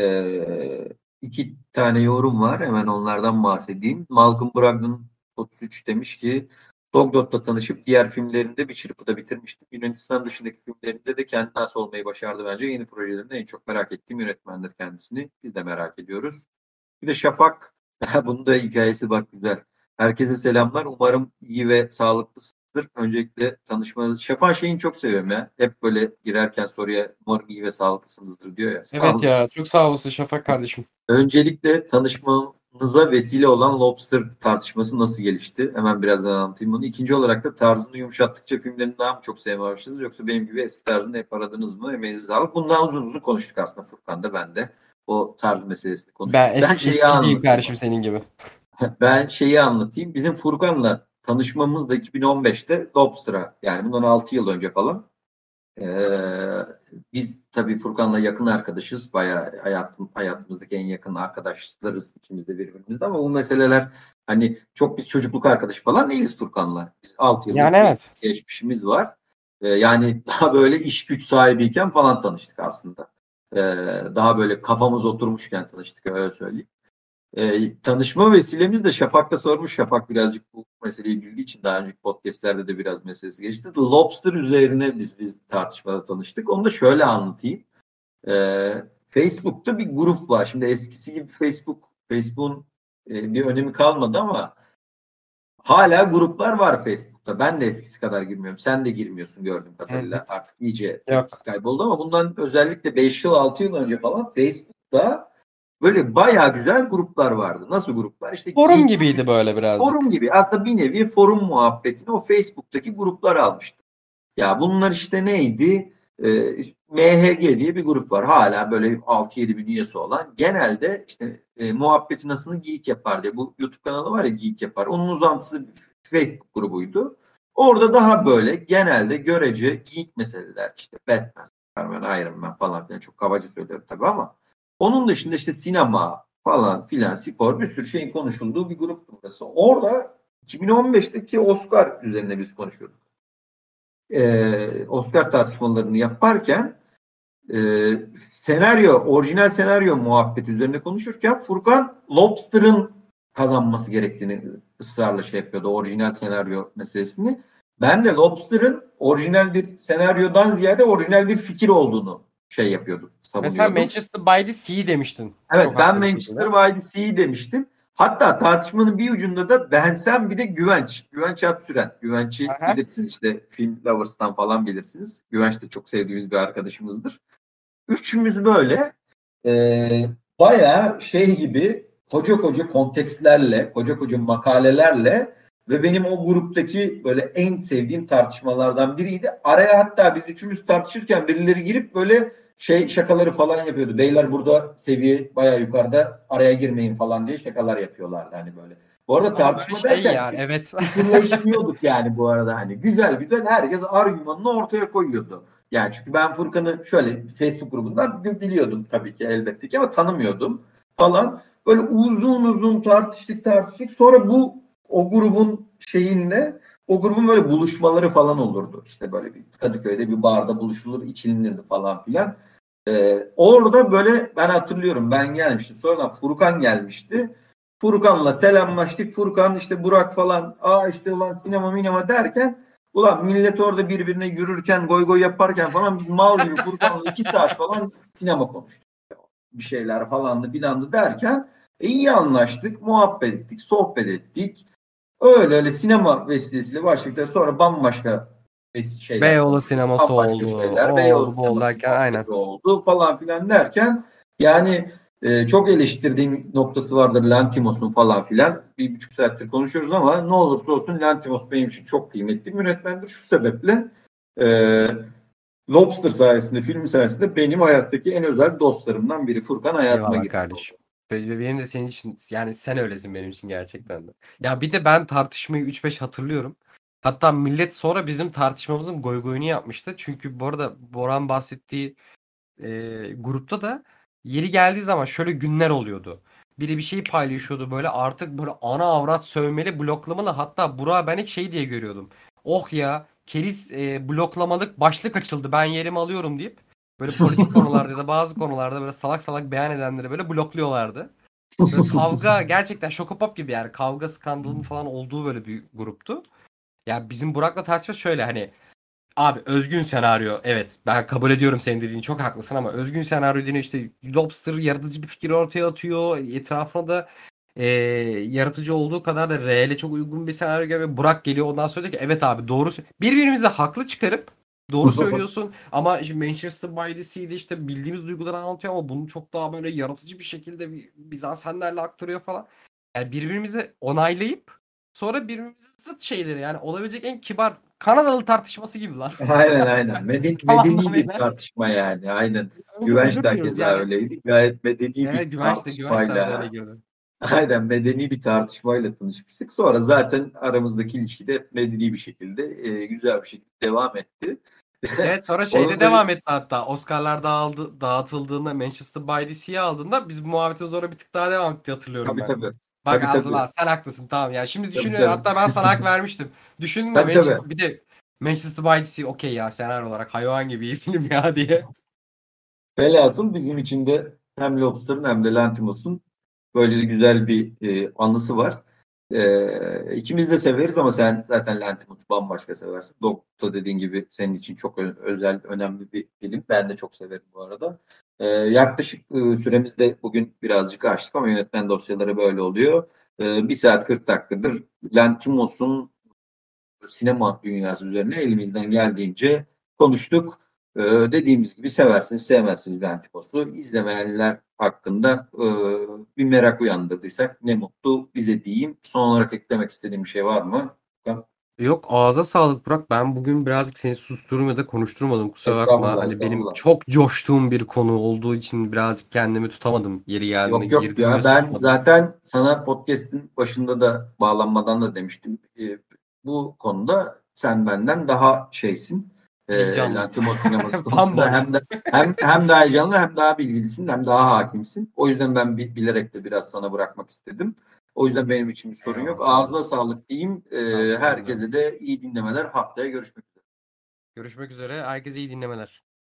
Ee, iki tane yorum var. Hemen onlardan bahsedeyim. Malcolm Brogdon otuz üç demiş ki Dogdot'la tanışıp diğer filmlerinde bir çırpıda bitirmiştim. Yunanistan dışındaki filmlerinde de kendine has olmayı başardı bence. Yeni projelerinde en çok merak ettiğim yönetmendir kendisini. Biz de merak ediyoruz. Bir de Şafak, bunun da hikayesi bak güzel. Herkese selamlar. Umarım iyi ve sağlıklısınızdır. Öncelikle tanışmanız. Şafak şeyini çok seviyorum ya. Hep böyle girerken soruya umarım iyi ve sağlıklısınızdır diyor ya. Sağ Evet olasın. ya, çok sağ olasın Şafak kardeşim. Öncelikle tanışmanıza vesile olan Lobster tartışması nasıl gelişti? Hemen birazdan anlatayım bunu. İkinci olarak da tarzını yumuşattıkça filmlerini daha mı çok sevmeye başladınız? Yoksa benim gibi eski tarzını hep aradınız mı? Emeğinize sağlık. Bundan uzun uzun konuştuk aslında Furkan da ben de. O tarz meselesini konuştuk. Ben Ben eski, şeyi eskiciyim anlatayım. kardeşim senin gibi. Ben şeyi anlatayım. Bizim Furkan'la tanışmamız da iki bin on beşte Lobster'a, yani bundan altı yıl önce falan. Ee, biz tabii Furkan'la yakın arkadaşız. Bayağı hayatım, hayatımızdaki en yakın arkadaşlarız ikimiz de birbirimizde, ama bu meseleler hani çok biz çocukluk arkadaşı falan değiliz Furkan'la. Biz altı yıllık Yani bir evet. geçmişimiz var. Ee, yani daha böyle iş güç sahibiyken falan tanıştık aslında. Ee, daha böyle kafamız oturmuşken tanıştık, öyle söyleyeyim. E, tanışma vesilemiz de Şafak'ta sormuş. Şafak birazcık bu meseleyi bildiği için daha önceki podcastlerde de biraz meselesi geçti. The Lobster üzerine biz biz tartışmada tanıştık. Onu da şöyle anlatayım. E, Facebook'ta bir grup var. Şimdi eskisi gibi Facebook, Facebook'un e, bir önemi kalmadı ama hala gruplar var Facebook'ta. Ben de eskisi kadar girmiyorum. Sen de girmiyorsun gördüğüm Hı hı. kadarıyla. Artık iyice Yok. etkisi kayboldu, ama bundan özellikle beş yıl altı yıl önce falan Facebook'ta böyle bayağı güzel gruplar vardı. Nasıl gruplar? İşte Forum geek, gibiydi böyle forum birazcık. gibi. Aslında bir nevi forum muhabbetini o Facebook'taki gruplar almıştı. Ya bunlar işte neydi? Ee, M H G diye bir grup var. Hala böyle altı yedi bin üyesi olan. Genelde işte e, muhabbeti nasıl Geek Yapar diye. Bu YouTube kanalı var ya, Geek Yapar. Onun uzantısı Facebook grubuydu. Orada daha böyle genelde görece geek meseleler, işte Batman, Superman, Iron Man falan filan, çok kabaca söylüyorum tabii, ama onun dışında işte sinema falan filan, spor, bir sürü şeyin konuşulduğu bir grup burası. Orada iki bin on beşteki Oscar üzerine biz konuşuyorduk. Ee, Oscar tartışmalarını yaparken e, senaryo, orijinal senaryo muhabbeti üzerine konuşurken Furkan Lobster'ın kazanması gerektiğini ısrarla şey yapıyordu, orijinal senaryo meselesini. Ben de Lobster'ın orijinal bir senaryodan ziyade orijinal bir fikir olduğunu şey yapıyordum, Ve sen savunuyordum. Manchester by the Sea demiştin. Evet, Çok ben haklı bir Manchester şekilde. by the Sea demiştim. Hatta tartışmanın bir ucunda da Bensem, bir de Güvenç. Güvenç Atsüren. Güvenç'i Aha. bilirsiniz, işte Film Lovers'tan falan bilirsiniz. Güvenç de çok sevdiğimiz bir arkadaşımızdır. Üçümüz böyle e, bayağı şey gibi koca koca kontekstlerle, koca koca makalelerle ve benim o gruptaki böyle en sevdiğim tartışmalardan biriydi. Araya hatta biz üçümüz tartışırken birileri girip böyle şey şakaları falan yapıyordu. Beyler burada seviye bayağı yukarıda, araya girmeyin falan diye şakalar yapıyorlardı hani böyle. Bu arada Ama böyle tartışma şey derken yani, evet. küfürleşmiyorduk yani, bu arada hani güzel güzel herkes argümanını ortaya koyuyordu. Yani çünkü ben Furkan'ı şöyle Facebook grubundan biliyordum tabii ki, elbette ki, ama tanımıyordum falan. Böyle uzun uzun tartıştık tartıştık. Sonra bu o grubun şeyinle, o grubun böyle buluşmaları falan olurdu. İşte böyle bir Kadıköy'de bir barda buluşulur, içilinirdi falan filan. Ee, orada böyle ben hatırlıyorum, ben gelmiştim. Sonra Furkan gelmişti. Furkan'la selamlaştık. Furkan işte Burak falan, aa işte ulan sinema minema derken, ulan millet orada birbirine yürürken, goy goy yaparken falan, biz mal gibi Furkan'la iki saat falan sinema konuştuk. Bir şeyler falandı filandı derken e, iyi anlaştık, muhabbet ettik, sohbet ettik. Öyle öyle sinema vesilesiyle başladık. Sonra bambaşka şeyler Beyoğlu konuştuk. sineması Bambaşka oldu. O şeyler. oldu Beyoğlu bu oldu sineması derken aynen. muhabbeti oldu falan filan derken, yani e, çok eleştirdiğim noktası vardır Lantimos'un falan filan. Bir buçuk saattir konuşuyoruz ama ne olursa olsun Lantimos benim için çok kıymetli bir yönetmendir. Şu sebeple e, Lobster sayesinde, film sayesinde benim hayattaki en özel dostlarımdan biri. Furkan hayatıma Eyvallah girmiş oldu. kardeşim. Be- Benim de senin için, yani sen öylesin benim için gerçekten de. Ya bir de ben tartışmayı üç beş hatırlıyorum. Hatta millet sonra bizim tartışmamızın goygoyunu yapmıştı. Çünkü bu arada Boran bahsettiği e, grupta da yeri geldiği zaman şöyle günler oluyordu. Biri bir şey paylaşıyordu, böyle artık böyle ana avrat sövmeli, bloklamalı. Hatta Burak'ı ben ilk şey diye görüyordum. Oh ya, keriz e, bloklamalık başlık açıldı, ben yerimi alıyorum deyip böyle politik konularda ya da bazı konularda böyle salak salak beyan edenleri böyle blokluyorlardı. Böyle kavga, gerçekten Şokopop gibi yani, kavga skandalının falan olduğu böyle bir gruptu. Ya bizim Burak'la tartışma şöyle, hani Abi özgün senaryo, evet, ben kabul ediyorum senin dediğin, çok haklısın, ama özgün senaryo dediğin işte Lobster yaratıcı bir fikir ortaya atıyor. Etrafına da e, yaratıcı olduğu kadar da reale çok uygun bir senaryo gibi Burak geliyor, ondan sonra diyor ki evet abi doğru sö- birbirimizi haklı çıkarıp doğru söylüyorsun, ama şimdi Manchester by the Sea'de işte bildiğimiz duyguları anlatıyor ama bunu çok daha böyle yaratıcı bir şekilde bir mizansenlerle aktarıyor falan. Yani birbirimizi onaylayıp sonra birbirimizin zıt şeyleri, yani olabilecek en kibar Kanadalı tartışması gibi lan. Aynen aynen. Meden, Tam medeni bir anlamıyla. tartışma yani. Aynen. Özür, Güvenç özür de diliyoruz hakeza yani. öyleydi. Gayet medeni bir Evet, Güvenç de Güvenç de arada öyle tartışmayla girdi. aynen medeni bir tartışmayla tanışmıştık. Sonra zaten aramızdaki ilişki de medeni bir şekilde e, güzel bir şekilde devam etti. Evet, sonra şeyde Onun da devam etti hatta. Oscar'lar dağıldı, dağıtıldığında Manchester by the Sea aldığında biz bu muhabbete sonra bir tık daha devam etti, hatırlıyorum tabii ben. tabii. Bak Tabii aldı tabii. lan, sen haklısın, tamam ya. Şimdi Tabii düşünüyorum, tabii. hatta ben sana hak vermiştim. Düşündüm de Tabii tabii. Manchester, bir de Manchester by the Sea okey ya, senaryo olarak hayvan gibi iyi film ya diye. Velhasıl bizim için de hem Lobster'ın hem de Lantimos'un böyle de güzel bir e, anısı var. E, ikimiz de severiz ama sen zaten Lantimos'u bambaşka seversin. Doktor dediğin gibi senin için çok ö- özel, önemli bir film. Ben de çok severim bu arada. E, yaklaşık e, süremiz de bugün birazcık açtık ama yönetmen dosyaları böyle oluyor. E, bir saat kırk dakikadır Lantimos'un sinema dünyası üzerine elimizden geldiğince konuştuk. Ee, dediğimiz gibi seversiniz sevmezsiniz Lantipos'u. İzlemeyenler hakkında e, bir merak uyandırdıysak ne mutlu bize diyeyim. Son olarak eklemek istediğim bir şey var mı? Yok, ağza sağlık Burak. Ben bugün birazcık seni susturma ya da konuşturmadım. Kusura bakma. Estağfurullah, Hani benim estağfurullah. çok coştuğum bir konu olduğu için birazcık kendimi tutamadım. Yeri geldiğinde Yok yok girdim ve ya ben susmadım. zaten sana podcast'in başında da bağlanmadan da demiştim. Ee, bu konuda sen benden daha şeysin. Ee, Heyecanlı. Lanthimos sineması konusunda Fanboy. hem de hem hem daha heyecanlı hem daha bilgilisin hem daha hakimsin. O yüzden ben bi- bilerek de biraz sana bırakmak istedim. O yüzden benim için bir sorun Eyvallah, yok. sağ Ağzına olasın. sağlık diyeyim. Sağ Ee, olasın, senin de öyle. herkese de iyi dinlemeler. Haftaya görüşmek üzere. Görüşmek üzere. Herkese iyi dinlemeler.